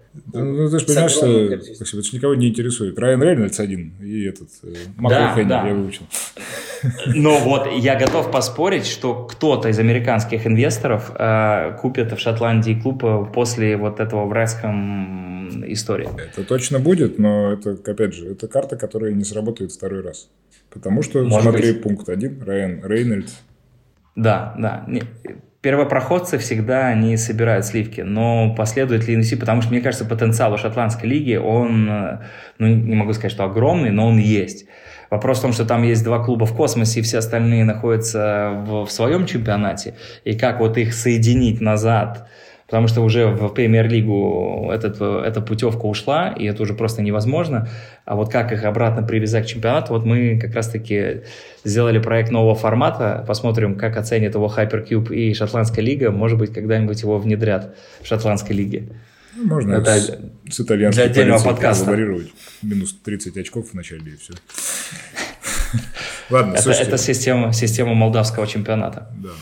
Ну, ты же понимаешь, что это же никого не интересует. Райан Рейнольдс один и этот Маккой да, да. я выучил. Но вот я готов поспорить, что кто-то из американских инвесторов э, купит в Шотландии клуб после вот этого Врексхэм истории. Это точно будет, но это, опять же, это карта, которая не сработает второй раз. Потому что, Может смотри, быть. пункт один, Райан Рейнольдс. Да, да. Первопроходцы всегда они собирают сливки, но последует ли инвестиции, потому что, мне кажется, потенциал у шотландской лиги, он, ну, не могу сказать, что огромный, но он есть. Вопрос в том, что там есть два клуба в космосе, и все остальные находятся в, в своем чемпионате, и как вот их соединить назад, потому что уже в премьер-лигу этот, эта путевка ушла, и это уже просто невозможно. А вот как их обратно привязать к чемпионату, вот мы как раз-таки сделали проект нового формата, посмотрим, как оценит его Hypercube и Шотландская лига, может быть, когда-нибудь его внедрят в Шотландской лиге. Ну, можно это с, с итальянской для отдельного полицией подкаста. Коллаборировать. Минус тридцать очков в начале, и все. Ладно, это, слушайте. Это система, система молдавского чемпионата. Да.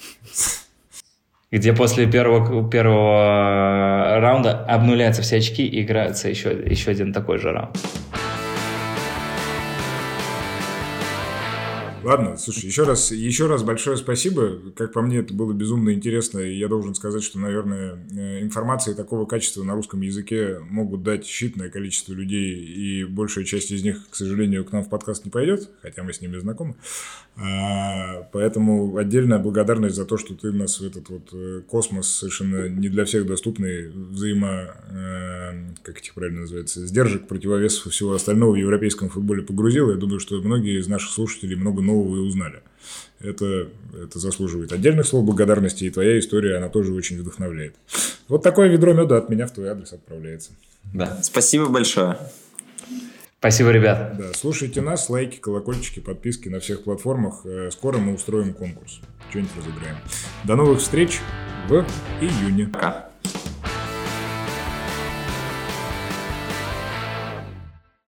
Где после первого, первого раунда обнуляются все очки и играется еще, еще один такой же раунд. Ладно, слушай, еще раз, еще раз большое спасибо. Как по мне, это было безумно интересно. И я должен сказать, что, наверное, информации такого качества на русском языке могут дать считанное количество людей. И большая часть из них, к сожалению, к нам в подкаст не пойдет, хотя мы с ними знакомы. А, поэтому отдельная благодарность за то, что ты нас в этот вот космос совершенно не для всех доступный, взаимо, как это правильно называется, сдержек, противовесов и всего остального в европейском футболе погрузил. Я думаю, что многие из наших слушателей много нового и узнали. Это, это заслуживает отдельных слов благодарности, и твоя история, она тоже очень вдохновляет. Вот такое ведро меда от меня в твой адрес отправляется. Да, спасибо большое. Спасибо, ребят. Да, слушайте нас, лайки, колокольчики, подписки на всех платформах. Скоро мы устроим конкурс. Что-нибудь разыграем. До новых встреч в июне. Пока.